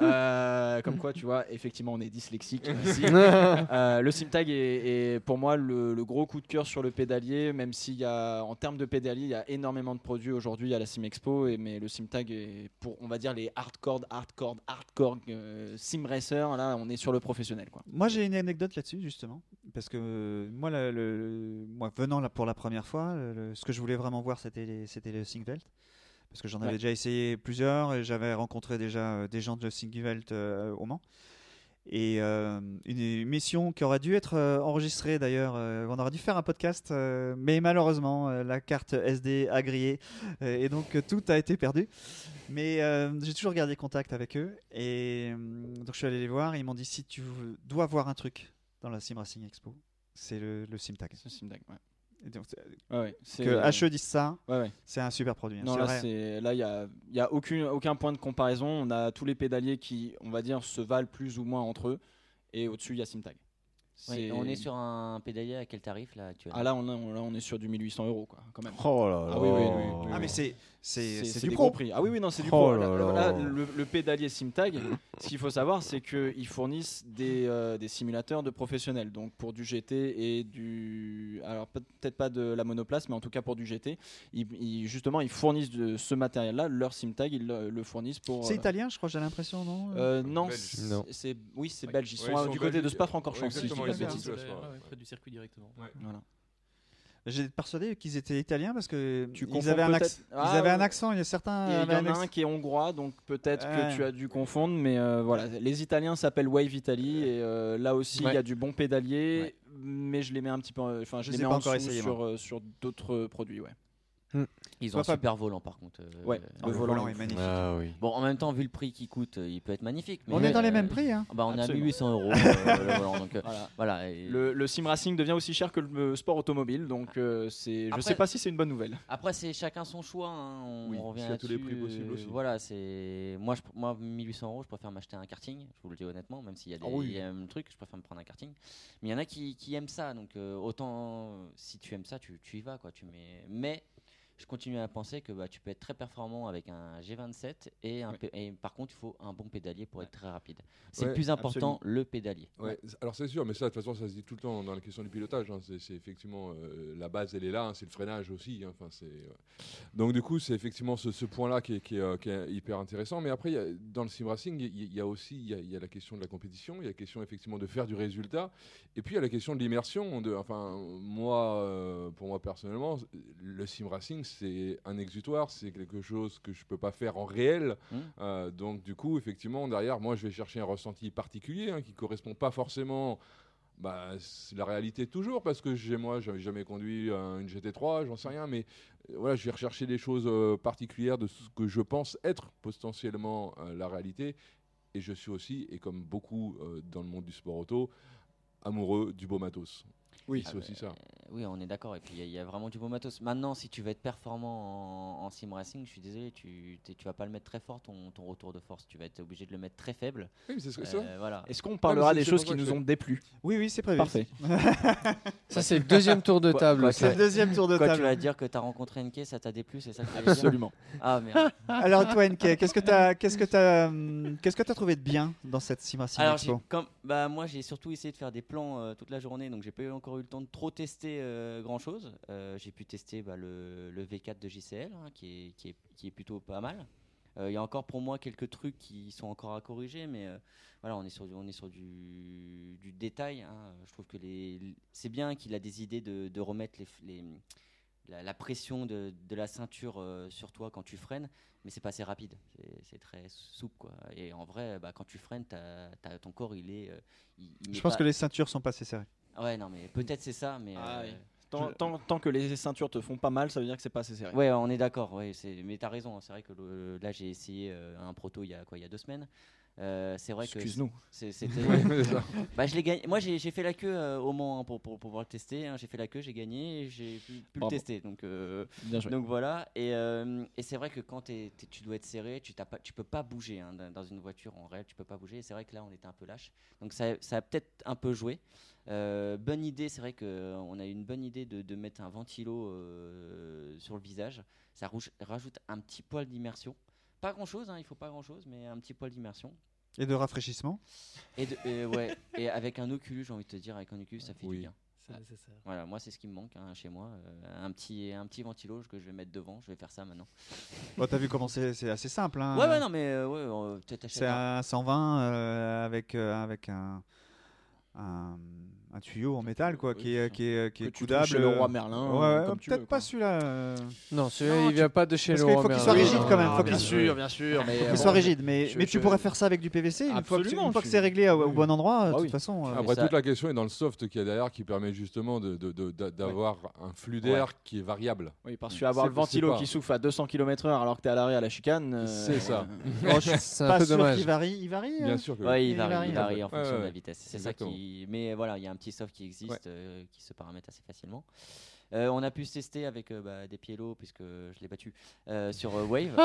Euh, comme quoi, tu vois, effectivement, on est dyslexique. Merci. Euh, le SimTag est, est pour moi le, le gros coup de cœur sur le pédalier, même s'il y a, en termes de pédalier, il y a énormément de produits aujourd'hui à la SimExpo, et, mais le SimTag est pour, on va dire, les hardcore, hardcore, hardcore euh, sim racers. Là, on est sur le professionnel, quoi. Moi, j'ai une anecdote là-dessus, justement. Parce que euh, moi, le, le- moi, venant là pour la première fois, le- le- ce que je voulais vraiment voir, c'était les- c'était le Singvelt. Parce que j'en avais Ouais. déjà essayé plusieurs et j'avais rencontré déjà euh, des gens de Singvelt euh, au Mans. Et euh, une émission qui aurait dû être euh, enregistrée d'ailleurs, euh, on aurait dû faire un podcast, euh, mais malheureusement euh, la carte S D a grillé euh, et donc euh, tout a été perdu. Mais euh, j'ai toujours gardé contact avec eux et euh, donc je suis allé les voir et ils m'ont dit si tu dois voir un truc dans la Sim Racing Expo, c'est le, le SimTag. C'est SimTag, ouais. Et donc, c'est- Ouais, ouais, c'est- que H E dise ça, Ouais, ouais. c'est un super produit. hein, Non, c'est là, vrai. c'est, là, il y a, il y a aucun, aucun point de comparaison. On a tous les pédaliers qui, on va dire, se valent plus ou moins entre eux. Et au-dessus, il y a SimTag. Ouais, C'est- on est sur un pédalier à quel tarif là actuellement? Ah là, on, a- on- là, on est sur du mille huit cents euros, quoi, quand même. Oh là là. Ah oui, oui, oui, oui, Ah oui. mais c'est c'est C'est c'est c'est du des pro. gros prix. Ah oui, oui, non, c'est du Oh pro. là Là, là. là, le, le pédalier SimTag, ce qu'il faut savoir, c'est qu'ils fournissent des, euh, des simulateurs de professionnels. Donc pour du G T et du. Alors peut-être pas de la monoplace, mais en tout cas pour du G T. Ils, ils- justement, ils fournissent de ce matériel-là, leur SimTag, ils le, le fournissent pour. C'est euh, italien, je crois, j'ai l'impression, non euh, non, Belge. c'est- Non. c'est oui, c'est Ouais. belge. Ils Ouais, sont, ils euh, sont du côté belges. de Spa-Francorchamps. Ouais, si je dis exactement, pas de ils sont bêtises. tous- Ouais, ouais, ouais, près du circuit directement. Ouais. Voilà. J'étais persuadé qu'ils étaient italiens parce que Tu ils confonds avaient, un peut-être- acc- Ah, ils avaient un ouais. accent. Il y a certains. Et Il y avaient en a accent. un qui est hongrois, donc peut-être Ouais. que tu as dû confondre, mais euh, voilà. Les Italiens s'appellent Wave Italy et euh, là aussi il Ouais. y a du bon pédalier, Ouais. mais je les mets un petit peu, en- enfin je, Je les les ai mets pas en encore dessous essayé, sur euh, sur d'autres euh, produits, ouais. Ils Toi, ont un Fab- super volant par contre. euh, Ouais. Ah, le volant volant est est magnifique. Ah oui. Bon, en même temps, vu le prix qu'il coûte, euh, il peut être magnifique. Mais On est dans les euh, mêmes prix. Hein. Bah, on est à Absolument. mille huit cents euros euh, le volant. Donc, euh, Voilà. voilà. et- Le, le sim racing devient aussi cher que le sport automobile, donc euh, c'est, je Après- sais pas si c'est une bonne nouvelle. Après, c'est chacun son choix. hein, On, Oui, on revient parce qu'il y a tous les là-dessus, prix possibles euh, aussi. Voilà, c'est moi, je, moi, mille huit cents euros, je préfère m'acheter un karting. Je vous le dis honnêtement, même s'il y a des Ah oui. il y a un truc, je préfère me prendre un karting. Mais il y en a qui, qui aiment ça, donc euh, autant si tu aimes ça, tu, tu y vas, quoi. Tu mets. Mais je continue à penser que bah, tu peux être très performant avec un G vingt-sept et, un Oui. pé- et par contre, il faut un bon pédalier pour être très rapide. C'est Ouais, le plus important, absolument. le pédalier. Ouais, c- alors c'est sûr, mais ça de toute façon ça se dit tout le temps dans la question du pilotage. hein. C'est c'est effectivement euh, la base, elle est là, hein, c'est le freinage aussi. hein. Enfin, c'est, ouais. Donc du coup, c'est effectivement ce, ce point-là qui est, qui est, euh, qui est hyper intéressant. Mais après, il y a- dans le sim racing, il y, il y a aussi il y a, il y a la question de la compétition, il y a la question effectivement de faire du résultat, et puis il y a la question de l'immersion. De, enfin, moi, euh, pour moi personnellement, le sim racing c'est un exutoire, c'est quelque chose que je peux pas faire en réel. Mmh. Euh, donc du coup, effectivement, derrière, moi, je vais chercher un ressenti particulier hein, qui correspond pas forcément. Bah, c'est la réalité toujours parce que j'ai moi, j'avais jamais conduit euh, une G T trois, j'en sais rien, mais euh, voilà, je vais rechercher des choses euh, particulières de ce que je pense être potentiellement euh, la réalité. Et je suis aussi, et comme beaucoup euh, dans le monde du sport auto, amoureux du beau matos. Oui. c'est aussi ça. Euh, oui, on est d'accord. Et puis, il y a- il y, a vraiment du beau matos. Maintenant, si tu veux être performant en, en sim racing, je suis désolé, tu t'es- tu vas pas le mettre très fort, ton, ton retour de force. Tu vas être obligé de le mettre très faible. Oui, mais c'est ce que ça. Euh, voilà. Est-ce qu'on parlera c'est- des c'est choses pour qui ça que nous je ont déplu? Oui, oui, c'est prévu. Parfait. Ça, c'est le deuxième tour de Quoi- table. quoi C'est ça. le deuxième tour de Quoi, tu table. vas dire que tu as rencontré N K, ça t'a déplu, c'est ça que tu vas dire Absolument. Ah merde. Alors toi, N K, qu'est-ce que tu as, qu'est-ce que t'as, hum, qu'est-ce que t'as trouvé de bien dans cette Sim Racing Alors, j'ai- Expo? comme, bah, moi, j'ai surtout essayé de faire des plans euh, toute la journée, donc j'ai pas eu- encore eu le temps de trop tester euh, grand chose. J'ai pu tester bah, le, le V quatre de J C L, hein, qui, est, qui, est, qui est plutôt pas mal. Euh, Il y a encore pour moi quelques trucs qui sont encore à corriger, mais euh, voilà, on est sur, du- on est sur du, du détail. hein. Je trouve que les, c'est bien qu'il a des idées de, de remettre les, les- la, la pression de, de la ceinture euh, sur toi quand tu freines, mais c'est pas assez rapide. C'est- C'est très souple, quoi. Et en vrai, bah, quand tu freines, t'as- t'as- ton corps, il est. euh, il- il Je n'est pense pas- que les ceintures sont pas assez serrées. Ouais, non, mais peut-être c'est ça, mais. Ah euh, oui. Tant, Je- tant- tant que les ceintures te font pas mal, ça veut dire que c'est pas assez serré. Ouais, on est d'accord. Ouais, c'est... Mais t'as raison. hein, C'est vrai que le- là, j'ai essayé euh, un proto il y a quoi, il y a deux semaines. Euh, c'est vrai que Excuse-nous. c'est- c'était. C'est ça. bah, je l'ai gagné. Moi, j'ai, j'ai fait la queue euh, au Mans hein, pour, pour, pour pouvoir le tester. hein. J'ai fait la queue, j'ai gagné, et j'ai pu, pu le Bravo. tester. Donc, euh, Bien joué. donc voilà. Et, euh, et c'est vrai que quand t'es- t'es- tu dois être serré, tu t'as pas, tu peux pas bouger hein, dans- dans une voiture en réel. Tu peux pas bouger. Et c'est vrai que là, on était un peu lâche. Donc ça, ça a peut-être un peu joué. Euh, bonne idée, c'est vrai qu'on a eu une bonne idée de, de mettre un ventilo euh, sur le visage. Ça rouge- rajoute un petit poil d'immersion. Pas grand chose, hein, il faut pas grand chose, mais un petit poil d'immersion. Et de rafraîchissement. Et, de- et ouais, et avec un Oculus, j'ai envie de te dire, avec un Oculus, ça fait Oui. du bien. C'est nécessaire. Voilà, moi c'est ce qui me manque hein, chez moi. euh, un, petit, un petit ventilo que je vais mettre devant, je vais faire ça maintenant. Bon, t'as vu comment c'est, c'est assez simple. Hein. Ouais, ouais, non, mais euh, ouais, euh, peut-être C'est achète un- un cent vingt euh, avec, euh, avec un, un, un tuyau en métal quoi, qui est, qui est, qui Que est tu coudable. trouves chez Leroy Merlin, Ouais, euh, ouais, comme tu peut-être veux, pas quoi. celui-là. euh, Non, celui-là, Non, il tu- vient pas de chez parce le qu'il faut qu'il soit rigide quand même, faut bien qu'il- sûr, bien sûr, mais qu'il bon, soit rigide, mais, je- mais tu je- pourrais faire ça avec du P V C une fois que, tu- Absolument, une fois que tu- c'est réglé au, au oui. bon endroit. De Ah toute oui. façon, euh, Après, ça- toute la question est dans le soft qu'il y a derrière qui permet justement de, de- de- d'a- d'avoir un flux d'air qui est variable. Oui, parce que avoir C'est- le ventilo c'est pas- qui souffle à deux cents kilomètres heure alors que t'es à l'arrêt à la chicane. euh, C'est ça. oh, je suis C'est un pas peu sûr dommage. qu'il varie. Il varie. Bien euh sûr que Ouais, il Il varie, varie, il varie en ouais, fonction ouais, de la ouais. vitesse. C'est Exactement. ça qui. Mais voilà, il y a un petit soft qui existe, Ouais. euh, qui se paramètre assez facilement. Euh, on a pu se tester avec euh, bah, des Pielo, puisque je l'ai battu, euh, sur euh, Wave.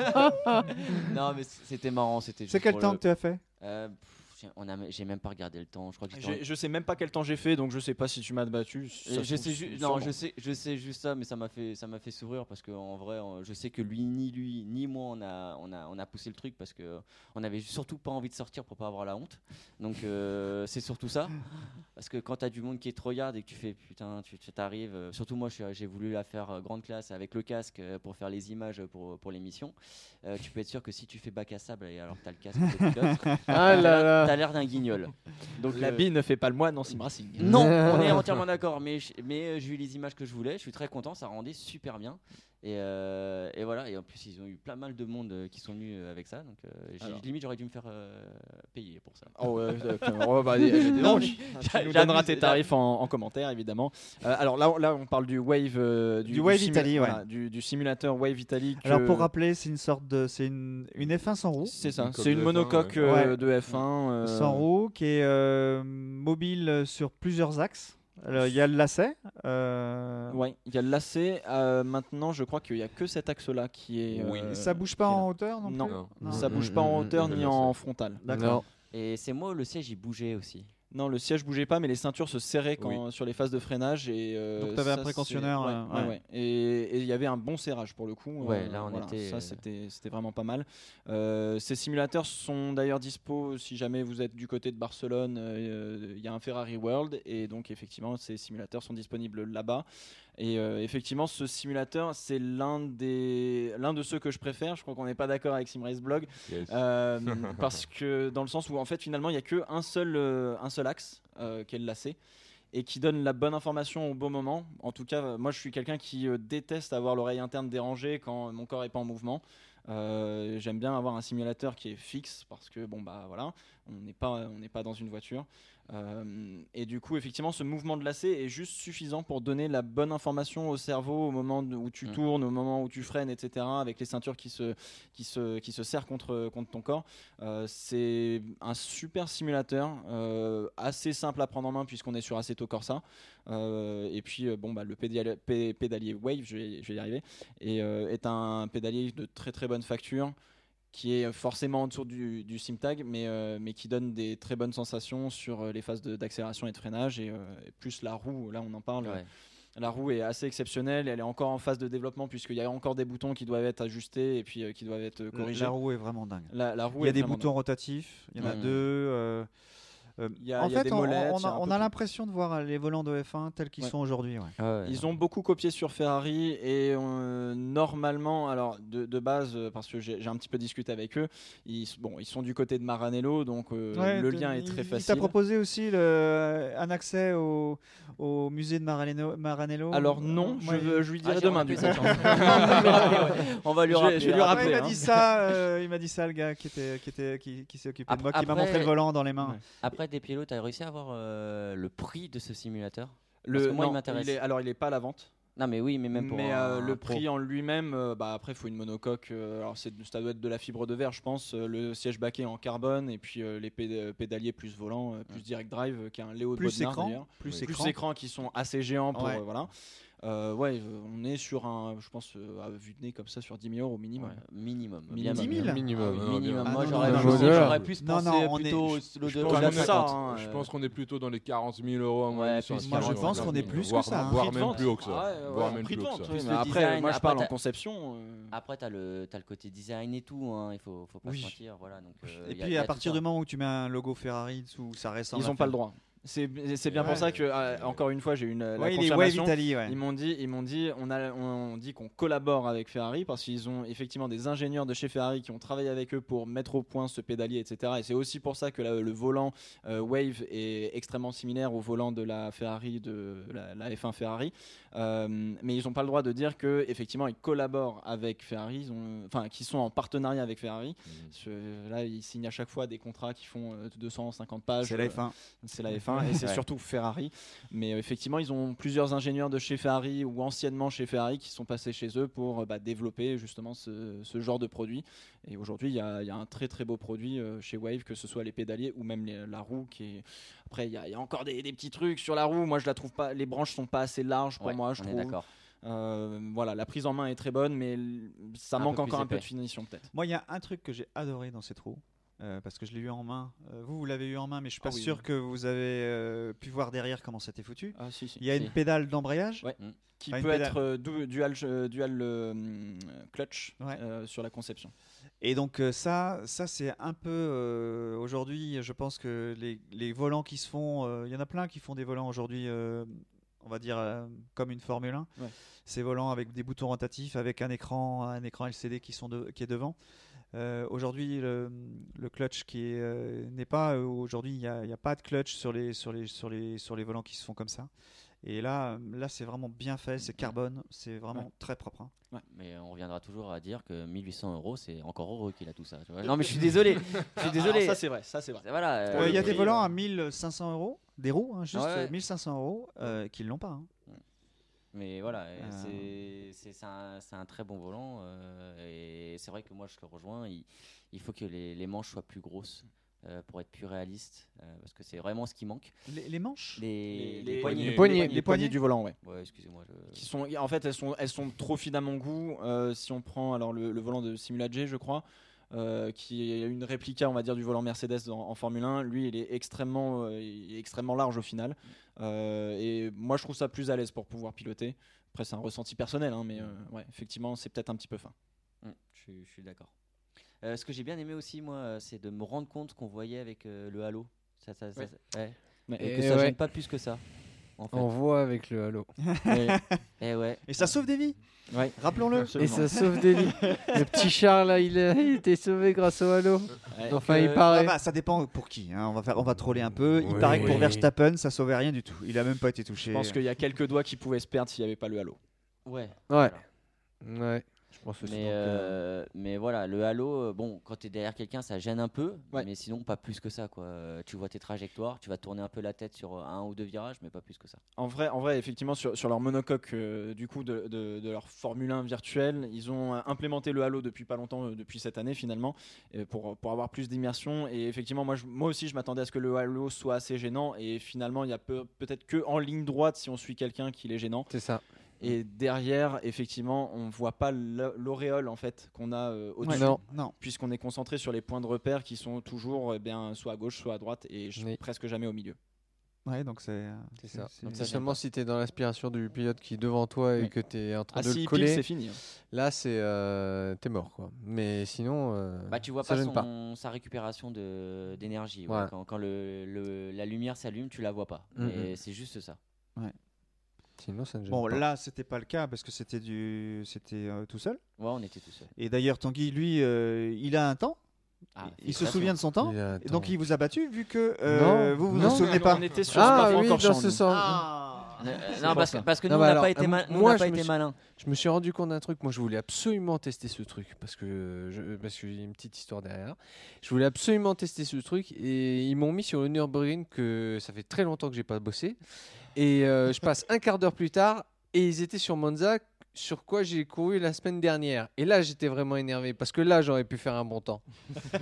non, mais c- c'était marrant. C'était C'est juste quel pour temps le- que tu as fait Euh, pff, j'ai- on a, j'ai même pas regardé le temps. Je crois que j'étais J'ai- en- Je sais même pas quel temps j'ai fait, donc je sais pas si tu m'as battu. Ça Et se je trouve, sais ju- sûrement. non, je sais, je sais juste ça, mais ça m'a fait, ça m'a fait sourire parce que en vrai, euh, je sais que lui, ni lui, ni moi, on a, on a, on a poussé le truc parce que euh, on avait surtout pas envie de sortir pour pas avoir la honte. Donc euh, c'est surtout ça, parce que quand t'as du monde qui est trop yard et que tu fais putain, tu tu t'arrives. euh, surtout moi, je suis- j'ai voulu la faire euh, grande classe avec le casque euh, pour faire les images pour pour l'émission. Euh, tu peux être sûr que si tu fais bac à sable et alors que t'as le casque de pilote, Ah là là. t'as l'air d'un guignol. Donc La euh, bille ne fait pas le moine dans Sim Racing. non, on est entièrement d'accord, mais, je- mais euh, j'ai eu les images que je voulais, je suis très content, ça rendait super bien. Et, euh, et voilà, et en plus ils ont eu plein mal de monde euh, qui sont venus euh, avec ça, donc euh, j'ai- Alors. limite j'aurais dû me faire euh, payer pour ça. Oh ouais, d'accord. Oh, bah, allez, allez, Non, donc, mais tu j'a- nous donneras j'abuse, tes tarifs en, en commentaire évidemment. Euh, alors là, on- là, on parle du Wave, euh, Du Wave Italy, voilà, du, du simulateur Wave Italy. que- Alors pour rappeler, c'est une sorte de, c'est une, une F un sans roue, c'est ça, Une coque c'est une de F un, monocoque ouais. euh, Ouais. de F un. euh, sans roue, qui est euh, mobile sur plusieurs axes. Alors, il y a le lacet. euh, Ouais, il y a le lacet. euh, maintenant, je crois qu'il y a que cet axe-là qui est. Oui. euh, Ça bouge pas qui est là. en hauteur non, Non. plus Non. Non. Ça Mm, bouge mm, pas en mm, hauteur mm, ni mm. en frontal. D'accord. Et c'est moi, le siège il bougeait aussi. Non, le siège bougeait pas, mais les ceintures se serraient quand, sur les phases de freinage. Et, euh, Donc, t'avais un ça, précautionneur, c'est- euh, ouais, ouais, ouais. ouais. Et et il y avait un bon serrage pour le coup. Ouais, là, on voilà, était, Ça, euh, c'était c'était vraiment pas mal. Euh, ces simulateurs sont d'ailleurs dispo si jamais vous êtes du côté de Barcelone. euh, Il y a un Ferrari World. Et donc, effectivement, ces simulateurs sont disponibles là-bas. Et euh, effectivement, ce simulateur, c'est l'un des l'un de ceux que je préfère. Je crois qu'on n'est pas d'accord avec Simrace Blog. Yes. Euh, parce que dans le sens où en fait finalement il n'y a qu'un seul, euh, un seul axe euh, qui est le lacet et qui donne la bonne information au bon moment. En tout cas, euh, moi je suis quelqu'un qui euh, déteste avoir l'oreille interne dérangée quand mon corps n'est pas en mouvement. Euh, J'aime bien avoir un simulateur qui est fixe parce que bon bah voilà, on n'est pas on n'est pas dans une voiture. Euh, et du coup, effectivement, ce mouvement de lacet est juste suffisant pour donner la bonne information au cerveau au moment de- où tu Mm. tournes, au moment où tu freines, et cetera. Avec les ceintures qui se, qui se, qui se serrent contre, contre ton corps. Euh, c'est un super simulateur, euh, assez simple à prendre en main puisqu'on est sur Assetto Corsa. Euh, et puis, euh, bon, bah, le pédalier, pé- pédalier Wave, je vais, je vais y arriver, et, euh, est un pédalier de très très bonne facture, qui est forcément en dessous du, du SimTag, mais, euh, mais qui donne des très bonnes sensations sur euh, les phases de- d'accélération et de freinage. Et, euh, et plus la roue, là on en parle, Ouais. la roue est assez exceptionnelle, elle est encore en phase de développement puisqu'il y a encore des boutons qui doivent être ajustés et puis euh, qui doivent être euh, corrigés. La roue est vraiment dingue. La, la roue Il y a est des vraiment boutons rotatifs, il y en a Ouais. deux. euh, euh, Il y a- en il y a fait, des on, molettes, on il y a a, un on peu a tout. l'impression de voir les volants de F un tels qu'ils Ouais. sont aujourd'hui. Ouais. Ouais, Ils non. ont beaucoup copié sur Ferrari et euh, normalement, alors de, de base, euh, parce que j'ai j'ai un petit peu discuté avec eux, ils, s- bon, ils sont du côté de Maranello, donc euh, Ouais, le t- lien est il- très Il t'a facile. proposé aussi le, un accès au, au musée de Maranello. Maranello Alors non, Euh, je, ouais. veux- je lui dirai Ah, j'ai demain. raté Du cette coup. chance. On va lui rappeler, ouais. On va lui Je vais- rappeler. je vais lui Ouais, rappeler, il m'a hein. dit ça, euh, il m'a dit ça le gars qui était qui était qui, qui s'est occupé de moi, qui m'a Après- montré le volant dans les mains. Ouais. Après, des pilotes, tu as réussi à avoir euh, le prix de ce simulateur. Parce que moi, il non, m'intéresse. est- alors, il n'est pas à la vente. Non, mais oui, mais même pour mais un- euh, le un pro. prix en lui-même, euh, bah, après, il faut une monocoque. euh, alors, c'est, ça doit être de la fibre de verre, je pense. euh, le siège baquet en carbone et puis euh, les péd- pédaliers plus volant, euh, plus direct drive, euh, qui est un Léo de Plus Bodnar, écran, d'ailleurs. plus plus écran. écrans qui sont assez géants pour. Ouais. euh, voilà. Euh, ouais, euh, on est sur un, je pense, euh, à vue de nez comme ça, sur dix mille euros au minimum. Ouais, minimum. Minimum. bien dix mille. Minimum. Ah, non, minimum. bien. Moi, Ah, non, j'aurais non, plus, non, non, j'aurais non. plus Non, pensé non, on est- plutôt je- le Je de- pense, au-delà au-delà de de ça, cinquante. hein, je euh, pense qu'on est plutôt dans les quarante mille euros à mon Ouais, avis, sur un plus quarante, quarante, je pense qu'on est cinquante plus que voire- ça, hein. Voire Prix de même vente. plus haut que ça. Ah ouais, Voire ouais, même prix de plus haut vente, que ça. oui, Plus mais le après, design, moi je après, parle en t'as- conception. euh, Après, tu as le, t'as le côté design et tout, hein, il faut, faut pas Oui. se mentir. Voilà, donc, euh, Et y a- puis y a à tout partir ça. du moment où tu mets un logo Ferrari dessous, ça ressemble. Ils à n'ont pas le Ferrari. droit. C'est c'est bien Ouais. pour ça que, euh, encore une fois, j'ai eu une, la Ouais, il est Wave confirmation. Italie, ouais. Ils m'ont dit, ils m'ont dit, on a, on dit qu'on collabore avec Ferrari parce qu'ils ont effectivement des ingénieurs de chez Ferrari qui ont travaillé avec eux pour mettre au point ce pédalier, et cetera. Et c'est aussi pour ça que la- le volant euh, Wave est extrêmement similaire au volant de la Ferrari, de la, la F un Ferrari. Euh, mais ils n'ont pas le droit de dire que effectivement ils collaborent avec Ferrari, ils ont- enfin qui sont en partenariat avec Ferrari. Je- là, ils signent à chaque fois des contrats qui font euh, deux cent cinquante pages. C'est la F un. C'est la F un et c'est Ouais. surtout Ferrari. Mais euh, effectivement, ils ont plusieurs ingénieurs de chez Ferrari ou anciennement chez Ferrari qui sont passés chez eux pour euh, bah, développer justement ce, ce genre de produit. Et aujourd'hui, il y, a il y a un très très beau produit euh, chez Wave, que ce soit les pédaliers ou même les- la roue. Qui est... Après, il y, a- il y a encore des, des petits trucs sur la roue. Moi, je la trouve pas. Les branches sont pas assez larges pour Ouais, moi, je on est trouve. d'accord. Euh, voilà, la prise en main est très bonne, mais l- ça Un manque peu plus encore un peu de épais. finition peut-être. Moi, il y a un truc que j'ai adoré dans cette roue. euh, parce que je l'ai eu en main. Euh, vous, vous l'avez eu en main, mais je suis pas Ah oui, sûr oui. que vous avez euh, pu voir derrière comment c'était foutu. Ah si, si. Il y a Si. une pédale d'embrayage. Ouais. Mm. Qui Enfin, une peut pédale. être euh, du- dual, euh, dual euh, clutch Ouais. euh, sur la conception. Et donc euh, ça, ça c'est un peu euh, aujourd'hui. Je pense que les, les volants qui se font, euh, il y en a plein qui font des volants aujourd'hui, euh, on va dire euh, comme une Formule un. Ouais. Ces volants avec des boutons rotatifs, avec un écran, un écran L C D qui sont de- qui est devant. Euh, aujourd'hui, le, le clutch qui est, euh, n'est pas euh, aujourd'hui, il n'y a, il y a pas de clutch sur les sur les sur les sur les volants qui se font comme ça. Et là, là, c'est vraiment bien fait, c'est carbone, c'est vraiment Ouais. très propre. hein. Mais on reviendra toujours à dire que mille huit cents euros, c'est encore heureux qu'il a tout ça. tu vois. Non, mais je suis désolé. Je suis désolé. Alors ça c'est vrai, ça c'est vrai. Voilà. Euh, euh, Il y a le des prix, volants euh, à mille cinq cents euros, des roues, hein, juste Ouais, ouais. euh, mille cinq cents euros, euh, qui ne l'ont pas. hein. Mais voilà, Euh. c'est- c'est c'est un, c'est un très bon volant. euh, et c'est vrai que moi, je le rejoins. Il, il faut que les, les manches soient plus grosses euh, pour être plus réalistes. euh, parce que c'est vraiment ce qui manque. Les, les manches Les, Les, poignées. les Les poignées, les les poignées du volant, ouais. Ouais, excusez-moi. je- Qui sont, en fait, elles sont, elles sont trop fines à mon goût. Euh, si on prend alors le, le volant de Simula J, je crois, euh, qui est une réplica, on va dire, du volant Mercedes en, en Formule un. Lui, il est extrêmement, euh, il est extrêmement large au final. Euh, et moi, je trouve ça plus à l'aise pour pouvoir piloter. Après, c'est un ressenti personnel, hein, mais euh, ouais, effectivement, c'est peut-être un petit peu fin. Mm, je, suis- je suis d'accord. Euh, ce que j'ai bien aimé aussi, moi, euh, c'est de me rendre compte qu'on voyait avec euh, le halo. Ça, ça, ça- Ouais. ça- ouais. Mais- Et, Et que ça ouais. gêne pas plus que ça. En fait. On voit avec le halo. Et ouais. Et ça sauve des vies, Ouais. rappelons-le. Et Absolument. ça sauve des vies. Le petit Charles, là, il a, il a été sauvé grâce au halo. Ouais. Enfin, que- il Ah paraît. bah, ça dépend pour qui. hein. On, va faire, on va troller un peu. Il Oui, paraît que pour oui. Verstappen, ça sauvait rien du tout. Il a même pas été touché. Je pense qu'il y a quelques doigts qui pouvaient se perdre s'il n'y avait pas le halo. Ouais. Ouais. Ouais. Je pense aussi. Mais, donc, euh, euh, mais voilà, le halo, euh, bon, quand tu es derrière quelqu'un, ça gêne un peu, Ouais. mais sinon pas plus que ça. Quoi. Euh, Tu vois tes trajectoires, tu vas tourner un peu la tête sur un ou deux virages, mais pas plus que ça. En vrai, en vrai effectivement, sur, sur leur monocoque euh, du coup de, de- de leur Formule un virtuelle, ils ont euh, implémenté le halo depuis pas longtemps, euh, depuis cette année finalement, euh, pour, pour avoir plus d'immersion. Et effectivement, moi, je- moi aussi, je m'attendais à ce que le halo soit assez gênant. Et finalement, il y a peu- peut-être que en ligne droite, si on suit quelqu'un, qu'il est gênant. c'est ça. Et derrière, effectivement, on voit pas l'au- l'auréole en fait qu'on a euh, Ouais, au-dessus. Non. non. Puisqu'on est concentré sur les points de repère qui sont toujours eh bien, soit à gauche, soit à droite, et je- Oui. presque jamais au milieu. Ouais, donc c'est. C'est ça. c'est- Donc ça, c'est j'aime seulement pas. si tu es dans l'aspiration du pilote qui est devant toi et Oui. que tu es en train Ah de si, le pile, coller, c'est fini. hein. là c'est euh, t'es mort quoi. Mais sinon euh, Bah, tu vois ça pas, gêne son, sa récupération de- d'énergie. ouais. Ouais. Quand, quand le, le- la lumière s'allume, tu la vois pas. Mm, Mais mm. c'est juste ça. Sinon ça ne gêne Bon, pas. là, c'était pas le cas parce que c'était du, c'était euh, tout seul. Ouais, on était tout seul. Et d'ailleurs, Tanguy, lui, euh, il a un temps. Ah, il se félicitations. souvient de son temps. Il a- Et donc, attends. il vous a battu vu que euh, Non, vous vous non. en souvenez pas. On était sur Ah oui, Spa-Francorchamps, dans ce nous. sens. Ah. Euh, C'est non, pour parce ça. que, parce que Non, nous, mais on n'a alors, pas été, euh, ma- nous, on moi, n'a pas je me été suis- malin. Je me suis rendu compte d'un truc. Moi, je voulais absolument tester ce truc parce que je, parce qu'il y a une petite histoire derrière. Je voulais absolument tester ce truc et ils m'ont mis sur le Nürburgring que ça fait très longtemps que j'ai pas bossé. Et euh, je passe un quart d'heure plus tard et ils étaient sur Monza, sur quoi j'ai couru la semaine dernière. Et là, j'étais vraiment énervé parce que là, j'aurais pu faire un bon temps.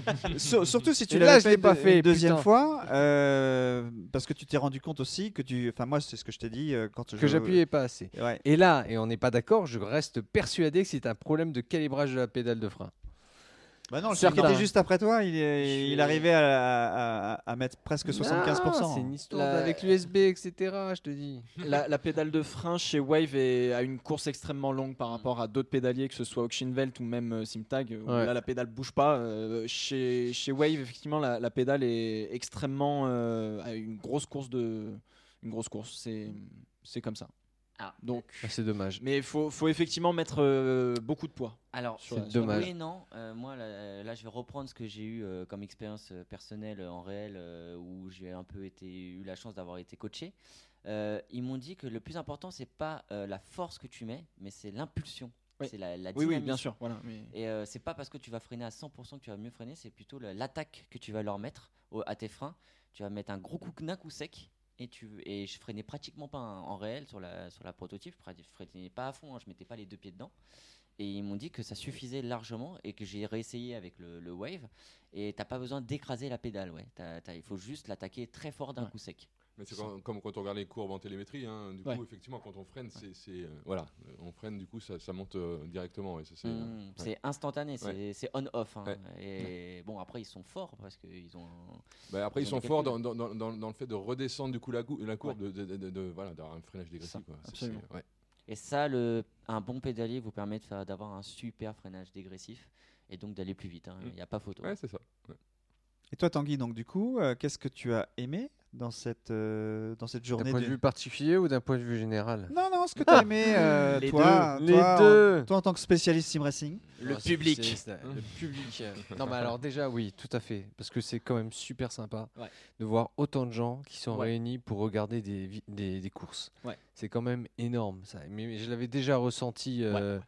Sur- surtout si tu Et l'avais là, je fait, l'ai pas de- fait, une deuxième putain. fois, euh, parce que tu t'es rendu compte aussi que tu. Enfin, moi, c'est ce que je t'ai dit euh, quand je. Que j'appuyais pas assez. Ouais. Et là, et on n'est pas d'accord, je reste persuadé que c'est un problème de calibrage de la pédale de frein. Bah non, le Certain. qui était juste après toi, il, est- Je il suis- arrivait à, à- à- à mettre presque soixante-quinze pour cent. Non, c'est une histoire La- avec l'U S B, et cetera. Je te dis. La, la pédale de frein chez Wave est, a une course extrêmement longue par rapport à d'autres pédaliers, que ce soit Oxenvelt ou même euh, Simtag, où Ouais. là la pédale bouge pas. Euh, chez, chez Wave, effectivement, la, la pédale est extrêmement. Euh, a une grosse course de. Une grosse course, c'est, c'est comme ça. Ah. Donc, Ah, c'est dommage. mais il faut, faut effectivement mettre euh, beaucoup de poids. Alors, Sur C'est la- dommage. oui et non. Euh, moi, là, là, je vais reprendre ce que j'ai eu euh, comme expérience euh, personnelle euh, en réel, euh, où j'ai un peu été, eu la chance d'avoir été coaché. Euh, ils m'ont dit que le plus important, c'est pas euh, la force que tu mets, mais c'est l'impulsion. Oui. C'est la, la Oui, oui, dynamisme. bien sûr. Voilà, mais... Et euh, c'est pas parce que tu vas freiner à cent pour cent que tu vas mieux freiner, c'est plutôt le- l'attaque que tu vas leur mettre au- à tes freins. Tu vas mettre un gros coup d'un coup sec. Et, tu, et je freinais pratiquement pas en, en réel sur la, sur la prototype, je freinais pas à fond, hein, je mettais pas les deux pieds dedans. Et ils m'ont dit que ça suffisait largement et que j'ai réessayé avec le, le Wave. Et t'as pas besoin d'écraser la pédale, ouais. T'as- t'as- il faut juste l'attaquer très fort d'un Ouais. coup sec. Mais c'est quand- comme quand on regarde les courbes en télémétrie, hein, du Ouais. coup, effectivement, quand on freine, c'est, c'est, euh, voilà, euh, on freine, du coup, ça, ça monte euh, directement. Et ça, c'est, euh, Mmh, ouais. c'est instantané, c'est Ouais. c'est on-off. hein. Ouais. Et bon, après, ils sont forts parce qu'ils ont. un- Bah, après, Ils ils ont sont des forts calculs. dans, dans, dans, dans le fait de redescendre du coup la, cou- la courbe, de, de, de, de- voilà, d'avoir un freinage dégressif. Quoi. C'est- absolument. c'est- ouais. Et ça, le, un bon pédalier vous permet de faire- d'avoir un super freinage dégressif et donc d'aller plus vite. Il Mm. n'y a pas photo. Ouais, c'est ça. Ouais. Et toi, Tanguy, donc du coup, euh, qu'est-ce que tu as aimé dans cette, euh, dans cette D'un journée point de de- vue particulier ou d'un point de vue général? Non, non, ce que tu as aimé, euh, Les toi, deux. Les toi, en- deux. toi en tant que spécialiste sim racing. Le Non, c'est- public. c'est- c'est- Le public. euh, Non, mais alors déjà, oui, tout à fait. Parce que c'est quand même super sympa Ouais. de voir autant de gens qui sont Ouais. réunis pour regarder des, vi- des, des courses. Ouais. C'est quand même énorme, ça. Mais, mais je l'avais déjà ressenti. euh,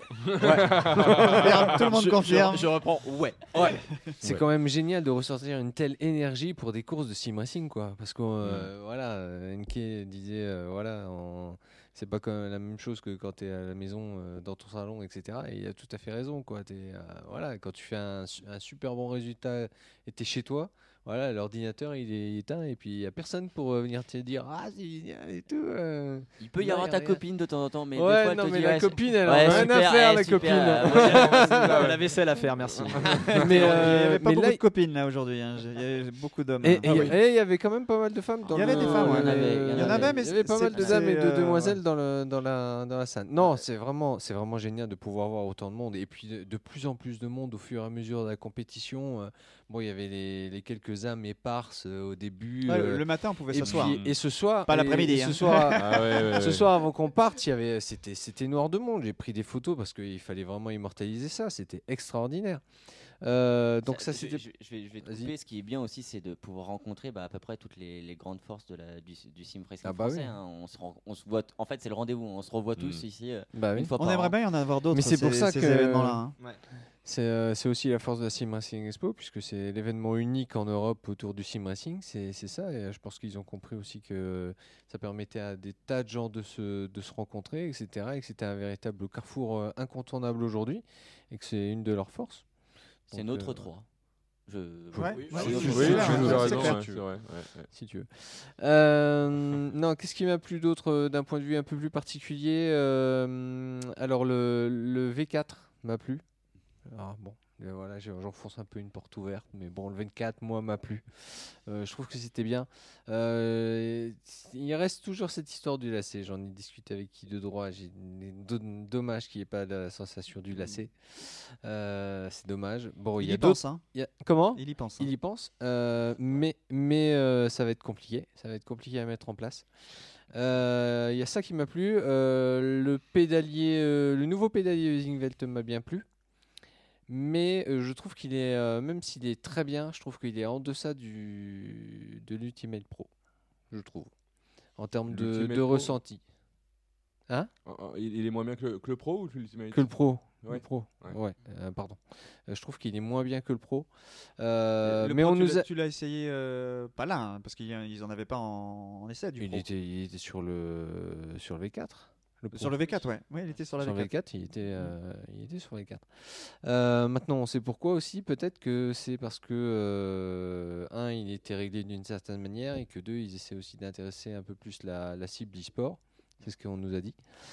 Tout le monde Je- confirme. Je, je reprends. Ouais. C'est Ouais. quand même génial de ressortir une telle énergie pour des courses de sim racing, quoi. Parce que euh, voilà, euh, Enke disait, euh, voilà, en- c'est pas comme la même chose que quand tu es à la maison, euh, dans ton salon, et cetera. Et il a tout à fait raison, quoi. T'es, euh, voilà, quand tu fais un, su- un super bon résultat et tu es chez toi, voilà, l'ordinateur il est éteint et puis il y a personne pour euh, venir te dire ah c'est génial et tout. euh. Il peut y Non, avoir y a ta rien. copine de temps en temps, mais des Ouais, fois, elle non te mais dit, la ouais, copine, c'est- elle a ouais, rien super, à faire, ouais, la super, copine. euh, moi, j'ai- La vaisselle à faire, merci. mais il n'y euh, avait pas mais beaucoup là, de copines là aujourd'hui. hein. J'ai- Il y avait beaucoup d'hommes. Et hein. et- et il y avait quand même pas mal de femmes dans Il y avait le- des femmes, ouais. Il y en avait, il y en Il y en avait, mais il y avait pas c'est- mal de c'est- dames et de euh, demoiselles dans, le, dans, la, dans la scène. Non, c'est vraiment, c'est vraiment génial de pouvoir voir autant de monde. Et puis de, de plus en plus de monde au fur et à mesure de la compétition. Euh, bon, il y avait les, les quelques âmes éparses euh, au début. Ouais, euh, le matin, on pouvait et, s'asseoir. puis- et ce soir, Pas et- l'après-midi, et hein. Ce soir, Ah ouais, ouais, ce ouais. soir, avant qu'on parte, il y avait, c'était, c'était noir de monde. J'ai pris des photos parce qu'il fallait vraiment immortaliser ça. C'était extraordinaire. Euh, donc ça, je, c'était. je- je vais, je vais te Vas-y. couper. Ce qui est bien aussi, c'est de pouvoir rencontrer bah, à peu près toutes les, les grandes forces de la, du, du sim racing Ah bah français. oui. hein. On se rend- on se voit. t- En fait, c'est le rendez-vous. On se revoit tous Mm. ici euh, Bah oui. une fois On par aimerait an. bien y en avoir d'autres. Mais c'est pour ces- ça ces que- événements-là. hein. C'est euh, c'est aussi la force de la Sim Racing Expo, puisque c'est l'événement unique en Europe autour du Sim Racing. C'est c'est ça, et euh, je pense qu'ils ont compris aussi que ça permettait à des tas de gens de se, de se rencontrer, et cetera. Et que c'était un véritable carrefour euh, incontournable aujourd'hui, et que c'est une de leurs forces. C'est Donc, notre euh, trois. Je... Ouais, je- ouais, je- c'est Oui, je- tu celui-là, nous hein, as c'est raison, clair. ouais, c'est vrai, ouais, ouais. si tu veux. Euh, non, qu'est-ce qui m'a plu d'autre euh, d'un point de vue un peu plus particulier euh, Alors le, le V quatre m'a plu. Alors bon, euh, voilà, j'ai- j'enfonce un peu une porte ouverte, mais bon, le vingt-quatre, moi, m'a plu. Euh, je trouve que c'était bien. Euh, il reste toujours cette histoire du lacet. J'en ai discuté avec qui de droit. J'ai do- dommage qu'il n'y ait pas la sensation du lacet. Euh, c'est dommage. Bon, il Il y a y d'autres. pense. hein. il y a- Comment Il y pense. hein. il y pense, euh, mais, mais euh, ça va être compliqué. Ça va être compliqué à mettre en place. Euh, Il y a ça qui m'a plu. Euh, le pédalier, euh, le nouveau pédalier Zingvelt m'a bien plu. Mais euh, je trouve qu'il est, euh, même s'il est très bien, je trouve qu'il est en deçà du, de l'Ultimate Pro. Je trouve. en termes de, L'Ultimate de Pro. ressenti. Ah, ah, il, il est moins bien que le, que le Pro ou l'Ultimate? Que le Pro. Ouais. Le Pro. Ouais. Ouais, euh, pardon. Euh, je trouve qu'il est moins bien que le Pro. Euh, Le mais Pro, on tu nous l'as- a... tu l'as essayé euh, pas là, hein, parce qu'ils ils en avaient pas en, en essai du il Pro. était, il était sur le sur le V quatre. Le Pro. Sur le V quatre, ouais. Oui, il était sur la Sur V le quatre. V quatre, il était, euh, il était sur le V quatre. Euh, maintenant, on sait pourquoi aussi. Peut-être que c'est parce que, euh, un, il était réglé d'une certaine manière et que, deux, ils essaient aussi d'intéresser un peu plus la, la cible e-sport. C'est ce qu'on nous a dit.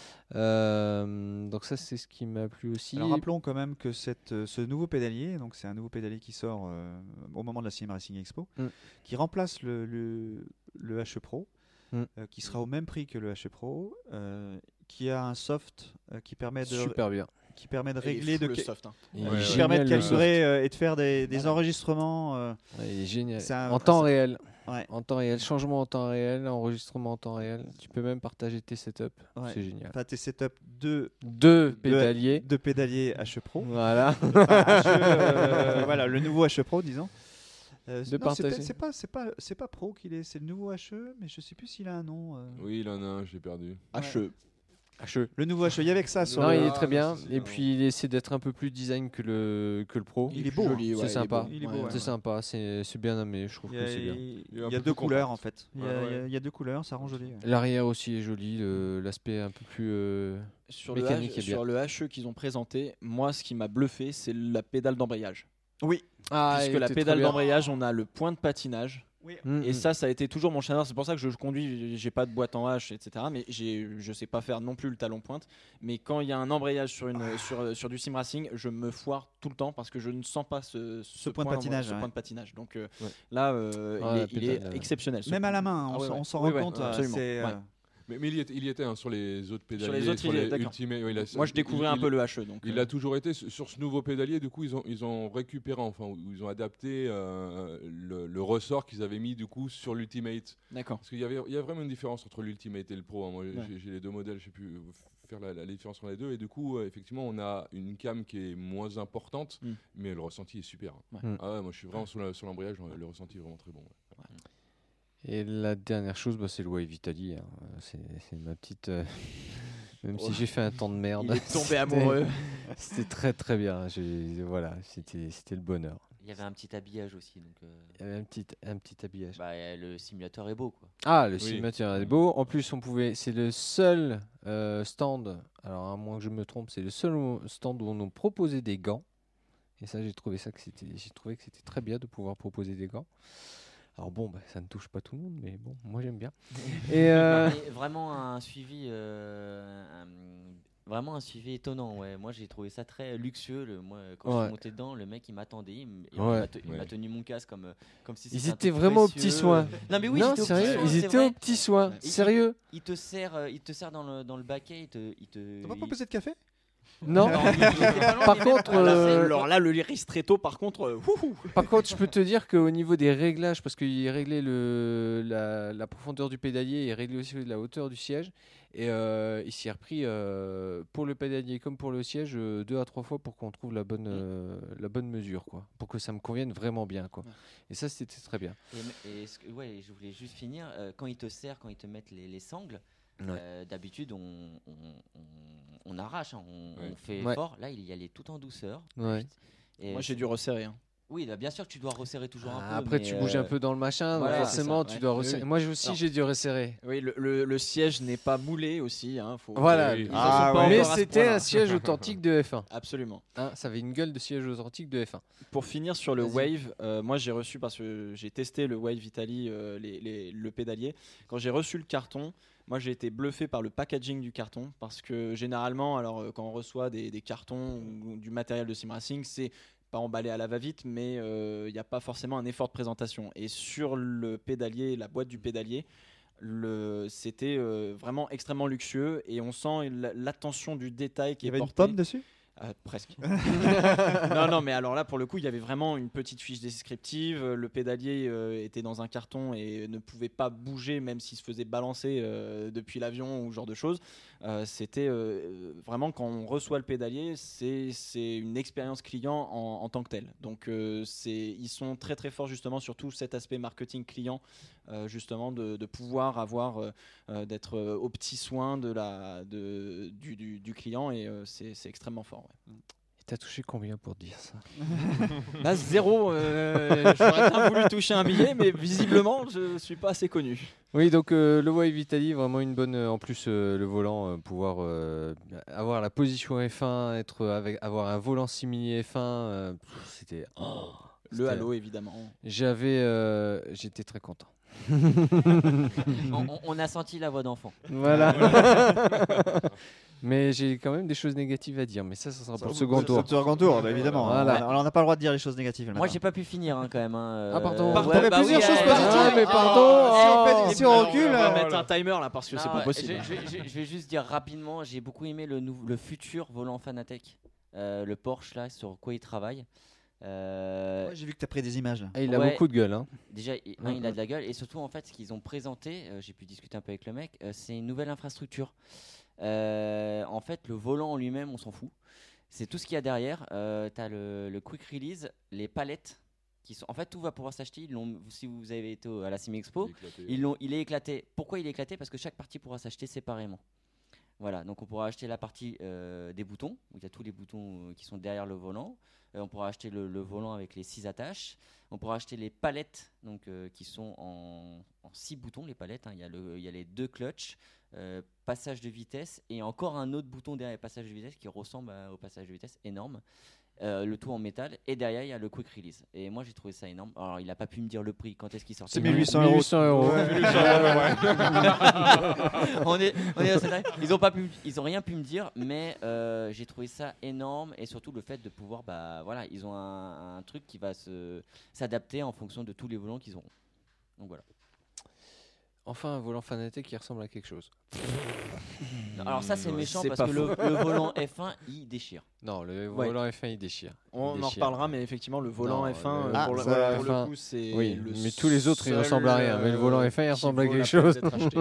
Euh, donc ça, c'est ce qui m'a plu aussi. Alors rappelons quand même que cette, euh, ce nouveau pédalier, donc c'est un nouveau pédalier qui sort euh, au moment de la Sim Racing Expo, Mm. qui remplace le, le, le H E Pro, Mm. euh, qui sera au même prix que le H E Pro, euh, qui a un soft euh, qui permet de Super bien. qui permet de Il est régler fou, de le ca- soft, hein. Il est Ouais, qui ouais. permet de génial, le calibrer euh, et de faire des, des enregistrements. euh, soft. Ouais, il est génial. C'est un- en temps c'est- réel. ouais. En temps réel, changement en temps réel, enregistrement en temps réel. Tu peux même partager tes setups. Ouais. C'est génial. Enfin, tes setups de Deux de- pédaliers. de pédaliers H E Pro. Voilà. Enfin, H E, euh, voilà, le nouveau H E Pro, disons. Euh, De non, c'est partager. peut-être- c'est pas, c'est pas, c'est pas Pro qu'il est, c'est le nouveau H E, mais je sais plus s'il a un nom. euh. Oui, il en a un, j'ai perdu. H E. H E. Le nouveau H E, il y avait que ça sur Non, le- il est Ah, très mais bien. ça, c'est Et bien. puis il essaie d'être un peu plus design que le, que le Pro. Il est beau, joli, hein. ouais, C'est il est sympa. beau. Il est beau, Ouais, ouais. C'est sympa, c'est c'est bien amené, je trouve Il y que a, c'est bien. il- Il est il un y a peu deux plus couleurs compact. en fait. Il y, Ouais, a, il y a- ouais. il y a deux couleurs, ça rend joli. ouais. L'arrière aussi est joli, le- l'aspect un peu plus euh, Sur le, mécanique H, est bien. sur le H E qu'ils ont présenté, moi, ce qui m'a bluffé, c'est la pédale d'embrayage. Oui. Ah, Puisque il la était pédale très bien. d'embrayage, on a le point de patinage. Mm, Et mm. ça, ça a été toujours mon challenge. C'est pour ça que je conduis, j'ai pas de boîte en H, et cetera. Mais j'ai, je sais pas faire non plus le talon pointe. Mais quand il y a un embrayage sur, une, sur, sur du sim racing, je me foire tout le temps parce que je ne sens pas ce, ce, point de d'embrayage- patinage, ce ouais. point de patinage. Donc euh, Ouais. là, euh, Ouais, il la est, il est pédale, euh, exceptionnel. ce Même à la point. main, Ah on, ouais, s'en- ouais. on s'en Oui, rend ouais, compte. euh, absolument. c'est, euh, Ouais. Mais, mais il, y était, il y était hein, sur les autres pédaliers. Sur les autres, il est- d'accord. Ultimate, ouais, il a- Moi, je découvrais un il- peu le H E. Donc, Il euh, a toujours été sur sur ce nouveau pédalier. Du coup, ils ont, ils ont récupéré, enfin, ou ils ont adapté euh, le, le ressort qu'ils avaient mis du coup sur l'Ultimate. D'accord. Parce qu'il y avait, il y a vraiment une différence entre l'Ultimate et le Pro. hein. Moi, j'ai- Ouais. j'ai les deux modèles, je sais plus faire la, la différence entre les deux. Et du coup, euh, effectivement, on a une cam qui est moins importante, Mm. mais le ressenti est super. Ouais. Mm. Ah ouais, moi, je suis vraiment sur la- sur l'embrayage. Le ressenti est vraiment très bon. ouais. Et la dernière chose, bah, c'est le Wave Italy. hein. C'est c'est ma petite. euh, Même si j'ai fait un temps de merde. Il est tombé c'était- amoureux. C'était très très bien. J'ai- Voilà, c'était c'était le bonheur. Il y avait un petit habillage aussi. Donc, euh, Il y avait un petit, un petit habillage. bah, euh, le simulateur est beau. Quoi. Ah, le Oui. simulateur est beau. En plus, on pouvait. C'est le seul euh, stand. Alors, à moins que je me trompe, c'est le seul stand où on nous proposait des gants. Et ça, j'ai trouvé ça que c'était. J'ai trouvé que c'était très bien de pouvoir proposer des gants. Alors bon, bah, ça ne touche pas tout le monde, mais bon, moi j'aime bien. Et euh, Mais vraiment un suivi, euh, un- vraiment un suivi étonnant. Ouais. Moi, j'ai trouvé ça très luxueux. Le, moi, quand je Ouais. suis monté dedans, le mec il m'attendait, il m- il Ouais. m'a te- il m'a Ouais. tenu mon casque comme, euh, comme si Ils c'était un étaient truc vraiment aux précieux. petits soins. Non mais oui, non, ils étaient aux sérieux, petits soins, ils c'est étaient vrai. aux petits soins. Il- Sérieux. Il te sert, euh, il te sert dans le dans le baquet, il te, il te. T'as pas il- proposé de café? Non. Non, il- il était pas loin, Par mais même- contre, Ah, là, euh, c'est- Alors là, le ristretto, par contre, euh, wouhou. Par contre, je peux te dire qu'au niveau des réglages, parce qu'il réglait le, la, la profondeur du pédalier et réglait aussi la hauteur du siège, et euh, il s'y est repris euh, pour le pédalier comme pour le siège euh, deux à trois fois pour qu'on trouve la bonne, euh, la bonne mesure, quoi, pour que ça me convienne vraiment bien, quoi. Ouais. Et ça, c'était très bien. Et, et ce que- ouais, je voulais juste finir. euh, quand il te sert, quand ils te mettent les, les sangles, euh, d'habitude on, on, on- on arrache, hein, on, Ouais. on fait Ouais. fort. Là, il y allait tout en douceur. Ouais. Et Moi, j'ai dû resserrer. hein. Oui, là, bien sûr que tu dois resserrer toujours un Ah, peu. après, mais, tu bouges un euh, peu dans le machin, donc voilà, forcément, c'est ça, tu ouais. dois Oui, resserrer. oui. Moi aussi, Alors- j'ai dû resserrer. Oui, le, le- le siège n'est pas moulé aussi. Hein, faut... Voilà. Oui. Ils en Ah, sont pas ouais. Mais encore à ce c'était point-là. un siège authentique de F un. Absolument. Hein, ça avait une gueule de siège authentique de F un. Pour finir sur le Vas-y. Wave, euh, moi j'ai reçu, parce que j'ai testé le Wave Italy, euh, les- les- le pédalier. Quand j'ai reçu le carton, moi j'ai été bluffé par le packaging du carton. Parce que généralement, alors, euh, quand on reçoit des, des cartons ou du matériel de sim racing, c'est pas emballé à la va-vite, mais il n'y a pas forcément un effort de présentation. Et sur le pédalier, la boîte du pédalier, le- c'était euh, vraiment extrêmement luxueux et on sent l- l'attention du détail qui Il y est avait une portée. pomme dessus? Euh, presque. non, non, mais alors là, pour le coup, il y avait vraiment une petite fiche descriptive. Euh, Le pédalier euh, était dans un carton et ne pouvait pas bouger, même s'il se faisait balancer euh, depuis l'avion ou ce genre de choses. Euh, C'était euh, vraiment, quand on reçoit le pédalier, c'est c'est une expérience client en, en tant que telle. Donc, euh, c'est- ils sont très très forts justement sur tout cet aspect marketing client euh, justement de, de pouvoir avoir euh, euh, d'être euh, au petit soin de la, de, du, du, du client et euh, c'est, c'est extrêmement fort. Ouais. Et t'as touché combien pour dire ça? Là, zéro. Euh, j'aurais bien voulu toucher un billet, mais visiblement, je suis pas assez connu. Oui, donc euh, le Wave Italy, vraiment une bonne. euh, en plus, euh, le volant, euh, pouvoir euh, avoir la position F un, être avec, avoir un volant simili F un, euh, pff, c'était. Oh, Le c'était- halo, évidemment. J'avais, euh, j'étais très content. on, on- on a senti la voix d'enfant. Voilà. Mais j'ai quand même des choses négatives à dire, mais ça, ça sera pour le second tour. C'est le second tour, bah, évidemment. Voilà. On n'a pas le droit de dire les choses négatives. le Moi, matin. j'ai pas pu finir hein, quand même. hein, Ah, pardon. euh, Pardon. ouais, T'avais bah plusieurs oui, choses euh, positives. Ah, mais pardon. Si on, Oh. fait- si on recule. On va euh, mettre un timer là parce que c'est Non, pas ouais, possible. Je, je- je- je vais juste dire rapidement, j'ai beaucoup aimé le, nou- le futur volant Fanatec, euh, le Porsche là, sur quoi il travaille. Euh, ouais, j'ai vu que tu as pris des images là. Ah, il a Ouais. beaucoup de gueule. Hein. Déjà, il, un, il a de la gueule et surtout en fait, ce qu'ils ont présenté, euh, j'ai pu discuter un peu avec le mec, euh, c'est une nouvelle infrastructure. Euh, en fait, le volant en lui-même, on s'en fout. C'est tout ce qu'il y a derrière. Euh, tu as le, le quick release, les palettes. Qui sont, en fait, tout va pouvoir s'acheter. Ils l'ont- si vous avez été au- à la Sim Expo, Éclaté, ils l'ont, il est éclaté. Pourquoi il est éclaté? Parce que chaque partie pourra s'acheter séparément. Voilà, donc on pourra acheter la partie euh, des boutons, où il y a tous les boutons euh, qui sont derrière le volant. Euh, on pourra acheter le, le volant avec les six attaches. On pourra acheter les palettes, donc euh, qui sont en, en six boutons, les palettes. hein. Il y a le- il y a les deux clutches, euh, passage de vitesse, et encore un autre bouton derrière passage de vitesse qui ressemble à- au passage de vitesse, énorme. Euh, le tout en métal, et derrière il y a le quick release. Et moi j'ai trouvé ça énorme. Alors il a pas pu me dire le prix, quand est-ce qu'il sort. C'est mille huit cents euros. mille huit cents euros. on est, on est dans cette live. Ils ont pas pu, ils ont rien pu me dire, mais euh, j'ai trouvé ça énorme et surtout le fait de pouvoir, bah voilà, ils ont un, un truc qui va se s'adapter en fonction de tous les volants qu'ils auront. Donc voilà. Enfin, un volant Fanatec qui ressemble à quelque chose. Alors ça c'est méchant c'est parce pas que le, le volant F un il déchire. Non, le Ouais. volant F un, il déchire. Il On en déchire. reparlera, mais effectivement, le volant Non, F un, le- euh, Ah, pour, le, ça, pour le F un, coup, c'est. oui, le mais tous les autres, ils seul, ressemblent à rien. Mais le volant F un, il euh, ressemble à qui vaut quelque la peine chose. d'être acheté.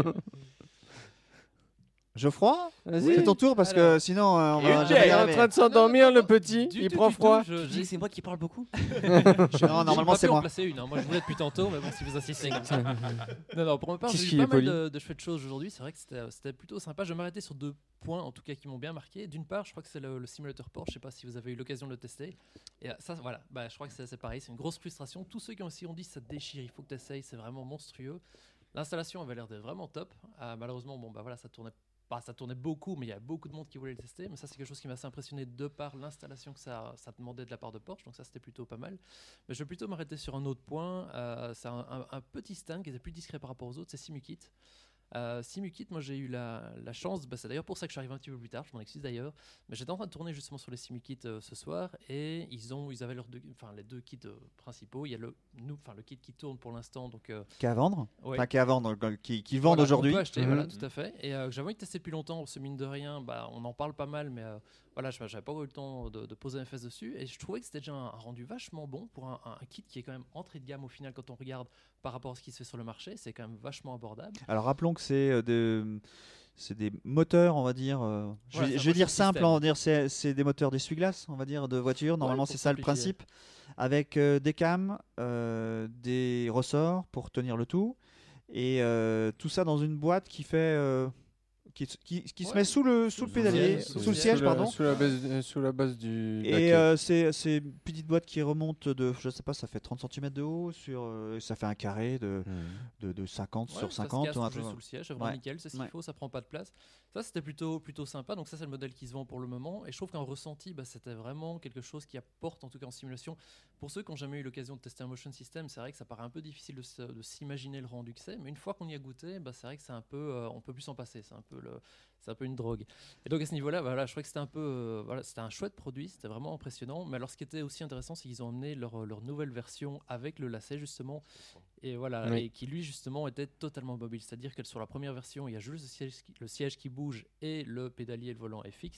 Geoffroy, Vas-y. c'est ton tour parce que Alors. sinon euh, on Il va jamais y est en arriver. train de s'endormir, Non, non, le non, petit. du Il tout, prend du tout, froid. je- Tu dis j'ai- c'est moi qui parle beaucoup. Non, normalement J'ai c'est pas pu en moi. placer une, hein. Moi je voulais depuis tantôt, mais bon, si vous insistez comme ça. Non, non, pour ma part, Qu'est-ce j'ai qu'il eu est pas mal poli. de, de chouettes choses aujourd'hui. C'est vrai que c'était, c'était plutôt sympa. Je vais m'arrêter sur deux points, en tout cas, qui m'ont bien marqué. D'une part, je crois que c'est le, le simulateur Porsche. Je sais pas si vous avez eu l'occasion de le tester. Et euh, ça, voilà, bah, je crois que c'est, c'est pareil. C'est une grosse frustration. Tous ceux qui ont aussi ont dit ça te déchire, il faut que tu essayes. C'est vraiment monstrueux. L'installation avait l'air d'être vraiment top. Euh, malheureusement, bon, bah voilà, ça tournait pas, ça tournait beaucoup, mais il y a beaucoup de monde qui voulait le tester. Mais ça, c'est quelque chose qui m'a assez impressionné de par l'installation que ça, ça demandait de la part de Porsche. Donc ça, c'était plutôt pas mal. Mais je vais plutôt m'arrêter sur un autre point. Euh, c'est un, un- un petit stand qui était plus discret par rapport aux autres, c'est SimuKit. Euh, SimuKit, moi j'ai eu la, la chance, bah, c'est d'ailleurs pour ça que je suis arrivé un petit peu plus tard, je m'en excuse d'ailleurs, mais j'étais en train de tourner justement sur les SimuKit euh, ce soir et ils, ont, ils avaient leurs deux, enfin, les deux kits euh, principaux. Il y a le, nous, enfin, le kit qui tourne pour l'instant, donc euh, Qui est à vendre ouais. Enfin, qui est à vendre, euh, qui, qui vendent Voilà, aujourd'hui. On peut acheter, Mhm. voilà, tout à fait. Et euh, que j'avais envie de tester depuis longtemps, ce mine de rien, bah, on en parle pas mal, mais euh, voilà, je j'avais pas eu le temps de, de poser mes fesses dessus. Et je trouvais que c'était déjà un, un rendu vachement bon pour un, un- un kit qui est quand même entrée de gamme au final quand on regarde par rapport à ce qui se fait sur le marché. C'est quand même vachement abordable. Alors rappelons que c'est euh, de- c'est des moteurs, on va dire. euh, je Voilà, vais, c'est un je vais dire motion simple, system. on va dire c'est c'est des moteurs d'essuie-glace, on va dire, de voiture. Normalement, pour c'est ça le simplifier. principe. Avec euh, des cams, euh, des ressorts pour tenir le tout. Et euh, tout ça dans une boîte qui fait. euh, qui, qui- qui se Ouais. met sous le, sous le Sous le pédalier, siège, sous, sous le le siège, sous la- pardon. Sous la base, euh, sous la base du. Et baquet. euh, c'est c'est une petite boîte qui remonte de, je sais pas, ça fait trente centimètres de haut, sur, euh, ça fait un carré de, Mhm. de, de cinquante Ouais, sur ça se cinquante. casse ou un tout truc juste comme sous le siège, c'est vraiment Ouais. nickel, c'est ce qu'il Ouais. faut, ça prend pas de place. Ça c'était plutôt, plutôt sympa, donc ça c'est le modèle qui se vend pour le moment. Et je trouve qu'en ressenti, bah, c'était vraiment quelque chose qui apporte, en tout cas en simulation. Pour ceux qui n'ont jamais eu l'occasion de tester un motion system, c'est vrai que ça paraît un peu difficile de, se- de s'imaginer le rendu que c'est, mais une fois qu'on y a goûté, bah, c'est vrai que c'est un peu, euh, on peut plus s'en passer, c'est un peu le, c'est un peu une drogue. Et donc à ce niveau-là, voilà, je trouvais que c'était un peu, euh, voilà, c'était un chouette produit, c'était vraiment impressionnant. Mais alors ce qui était aussi intéressant, c'est qu'ils ont amené leur, leur nouvelle version avec le lacet justement, et voilà, Oui. et qui lui justement était totalement mobile. C'est-à-dire que sur la première version, il y a juste le siège, qui, le siège qui bouge et le pédalier et le volant est fixe.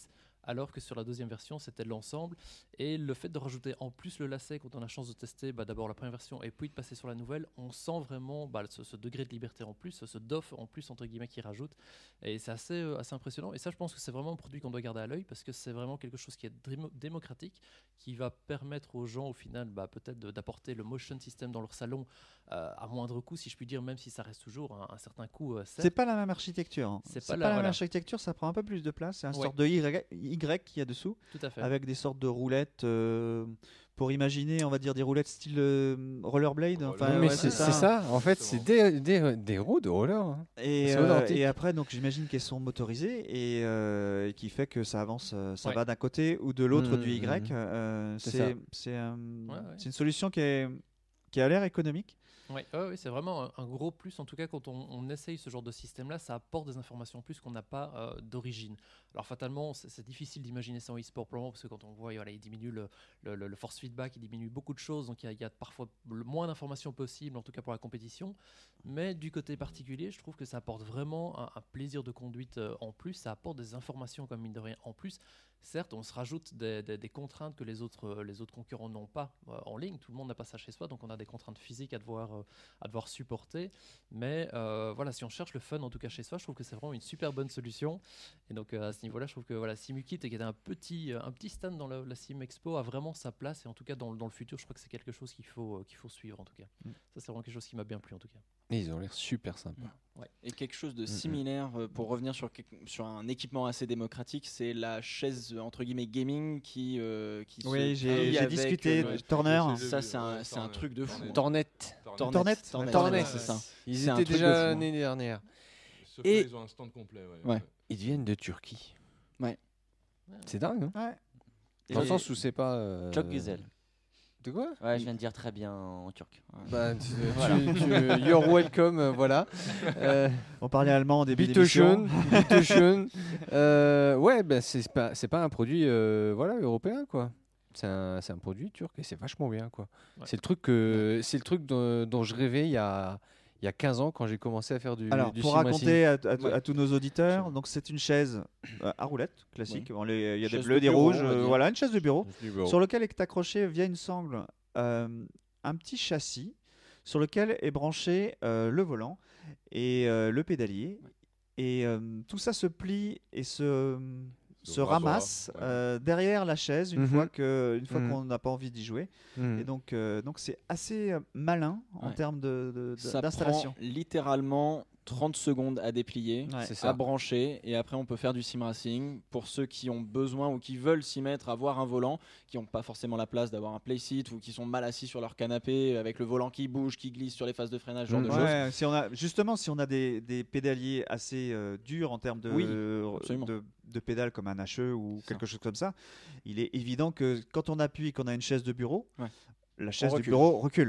alors que sur la deuxième version, c'était l'ensemble. Et le fait de rajouter en plus le lacet quand on a la chance de tester bah, d'abord la première version et puis de passer sur la nouvelle, on sent vraiment bah, ce, ce degré de liberté en plus, ce doff en plus, entre guillemets, qui rajoute. Et c'est assez, euh, assez impressionnant. Et ça, je pense que c'est vraiment un produit qu'on doit garder à l'œil parce que c'est vraiment quelque chose qui est démo- démocratique, qui va permettre aux gens, au final, bah, peut-être de, d'apporter le motion system dans leur salon euh, à moindre coût, si je puis dire, même si ça reste toujours un, un certain coût. Euh, C'est pas la même architecture. hein. C'est C'est pas pas, la- la voilà. même architecture, ça prend un peu plus de place. C'est une Ouais. sorte de Y, y qu'il y a dessous, Tout à fait. avec des sortes de roulettes. euh, pour imaginer, on va dire des roulettes style euh, rollerblade. Enfin, Roller- mais ouais, c'est c'est c'est ça. En fait, c'est des, des, des roues de roller. hein. Et, C'est euh, identique. et après, donc j'imagine qu'elles sont motorisées et, euh, et qui fait que ça avance, euh, ça Ouais. va d'un côté ou de l'autre Mmh, du Y. mmh. euh, C'est c'est ça. c'est un- Ouais, ouais. c'est une solution qui, est, qui a l'air économique. Oui, ouais, ouais, c'est vraiment un, un gros plus. En tout cas, quand on, on essaye ce genre de système-là, ça apporte des informations en plus qu'on n'a pas euh, d'origine. Alors fatalement, c'est, c'est difficile d'imaginer ça en e-sport pour le moment, parce que quand on voit, voilà, il diminue le, le- le- le force feedback, il diminue beaucoup de choses, donc il y a, il y a parfois le moins d'informations possibles, en tout cas pour la compétition. Mais du côté particulier, je trouve que ça apporte vraiment un, un plaisir de conduite euh, en plus, ça apporte des informations comme mine de rien en plus. Certes, on se rajoute des, des- des contraintes que les autres, euh, les autres concurrents n'ont pas euh, en ligne. Tout le monde n'a pas ça chez soi, donc on a des contraintes physiques à devoir, euh, à devoir supporter. Mais euh, voilà, si on cherche le fun, en tout cas chez soi, je trouve que c'est vraiment une super bonne solution. Et donc euh, à ce niveau-là, je trouve que voilà, SimUkit, qui était un petit, euh, un petit stand dans la, la Sim Expo, a vraiment sa place. Et en tout cas, dans, le- dans le futur, je crois que c'est quelque chose qu'il faut, euh, qu'il faut suivre. En tout cas, Mm. ça c'est vraiment quelque chose qui m'a bien plu en tout cas. Et ils ont l'air super sympas. Et quelque chose de Mhm. similaire, euh, pour revenir sur, quelque- sur un équipement assez démocratique, c'est la chaise euh, entre guillemets gaming qui, euh, qui se Oui, j'ai plie j'ai avec, discuté. euh, ouais. Turner. J'ai vu, Ça, c'est un, ouais, c'est un Tornet. truc de fou. Tornet. Tornet. Tornet, Tornet. Tornet, Tornet. c'est ça. Ils C'est un étaient truc de déjà fou, hein. l'année dernière. Sofia, Et- ils ont un stand complet. Ouais, Ouais. ouais. Ils viennent de Turquie. Ouais. C'est dingue, hein Ouais. Dans le Et- sens où c'est pas. euh, Çok güzel. De quoi Ouais, je viens de dire très bien en turc. Bah, tu, Voilà. tu- tu- you're welcome, euh, voilà. Euh, On parlait allemand au début d'émission. Bitteschön, bitteschön. Euh, ouais, ben c'est pas, c'est pas un produit, euh, voilà, européen, quoi. C'est un, c'est un produit turc et c'est vachement bien, quoi. Ouais. C'est le truc que, c'est le truc dont, dont je rêvais il y a, il y a quinze ans quand j'ai commencé à faire du. Alors, du pour sim racing. raconter à, à- Ouais. à tous nos auditeurs, donc c'est une chaise euh, à roulettes classique. Bon, les- il y a des Chaise bleus, de des bureau, rouges. on va euh, dire. voilà, une chaise de bureau Du bureau. sur lequel est accroché via une sangle euh, un petit châssis sur lequel est branché euh, le volant et euh, le pédalier. Et euh, tout ça se plie et se, Se se rasera, ramasse ouais. euh, derrière la chaise une Mhm. fois que une fois Mhm. qu'on n'a pas envie d'y jouer. Mhm. Et donc euh, donc c'est assez euh, malin en Ouais. termes de, de- de- Ça d'installation. prend littéralement trente secondes à déplier, Ouais. C'est à ça. brancher, et après on peut faire du sim racing. Pour ceux qui ont besoin ou qui veulent s'y mettre, avoir un volant, qui n'ont pas forcément la place d'avoir un playseat ou qui sont mal assis sur leur canapé avec le volant qui bouge, qui glisse sur les phases de freinage, ce genre Mhm. de choses. Ouais, si on a, justement, si on a des, des pédaliers assez euh, durs en termes de, Oui, euh, absolument. de, de pédales comme un H E ou C'est quelque chose comme ça, il est évident que quand on appuie et qu'on a une chaise de bureau, Ouais. la chaise du recule. bureau recule.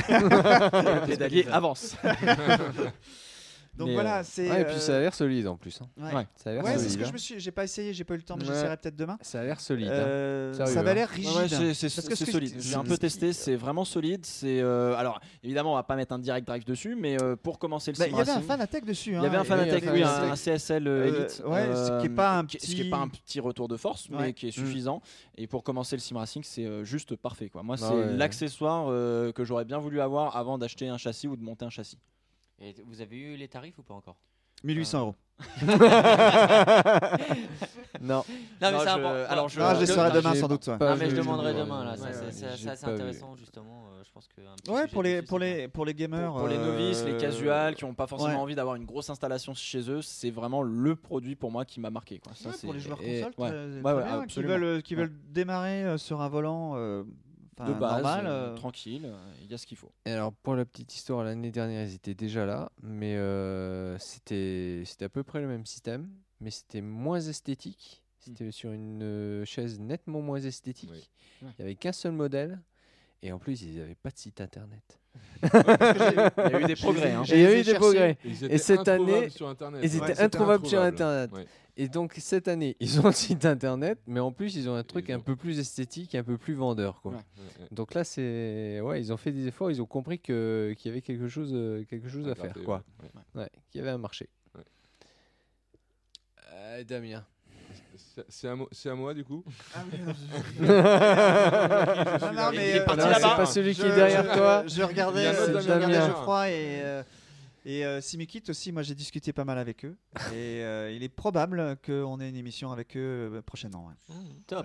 Le pédalier avance. Donc Mais, voilà, euh, c'est. Ouais, et puis euh, ça a l'air solide en plus. hein. ouais. Ouais. Ça a l'air Ouais, c'est solide. ce que je hein. me suis. J'ai pas essayé, j'ai pas eu le temps, mais Ouais. j'essaierai peut-être demain. Ça a l'air solide. hein. Euh, Sérieux, ça avait hein. l'air Ouais, rigide. ouais, c'est- c'est Parce que ce c'est que solide. je- J'ai un peu testé, c'est vraiment solide. C'est euh, alors évidemment on va pas mettre un direct drive dessus, mais euh, pour commencer le Bah, sim il y avait un racing, Fanatec dessus. il hein, y avait un et- Fanatec, oui, oui, un un, Fanatec. un C S L Euh, Elite, ouais, ce qui est pas un qui- ce petit- qui est pas un petit retour de force, mais Ouais. qui est Mm. suffisant. Et pour commencer le sim racing, c'est euh, juste parfait, quoi. Moi, Ah c'est ouais. l'accessoire euh, que j'aurais bien voulu avoir avant d'acheter un châssis ou de monter un châssis. Et t- vous avez eu les tarifs ou pas encore? mille huit cents euros. Non. Non, mais Non, c'est je- important. alors, je- Ah, je les je- saurai non, demain j'ai sans doute. ouais. pas Non, mais je vu, demanderai ouais, demain là. ouais, ça, ouais, c'est- c'est j'ai c'est assez pas vu. intéressant justement. euh, je pense que un petit Ouais, sujet pour les dessus, pour c'est les pour les gamers. Pour, pour les novices, les euh, casuals qui n'ont pas forcément ouais. envie d'avoir une grosse installation chez eux, c'est vraiment le produit pour moi qui m'a marqué, quoi. Ça, Ouais, c'est- pour les joueurs et- console, ouais. très, Ouais, très ouais, bien, qui absolument. veulent, qui veulent démarrer euh, sur un volant euh, enfin, de base, normal. euh, euh, tranquille, euh, il y a ce qu'il faut. Et alors pour la petite histoire, l'année dernière ils étaient déjà là, mais euh, c'était c'était à peu près le même système, mais c'était moins esthétique. C'était sur une euh, chaise nettement moins esthétique. Oui. Ouais. Il n'y avait qu'un seul modèle, et en plus ils n'avaient pas de site internet. Il y a eu des progrès. hein. J'ai- Et il y a les eu ai des cherchés. progrès. Ils Et étaient cette introuvables année, sur Internet, ils ouais. étaient C'était introuvables sur introuvable. Internet. Ouais. Et donc cette année, ils ont un site internet, mais en plus ils ont un truc Ils un ont- peu plus esthétique, un peu plus vendeur, quoi. Ouais. Ouais, ouais. Donc là, c'est ouais, ils ont fait des efforts, ils ont compris que qu'il y avait quelque chose, euh, quelque chose à, faire, gratter, quoi. ouais, ouais. Ouais, qu'il y avait un marché. Ouais. Euh, Damien. C'est- C'est à, mo- c'est à moi du coup. Non, non, mais, Il est euh, parti non, là-bas. c'est pas celui qui est je- derrière je- toi. Je regardais, Il y a un autre euh, je Damien. regardais Damien. Geoffroy et, euh, et euh, Simukit aussi. Moi, j'ai discuté pas mal avec eux. Et euh, il est probable qu'on ait une émission avec eux euh, prochainement. ouais. Top.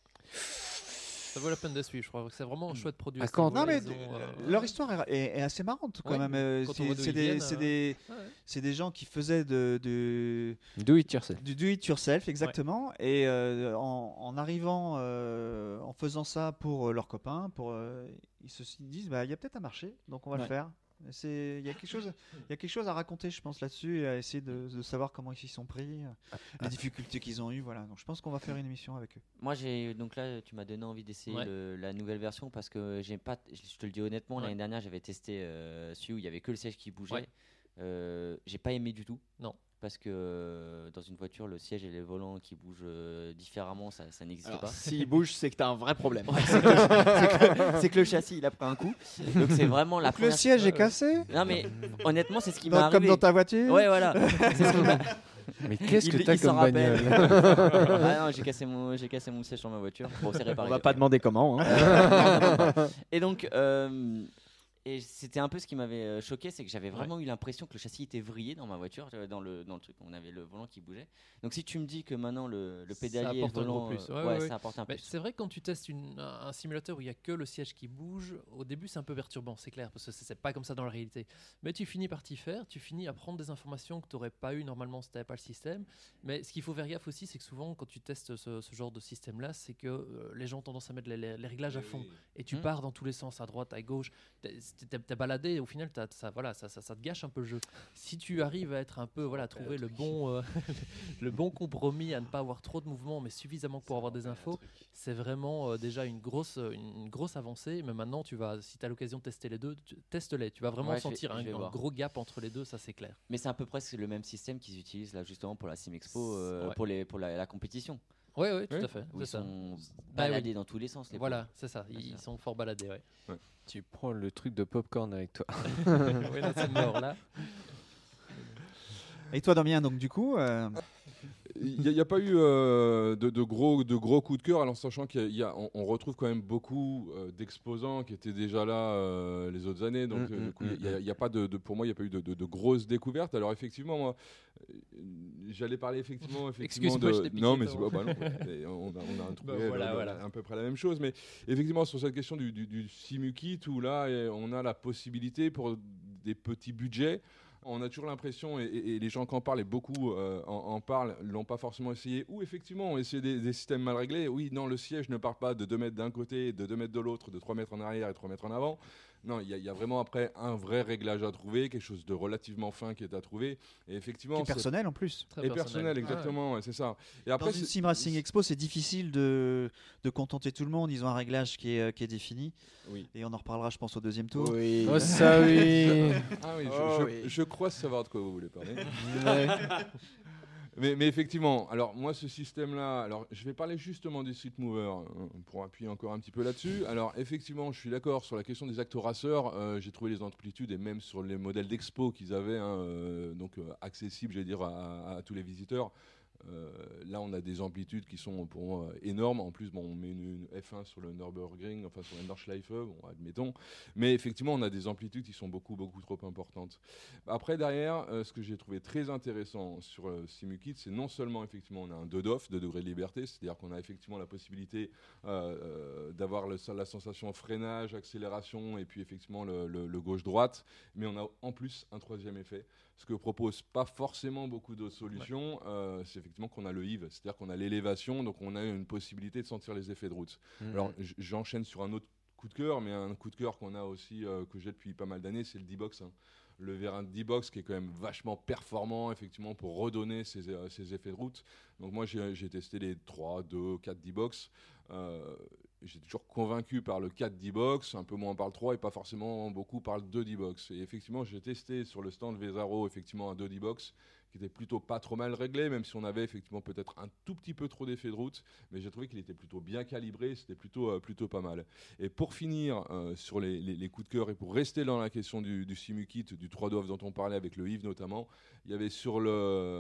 Ça vaut la peine de suivre, je crois que c'est vraiment un chouette produit. À à ce quand niveau-là, Non, mais ils ont, euh, leur histoire est, est- est assez marrante quand Ouais, même. Euh, quand on C'est voit d'où c'est ils des, viennent, c'est euh, des, ouais. c'est des gens qui faisaient de, de, Do it yourself. du do it yourself, exactement. Et euh, en, en arrivant, euh, en faisant ça pour euh, leurs copains, pour, euh, ils se disent bah, il y a peut-être un marché, donc on va le Ouais. faire. Et c'est- Il y, a quelque chose- il y a quelque chose à raconter, je pense, là-dessus, et à essayer de, de savoir comment ils s'y sont pris, euh, les difficultés qu'ils ont eues. Voilà. Donc je pense qu'on va faire une émission avec eux. Moi, j'ai donc là, tu m'as donné envie d'essayer Ouais. le- la nouvelle version parce que j'ai pas, je te le dis honnêtement, Ouais. l'année dernière, j'avais testé euh, celui où il y avait que le siège qui bougeait. Ouais. Euh, j'ai pas aimé du tout. Non. Parce que euh, dans une voiture, le siège et les volants qui bougent euh, différemment, ça, ça n'existe Alors, pas. s'il bouge, c'est que t'as un vrai problème. Ouais, c'est, que, c'est que- c'est que le châssis, il a pris un coup. Donc c'est vraiment la Donc, le première. siège est ouais. cassé, Non mais honnêtement, c'est ce qui dans- m'est comme arrivé. dans ta voiture. Ouais, voilà. C'est ce qui m'a- Mais qu'est-ce que Il- t'as il s'en comme rappelle. bagnole Ah non, j'ai cassé mon, j'ai cassé mon siège sur ma voiture. Bon, c'est On réparé. va pas demander comment. hein. Et donc, euh, et c'était un peu ce qui m'avait euh, choqué, c'est que j'avais vraiment eu l'impression que le châssis était vrillé dans ma voiture, euh, dans le, dans le truc. On avait le volant qui bougeait. Donc, si tu me dis que maintenant le, le Ça pédalier et le apporte un gros volant, plus. euh, Ouais, ouais, ouais, ouais. ça apporte un Mais plus. c'est vrai que quand tu testes une- un un simulateur où il n'y a que le siège qui bouge, au début c'est un peu perturbant, c'est clair, parce que c'est c'est pas comme ça dans la réalité. Mais tu finis par t'y faire, tu finis à prendre des informations que tu n'aurais pas eu normalement si tu n'avais pas le système. Mais ce qu'il faut faire gaffe aussi, c'est que souvent quand tu testes ce, ce genre de système-là, c'est que euh, les gens ont tendance à mettre les, les- les réglages à fond. Et tu Mhm. pars dans tous les sens, à droite, à gauche. T'es t'es- t'es baladé, et au final, t'as- ça, voilà, ça, ça, ça te gâche un peu le jeu. Si tu arrives à être un peu, voilà, à trouver le bon, euh, le bon compromis, à ne pas avoir trop de mouvements, mais suffisamment pour avoir des infos, c'est vraiment euh, déjà une grosse, une, une grosse avancée. Mais maintenant, tu vas, si tu as l'occasion de tester les deux, tu- teste-les. Tu vas vraiment Ouais, je vais- sentir je un, vais un voir. gros gap entre les deux, ça c'est clair. Mais c'est à peu près le même système qu'ils utilisent là justement pour la Sim Expo, euh, Ouais. pour, les, pour la, la compétition. Oui, oui, tout Oui. à fait. Où c'est ils ça. sont Bah oui. baladés dans tous les sens. Les Voilà, c'est ça. Ouais, Ils ça. sont fort baladés. Ouais. Tu prends le truc de popcorn avec toi. Oui, là, c'est mort là. Et toi, Damien, donc du coup, euh, Il n'y a, pas eu euh, de, de gros, de gros coups de cœur, alors sachant qu'on on retrouve quand même beaucoup euh, d'exposants qui étaient déjà là euh, les autres années. Donc, Mm, euh, mm, du coup, il y a- mm, il y a pas de, de- pour moi, il n'y a pas eu de, de- de grosses découvertes. Alors, effectivement, moi, euh, j'allais parler effectivement, effectivement Excuse-moi, de. je t'ai piqué, non, mais pardon. c'est pas. Bah, non, mais on, a, on a trouvé Bah, voilà, le- le- voilà. à peu près la même chose. Mais effectivement, sur cette question du, du, du Simukit, où là, eh, on a la possibilité pour des petits budgets. On a toujours l'impression, et, et- et les gens qui en parlent, et beaucoup euh, en, en parlent, l'ont pas forcément essayé, ou effectivement ont essayé des, des systèmes mal réglés. Oui, non, le siège ne part pas de deux mètres d'un côté, de deux mètres de l'autre, de trois mètres en arrière et trois mètres en avant. Non, il y, a- il y a vraiment après un vrai réglage à trouver, quelque chose de relativement fin qui est à trouver. Et effectivement, qui est c'est- personnel en plus. Très et personnel, exactement, ouais, c'est ça. Et après, Dans une c'est- Sim Racing Expo, c'est difficile de, de contenter tout le monde. Ils ont un réglage qui est, euh, qui est défini. Oui. Et on en reparlera, je pense, au deuxième tour. Oui. Oh, ça oui. Ah oui, je, Oh je- oui. je crois savoir de quoi vous voulez parler. Mais, mais effectivement, alors moi ce système-là, alors je vais parler justement du Street Mover euh, pour appuyer encore un petit peu là-dessus. Alors effectivement, je suis d'accord sur la question des actes raceurs. euh, J'ai trouvé les amplitudes et même sur les modèles d'expo qu'ils avaient, hein, euh, donc euh, accessibles, j'allais dire à, à tous les visiteurs. Euh, là, on a des amplitudes qui sont pour moi énormes. En plus, bon, on met une, une F un sur le Nürburgring, enfin sur la Nordschleife, bon, admettons. Mais effectivement, on a des amplitudes qui sont beaucoup, beaucoup trop importantes. Après, derrière, euh, ce que j'ai trouvé très intéressant sur euh, Simukit, c'est non seulement effectivement on a un deux D O F, deux degrés de liberté, c'est-à-dire qu'on a effectivement la possibilité euh, euh, d'avoir le- la sensation freinage, accélération, et puis effectivement le, le- le gauche-droite, mais on a en plus un troisième effet. Ce que propose pas forcément beaucoup d'autres solutions, euh, c'est effectivement qu'on a le heave, c'est-à-dire qu'on a l'élévation, donc on a une possibilité de sentir les effets de route. Alors j- j'enchaîne sur un autre coup de cœur, mais un coup de cœur qu'on a aussi, euh, que j'ai depuis pas mal d'années, c'est le D-Box. Hein. Le vérin de D-Box qui est quand même vachement performant effectivement pour redonner ces, euh, ces effets de route. Donc moi j'ai j'ai testé les trois, deux, quatre D-Box. Euh, J'étais toujours convaincu par le quatre D-Box, un peu moins par le trois et pas forcément beaucoup par le deux D-Box. Et effectivement j'ai testé sur le stand Vesaro effectivement un deux D-Box qui était plutôt pas trop mal réglé, même si on avait effectivement peut-être un tout petit peu trop d'effets de route, mais j'ai trouvé qu'il était plutôt bien calibré, c'était plutôt, euh, plutôt pas mal. Et pour finir euh, sur les, les- les coups de cœur, et pour rester dans la question du, du Simukit, du trois D O F dont on parlait avec le Yves notamment, il y avait sur le,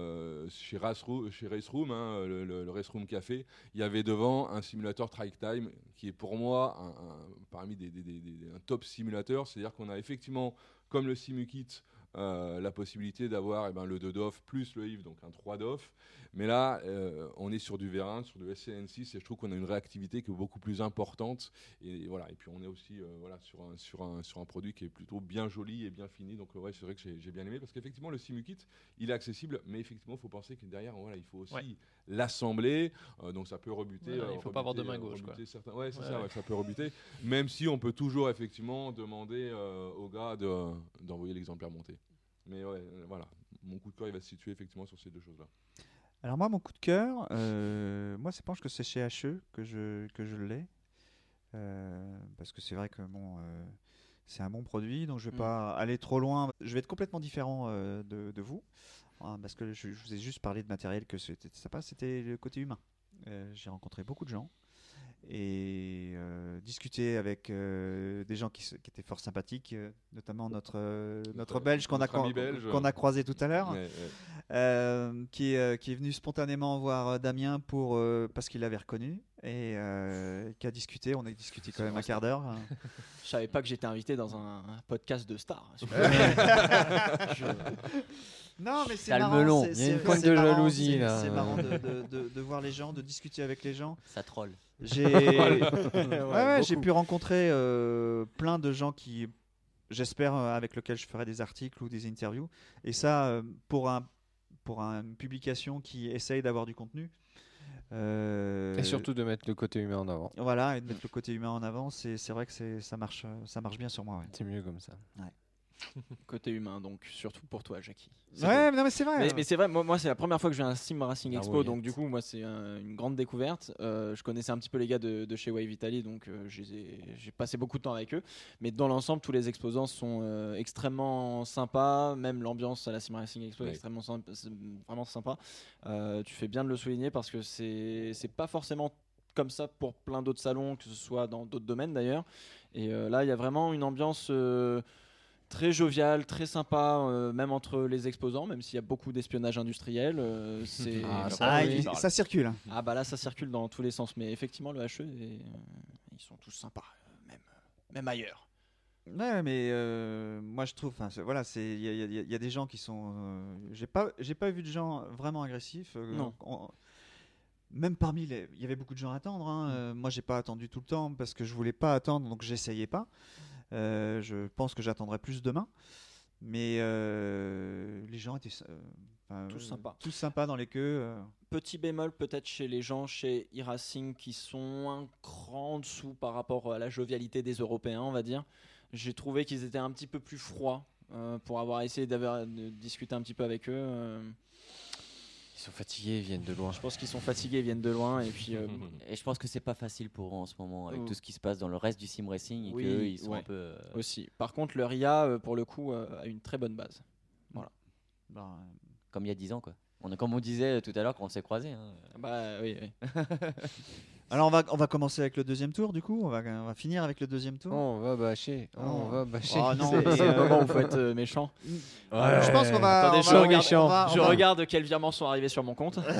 chez Race Room, chez Race Room hein, le, le, le Race Room Café, il y avait devant un simulateur Trike Time qui est pour moi un, un, parmi des, des, des, des, un top simulateur. C'est-à-dire qu'on a effectivement, comme le SimuKit, Euh, la possibilité d'avoir eh ben, le deux D O F plus le I F, donc un trois D O F. Mais là, euh, on est sur du V un, sur du S C N six, et je trouve qu'on a une réactivité qui est beaucoup plus importante. Et, et voilà. Et puis on est aussi euh, voilà, sur, un, sur, un, sur un produit qui est plutôt bien joli et bien fini. Donc ouais, c'est vrai que j'ai, j'ai bien aimé, parce qu'effectivement, le SimuKit, il est accessible, mais effectivement, il faut penser que derrière, voilà, il faut aussi ouais. l'assembler. Euh, donc ça peut rebuter. Ouais, euh, il ne faut rebuter, pas avoir de main gauche. Quoi. Certains... Ouais, c'est ouais, ça, ouais. Ouais, ça peut rebuter. Même si on peut toujours effectivement demander euh, aux gars de, d'envoyer l'exemplaire monté. Mais ouais, euh, voilà, mon coup de cœur, il va se situer effectivement sur ces deux choses-là. Alors moi, mon coup de cœur, euh, moi, je pense que c'est chez H E que je, que je l'ai. Euh, parce que c'est vrai que bon, euh, c'est un bon produit, donc je ne vais mmh. pas aller trop loin. Je vais être complètement différent euh, de, de vous, hein, parce que je, je vous ai juste parlé de matériel que c'était sympa, c'était le côté humain. Euh, j'ai rencontré beaucoup de gens. Et euh, discuter avec euh, des gens qui, qui étaient fort sympathiques, euh, notamment notre, euh, notre Belge qu'on a, cro- belge, qu'on a croisé tout à l'heure, ouais, ouais. Euh, qui, euh, qui est venu spontanément voir Damien pour, euh, parce qu'il l'avait reconnu et euh, qui a discuté. On a discuté quand même un quart d'heure. Je savais pas que j'étais invité dans un, un podcast de stars. Je... Non, mais c'est Calme marrant. C'est, Il y a une pointe de marrant, jalousie c'est, là. C'est marrant de, de, de, de voir les gens, de discuter avec les gens. Ça troll. J'ai, ouais, ouais, ouais, j'ai pu rencontrer euh, plein de gens qui, j'espère, euh, avec lesquels je ferai des articles ou des interviews. Et ça, euh, pour un, pour un, une publication qui essaye d'avoir du contenu. Euh, et surtout de mettre le côté humain en avant. Voilà, et de mettre le côté humain en avant, c'est, c'est vrai que c'est, ça marche, ça marche bien sur moi. Ouais. C'est mieux comme ça. Ouais. Côté humain, donc surtout pour toi, Jackie. C'est ouais, non, mais c'est vrai. Mais, mais c'est vrai, moi, moi c'est la première fois que je viens à Sim Racing Expo, ah oui, donc du coup, moi c'est un, une grande découverte. Euh, je connaissais un petit peu les gars de, de chez Wave Italy, donc euh, j'ai, j'ai passé beaucoup de temps avec eux. Mais dans l'ensemble, tous les exposants sont euh, extrêmement sympas. Même l'ambiance à la Sim Racing Expo ouais. est extrêmement sympa, c'est vraiment sympa. Euh, tu fais bien de le souligner parce que c'est, c'est pas forcément comme ça pour plein d'autres salons, que ce soit dans d'autres domaines d'ailleurs. Et euh, là, il y a vraiment une ambiance. Euh, Très jovial, très sympa, euh, même entre les exposants, même s'il y a beaucoup d'espionnage industriel. Euh, c'est... Ah, ça, ah, oui, ça circule. Ah bah là, ça circule dans tous les sens. Mais effectivement, le H E, et, euh, ils sont tous sympas, même, même ailleurs. Ouais, mais euh, moi je trouve, voilà, c'est il y, y, y a des gens qui sont, euh, j'ai pas, j'ai pas vu de gens vraiment agressifs. Euh, non. On, même parmi les, il y avait beaucoup de gens à attendre. Hein. Mm. Euh, moi, j'ai pas attendu tout le temps parce que je voulais pas attendre, donc j'essayais pas. Euh, je pense que j'attendrai plus demain, mais euh, les gens étaient euh, tous sympas, tous sympas dans les queues. Euh. Petit bémol peut-être chez les gens chez e-Racing qui sont un cran en dessous par rapport à la jovialité des Européens, on va dire. J'ai trouvé qu'ils étaient un petit peu plus froids euh, pour avoir essayé d'avoir, de discuter un petit peu avec eux. Euh. Ils sont fatigués, ils viennent de loin. Je pense qu'ils sont fatigués, ils viennent de loin. Et, puis, euh... et je pense que c'est pas facile pour eux en ce moment, avec oh. tout ce qui se passe dans le reste du sim racing. Et oui, qu'eux, ils sont ouais. un peu. Euh... Aussi. Par contre, leur I A, pour le coup, a une très bonne base. Voilà. Ben, comme il y a dix ans, quoi. On a, comme on disait tout à l'heure quand on s'est croisés. Hein. Bah oui, oui. Alors on va, on va commencer avec le deuxième tour du coup, on va, on va finir avec le deuxième tour. Oh, on va bâcher, oh, on va bâcher. Oh non, c'est, c'est le moment où vous faites euh, méchant. Ouais, je pense qu'on va... Attendez, on je, va, regarde, on va, je on va... regarde quels virements sont arrivés sur mon compte. Pour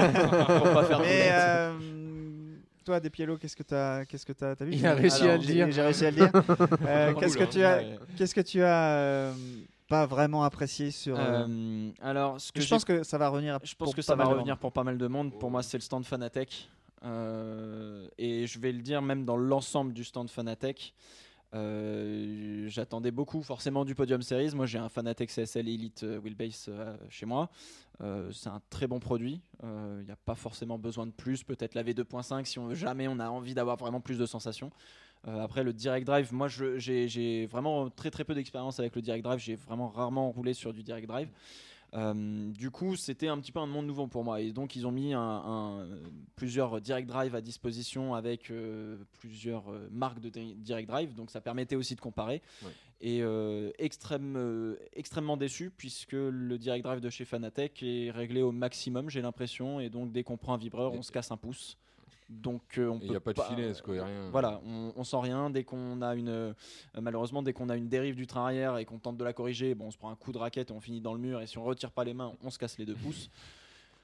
pas faire Mais euh, toi, Despiello, qu'est-ce que tu as qu'est-ce que t'as, t'as vu? Il a réussi Alors, à le dire. J'ai réussi à le dire. euh, qu'est-ce, que tu as, qu'est-ce que tu as euh, pas vraiment apprécié sur... Euh... Euh, alors, ce que je pense que ça va revenir Je pense que ça va revenir pour pas mal de monde. Pour moi, c'est le stand Fanatec. Euh, et je vais le dire même dans l'ensemble du stand Fanatec, euh, j'attendais beaucoup forcément du Podium Series. Moi j'ai un Fanatec C S L Elite Wheelbase euh, chez moi, euh, c'est un très bon produit, il euh, n'y a pas forcément besoin de plus, peut-être la V deux point cinq si on veut, jamais on a envie d'avoir vraiment plus de sensations. Euh, après le Direct Drive, moi je, j'ai, j'ai vraiment très très peu d'expérience avec le Direct Drive, j'ai vraiment rarement roulé sur du Direct Drive. Euh, du coup, c'était un petit peu un monde nouveau pour moi, et donc ils ont mis un, un, plusieurs Direct Drive à disposition avec euh, plusieurs euh, marques de Direct Drive, donc ça permettait aussi de comparer. Ouais. Et euh, extrême, euh, extrêmement déçu puisque le Direct Drive de chez Fanatec est réglé au maximum, j'ai l'impression, et donc dès qu'on prend un vibreur, on se casse un pouce. Donc euh, on peut il n'y a pas de finesse, quoi, y a rien. Voilà, on, on sent rien. Dès qu'on a une, euh, malheureusement, dès qu'on a une dérive du train arrière et qu'on tente de la corriger, bon, on se prend un coup de raquette et on finit dans le mur. Et si on retire pas les mains, on se casse les deux pouces.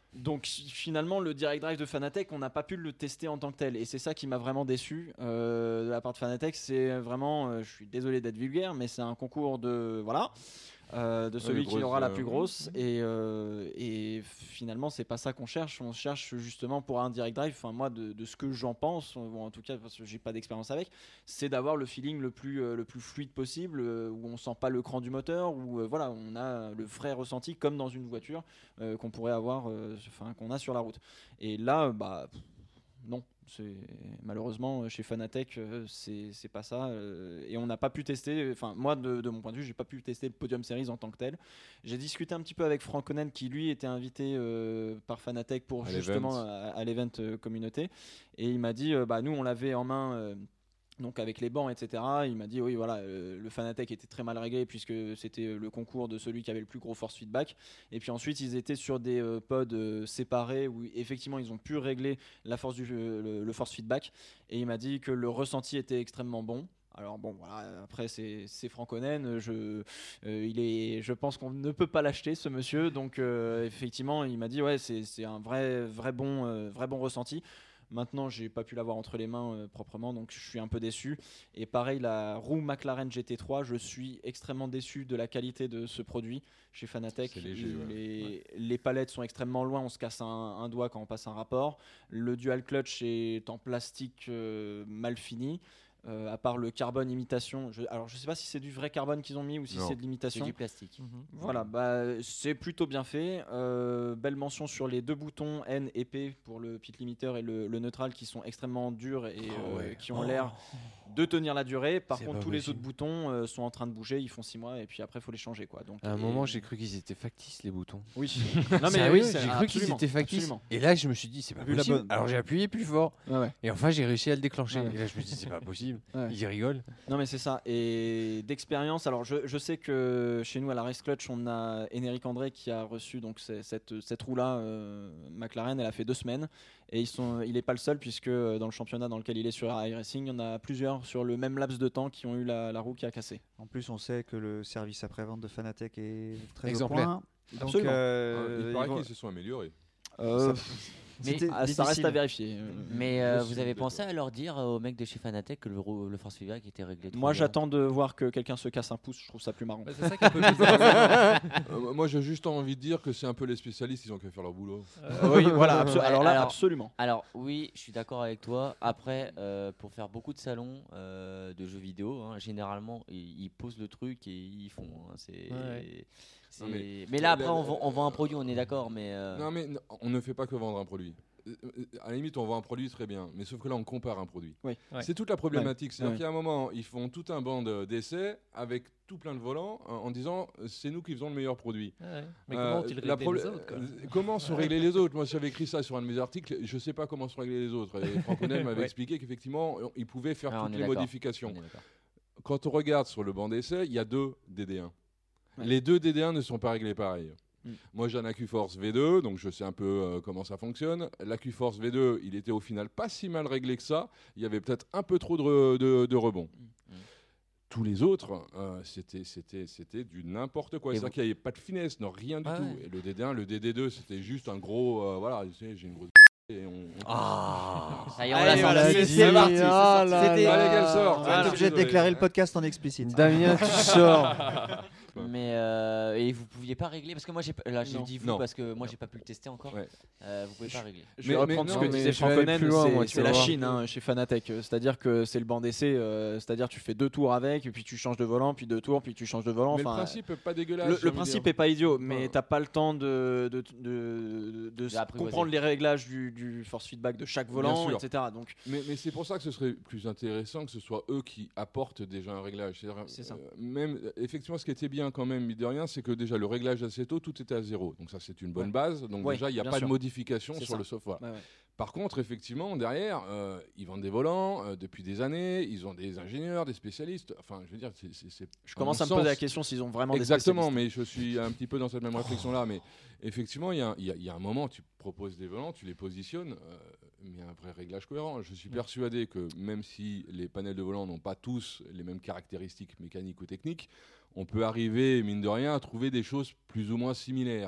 Donc finalement, le Direct Drive de Fanatec, on n'a pas pu le tester en tant que tel, et c'est ça qui m'a vraiment déçu euh, de la part de Fanatec. C'est vraiment, euh, je suis désolé d'être vulgaire, mais c'est un concours de voilà. Euh, de celui Ouais, qui grosse, aura la euh, plus grosse et, euh, et finalement c'est pas ça qu'on cherche, on cherche justement pour un Direct Drive, enfin moi de, de ce que j'en pense, ou en tout cas parce que j'ai pas d'expérience avec, c'est d'avoir le feeling le plus, euh, le plus fluide possible, euh, où on sent pas le cran du moteur, où euh, voilà, on a le vrai ressenti comme dans une voiture euh, qu'on pourrait avoir, euh, enfin qu'on a sur la route. Et là bah pff, non, c'est malheureusement chez Fanatec euh, c'est c'est pas ça euh, et on n'a pas pu tester, enfin moi de, de mon point de vue j'ai pas pu tester le Podium Series en tant que tel. J'ai discuté un petit peu avec Franck Onen qui lui était invité euh, par Fanatec pour À justement l'event. à, à l'event euh, communauté, et il m'a dit euh, bah nous on l'avait en main euh, donc avec les bancs, et cetera. Il m'a dit oui voilà, euh, le Fanatec était très mal réglé puisque c'était le concours de celui qui avait le plus gros force feedback. Et puis ensuite ils étaient sur des euh, pods euh, séparés où effectivement ils ont pu régler la force du, euh, le, le force feedback. Et il m'a dit que le ressenti était extrêmement bon. Alors bon voilà, après c'est, c'est Franck Onen, je, euh, il est, je pense qu'on ne peut pas l'acheter ce monsieur. Donc euh, effectivement il m'a dit ouais c'est, c'est un vrai, vrai, bon, euh, vrai bon ressenti. Maintenant, j'ai pas pu l'avoir entre les mains euh, proprement, donc je suis un peu déçu. Et pareil, la roue McLaren G T trois, je suis extrêmement déçu de la qualité de ce produit chez Fanatec. C'est léger, les, ouais. les, les palettes sont extrêmement loin, on se casse un, un doigt quand on passe un rapport. Le dual clutch est en plastique euh, mal fini. Euh, à part le carbone imitation, je, alors je sais pas si c'est du vrai carbone qu'ils ont mis ou si Non. c'est de l'imitation. C'est du plastique. Mhm. Voilà, bah, c'est plutôt bien fait. Euh, belle mention sur les deux boutons N et P pour le pit limiter et le, le neutral qui sont extrêmement durs et Oh euh, ouais. qui ont l'air de tenir la durée. Par C'est contre, pas tous les possible. autres boutons euh, sont en train de bouger, ils font six mois et puis après, il faut les changer. Quoi. Donc, À un et- moment, j'ai cru qu'ils étaient factices, les boutons. Oui, non, mais Sérieux, oui, c'est- j'ai cru qu'ils absolument, étaient factices. absolument. Et là, je me suis dit, c'est pas Vu la possible. bonne- Alors j'ai appuyé plus fort. Ouais, ouais. Et enfin, j'ai réussi à le déclencher. Ouais. Et là, je me suis dit, c'est pas possible. Ouais. Ils rigolent. Non mais c'est ça, et d'expérience, alors je, je sais que chez nous à la Race Clutch on a Énéric André qui a reçu donc c'est- cette, cette roue là McLaren, elle a fait deux semaines et ils sont, il n'est pas le seul puisque euh, dans le championnat dans lequel il est sur iRacing, il y en a plusieurs sur le même laps de temps qui ont eu la, la roue qui a cassé. En plus, on sait que le service après-vente de Fanatec est très Exemplaire. au point. Donc, Absolument. euh, il ils paraît vont- qu'ils se sont améliorés. Euh, Ça- Mais- c'était ah, ça reste difficile. à vérifier. Euh, Mais euh, je vous suis avez d'accord. pensé à leur dire euh, aux mecs de chez Fanatec que le, ro- le force feedback était réglé trop Moi bien. j'attends de voir que quelqu'un se casse un pouce, je trouve ça plus marrant. Bah, c'est ça qui est un peu bizarre. Euh, moi, j'ai juste envie de dire que c'est un peu les spécialistes, ils ont qu'à faire leur boulot. oui, voilà, abso- Ouais, alors là alors- absolument. Alors oui, je suis d'accord avec toi. Après, euh, pour faire beaucoup de salons euh, de jeux vidéo, hein, généralement, ils, ils posent le truc et ils font. hein, c'est, Ouais. c'est- Non, mais... mais- là, après, la- on vend, on vend un produit, on est d'accord, mais... euh, Non, mais n- on ne fait pas que vendre un produit. Euh, euh, À la limite, on vend un produit très bien, mais sauf que là, on compare un produit. Oui. Ouais. C'est toute la problématique. C'est-à-dire Ouais. qu'à un moment, ils font tout un banc de- d'essais avec tout plein de volants en, en disant euh, c'est nous qui faisons le meilleur produit. Ouais. Mais Euh, comment ont-ils la réglé les problè- autres quoi euh, Comment sont réglés les autres Moi, j'avais écrit ça sur un de mes articles. Je ne sais pas comment sont réglés les autres. Et Franck Onen m'avait Ouais. expliqué qu'effectivement, on- ils pouvaient faire Ah, on toutes est les d'accord. modifications. on est d'accord. Quand on regarde sur le banc d'essai, il y a deux D D un. Ouais. Les deux D D un ne sont pas réglés pareil. Mm. Moi, j'ai un AccuForce V deux, donc je sais un peu euh, comment ça fonctionne. L'AccuForce V deux, il était au final pas si mal réglé que ça. Il y avait peut-être un peu trop de, re- de, de rebond. Mm. Tous les autres, euh, c'était, c'était, c'était du n'importe quoi. Et C'est-à-dire vous- qu'il n'y avait pas de finesse, non, rien du Ah tout. ouais. Et le D D un, le D D deux, c'était juste un gros. euh, voilà, tu sais, j'ai une grosse. Et on, on- Ah. Ça y est, on Allez, l'a voilà, sorti. c'est- c'est parti, c'est Ah sorti. là C'était- là. Allez, qu'elle sort. On Voilà. est obligé de Désolé. déclarer le podcast en explicite. Damien, tu sors. Mais euh, et vous pouviez pas régler parce que moi j'ai pas- là je Non. dis vous Non. parce que moi j'ai pas pu le tester encore. Ouais. Euh, vous pouvez pas régler. Je vais Mais- reprendre mais ce non, que mais disait je vais Franck aller Onen, plus loin, c'est- moi, tu c'est vas la voir. Chine hein, chez Fanatec. Euh, C'est-à-dire que c'est le banc d'essai, euh, c'est-à-dire tu fais deux tours avec, et puis tu changes de volant, puis deux tours, puis tu changes de volant. Mais le Enfin, principe est pas dégueulasse. le, j'ai le envie de principe dire. est pas idiot, mais Enfin, t'as pas le temps de, de, de, de s- apprivoiser. comprendre les réglages du, du force feedback de chaque volant, sûr. et cetera. Donc Mais, mais c'est pour ça que ce serait plus intéressant que ce soit eux qui apportent déjà un réglage. C'est-à-dire, C'est ça. euh, même, effectivement, ce qui était bien quand même, mine de rien, c'est que déjà le réglage assez tôt, tout était à zéro. Donc ça, c'est une bonne Ouais. base. Donc Ouais, déjà, il n'y a bien pas sûr. de modification C'est sur ça. le software. ouais, ouais. Par contre, effectivement, derrière, euh, ils vendent des volants euh, depuis des années. Ils ont des ingénieurs, des spécialistes. Enfin, je veux dire, c'est... c'est- c'est- Je commence à mon me poser sens- la question s'ils ont vraiment Exactement, des mais je suis un petit peu dans cette même réflexion-là. Mais effectivement, il y, a un- il y a- il y a un moment, tu proposes des volants, tu les positionnes, euh, mais un vrai réglage cohérent. Je suis persuadé que même si les panels de volant n'ont pas tous les mêmes caractéristiques mécaniques ou techniques, on peut arriver, mine de rien, à trouver des choses plus ou moins similaires.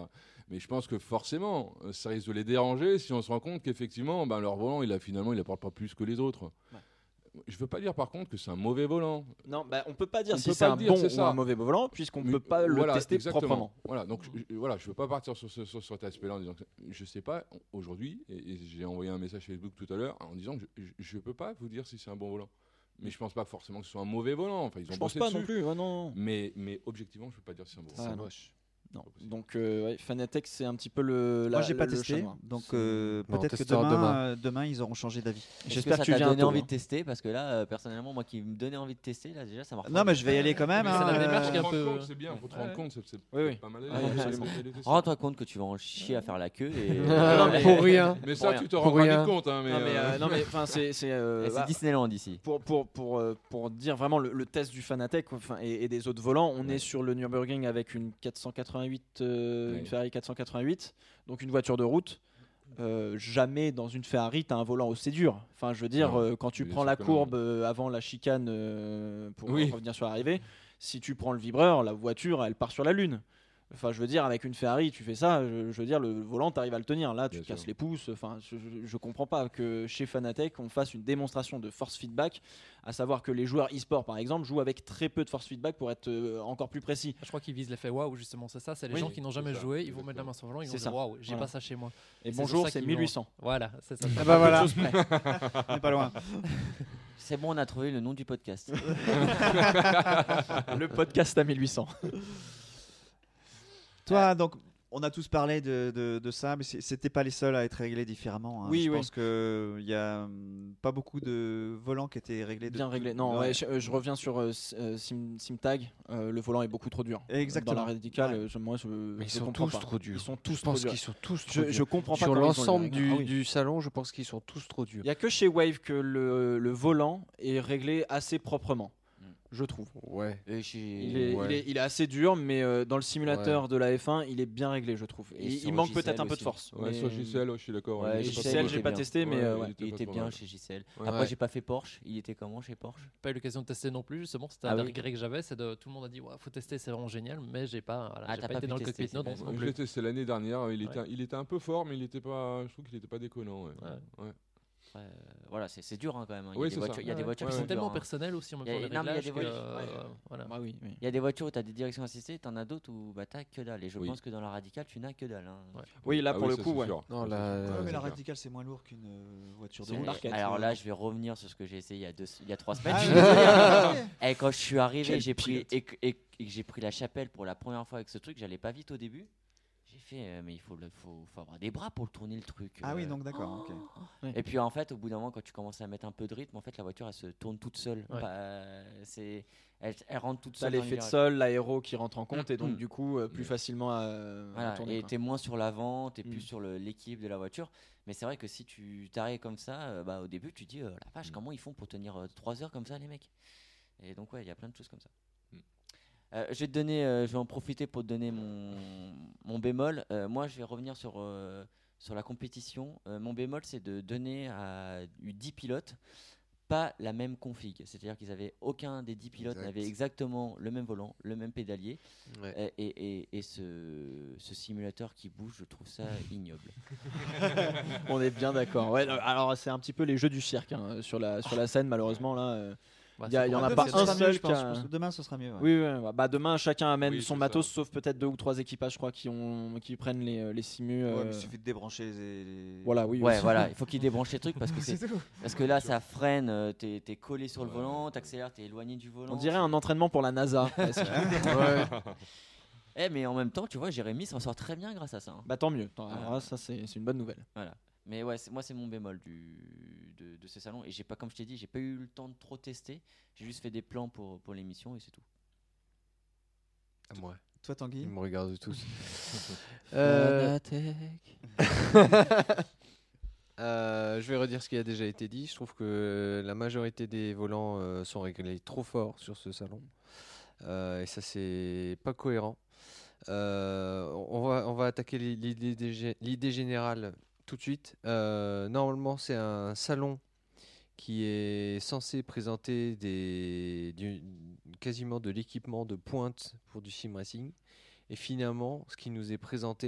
Mais je pense que forcément, euh, ça risque de les déranger si on se rend compte qu'effectivement, ben, leur volant, il a finalement, il apporte pas plus que les autres. Ouais. Je veux pas dire par contre que c'est un mauvais volant. Non, bah, on peut pas dire On si peut c'est pas un le dire, bon c'est ou ça. un mauvais volant, puisqu'on Mais peut pas le voilà, tester exactement. proprement. Voilà, donc je, je- voilà, je veux pas partir sur, ce- sur, sur cet aspect-là en disant que je sais pas aujourd'hui, et, et j'ai envoyé un message Facebook tout à l'heure en disant que je, je, je peux pas vous dire si c'est un bon volant. Mais je pense pas forcément que ce soit un mauvais volant. Enfin, ils ont Je pense bossé pas dessus. non plus. Ouais, non. Mais, mais objectivement, je peux pas dire si c'est un bon Ah, volant. non. moche. Non. Pas possible. Donc, euh, ouais, Fanatec, c'est un petit peu le. Moi, la- j'ai pas le testé, chat noir. donc euh, Bon, on peut-être que testera demain, demain. euh, demain, ils auront changé d'avis. Est-ce J'espère que que ça tu t'a viens donné tôt, envie hein. de tester parce que là, euh, personnellement, moi qui me donnait envie de tester, là déjà, ça m'a Non, mais je vais y aller quand même. Mais c'est hein, la euh, démarche qui est un Faut te peu- rendre compte, c'est bien, faut te rendre Ouais. compte, c'est c'est Oui, oui. pas mal. Ouais, d'aller- absolument. d'aller tester. Rends-toi compte que tu vas en chier à faire la queue et. Non, mais- Pour rien. Mais Pour ça, rien. tu te Pour rends pas rien. vite compte. Hein, mais, Non, mais, euh, euh, non, mais enfin, c'est. c'est, euh, Eh, c'est bah, Disneyland ici. Pour, pour, pour, euh, pour dire vraiment le, le test du Fanatec enfin, et, et des autres volants, on Ouais. est sur le Nürburgring avec une quatre cent quatre-vingt-huit, euh, Ouais. une Ferrari quatre cent quatre-vingt-huit, donc une voiture de route. Euh, jamais dans une Ferrari tu as un volant aussi dur. Enfin, je veux dire, Non, euh, quand tu bien prends sûr la que non. courbe euh, avant la chicane euh, pour Oui. revenir sur l'arrivée, si tu prends le vibreur, la voiture elle part sur la lune. Enfin, je veux dire, avec une Ferrari, tu fais ça, je, je veux dire, le volant, tu arrives à le tenir. Là, tu Bien te casses sûr. les pouces. Enfin, je, je, je comprends pas que chez Fanatec, on fasse une démonstration de force feedback, à savoir que les joueurs e-sport, par exemple, jouent avec très peu de force feedback pour être euh, encore plus précis. Je crois qu'ils visent l'effet waouh, justement, c'est ça. C'est les Oui, gens qui n'ont jamais c'est ça, joué, ils vont mettre la exactement. main sur le volant, ils vont C'est dire ça. waouh, j'ai Voilà. pas ça chez moi. Et Et c'est bonjour, pour ça c'est qu'ils mille huit cents. Voilà, c'est ça. Eh ben voilà, Chose près. on n'est pas loin. C'est bon, on a trouvé le nom du podcast. Le podcast à mille huit cents. Toi, donc, on a tous parlé de, de, de ça, mais c'est- c'était pas les seuls à être réglés différemment. hein. Oui, je oui. pense qu'il y a hum, pas beaucoup de volants qui étaient réglés. De Bien tout- réglé. Non, Ouais. ouais, je, euh, je reviens sur euh, S- euh, Sim, Simtag. Euh, le volant est beaucoup trop dur. Exactement. Dans la radicale, Ouais. euh, je, moi, je, Mais ils je sont comprends tous pas. trop durs. Ils sont tous Je trop pense durs. qu'ils sont tous trop Je, durs. je comprends pas Sur comment ils ont les l'ensemble règles. du, Ah oui. du salon, je pense qu'ils sont tous trop durs. Il n'y a que chez Wave que le, le volant est réglé assez proprement, Mm. je trouve. Ouais. Et chez- Il est, Ouais. il, est, il est assez dur, mais euh, dans le simulateur de la F un, il est bien réglé, je trouve. Et Et sur il manque Giselle peut-être un peu de aussi. force. Ouais, mais- sur Giselle, ouais, je suis d'accord. Ouais, il était Giselle, pas Giselle, trop j'ai il pas était testé, mais Ouais, euh, il ouais. était Il pas était trop bien mal. chez Giselle. Ouais. Après, Ouais. j'ai pas fait Porsche. Il était comment chez Porsche? Pas eu l'occasion de tester non plus, justement. C'était Ah un oui. regret que j'avais. C'est de tout le monde a dit ouais, faut tester, c'est vraiment génial, mais j'ai pas, voilà, Ah, j'ai t'as pas, pas été pu dans le tester, cockpit c'est non, bien. non Ouais, Je plus. l'ai testé l'année dernière. Il était, Ouais. il était un peu fort, mais il était pas. Je trouve qu'il était pas déconnant. ouais. Ouais. Ouais. Après, euh, voilà, c'est c'est dur hein, quand même. hein. Il y a Oui, des c'est ça. voitures, il y a des Ouais, voitures puis qui c'est sont tellement dures, hein. personnel aussi en même Il y a- temps les non, mais il y a réglages des que, voitures- euh, ouais. voilà. Bah oui, oui. Il y a des voitures où tu as des directions assistées, tu en as d'autres où bah, tu que dalle. Et je Oui. pense que dans la radicale, tu n'as que dalle. hein. Ouais. Oui, là Ah pour oui, le ça, coup, c'est ouais. sûr. Non, Ça, là, c'est euh, sûr. Ouais, mais C'est la clair. radicale, c'est moins lourd qu'une euh, voiture de C'est une route. barquette. Alors euh, là, je vais revenir sur ce que j'ai essayé il y a, deux, il y a trois semaines. Ah, Je suis oui. désolé, hein. Et quand je suis arrivé, Quel j'ai pris pilote. et, que- et que- et que j'ai pris la chapelle pour la première fois avec ce truc, j'allais pas vite au début. J'ai fait, euh, mais il faut, le, faut, faut avoir des bras pour le tourner le truc. Ah oui, euh. donc d'accord. ok. Et puis en fait, au bout d'un moment, quand tu commences à mettre un peu de rythme, en fait, la voiture elle se tourne toute seule. Ouais. Pas- euh, c'est, elle, elle rentre toute T'as seule. dans l'effet de les virages. sol, l'aéro qui rentre en compte, et donc Mm. du coup, euh, plus Mm. facilement à, à Voilà, tourner. et quoi. t'es moins sur l'avant, t'es plus Mm. sur le- l'équilibre de la voiture. Mais c'est vrai que si tu t'arrêtes comme ça, euh, bah, au début, tu te dis, euh, la vache, Mm. comment ils font pour tenir trois heures comme ça, les mecs? Et donc, ouais, il y a plein de choses comme ça. Mm. Euh, je vais te donner, euh, je vais en profiter pour te donner mon, mon bémol. Euh, moi, je vais revenir sur, euh, sur la compétition. Euh, mon bémol, c'est de donner à eu dix pilotes pas la même config. C'est-à-dire qu'ils avaient aucun des dix pilotes Exact. n'avait exactement le même volant, le même pédalier. Ouais. Euh, Et, et- et ce, ce simulateur qui bouge, je trouve ça ignoble. On est bien d'accord. Ouais, euh, alors c'est un petit peu les jeux du cirque hein, sur la sur la scène malheureusement là. euh. Bah, Il y a- c'est il y en pour a moi, pas c'est- ce un sera mieux, seul je pense. qui a- Je pense que demain, ce sera mieux. ouais. Oui, oui, ouais. Bah demain chacun amène Oui, son c'est matos, ça. sauf peut-être deux ou trois équipages, je crois, qui ont qui prennent les euh, les simus. Ouais, euh, mais il suffit de débrancher les. les- Voilà, oui. Ouais, aussi. voilà, il faut qu'ils débranchent les trucs parce que c'est C'est tout. parce que là ça freine, euh, t'es t'es collé sur le Ouais. volant, t'accélères, t'es éloigné du volant. On dirait un entraînement pour la NASA. presque. Ouais. Eh, mais en même temps, tu vois, Jérémy s'en sort très bien grâce à ça. hein. Bah tant mieux. Tant- Voilà. alors là, ça c'est c'est une bonne nouvelle. Voilà. Mais ouais, c'est- moi c'est mon bémol du, de, de ces salons. Et j'ai pas, comme je t'ai dit, j'ai pas eu le temps de trop tester. J'ai juste fait des plans pour, pour l'émission et c'est tout. À moi. Toi, Tanguy Ils me regardent tous. Euh, euh, je vais redire ce qui a déjà été dit. Je trouve que la majorité des volants euh, sont réglés trop fort sur ce salon. Euh, et ça, c'est pas cohérent. Euh, on, va, on va attaquer l'i- l'idée dé- l'idée générale tout de suite. Euh, normalement, c'est un salon qui est censé présenter des, du- quasiment de l'équipement de pointe pour du sim racing. Et finalement, ce qui nous est présenté,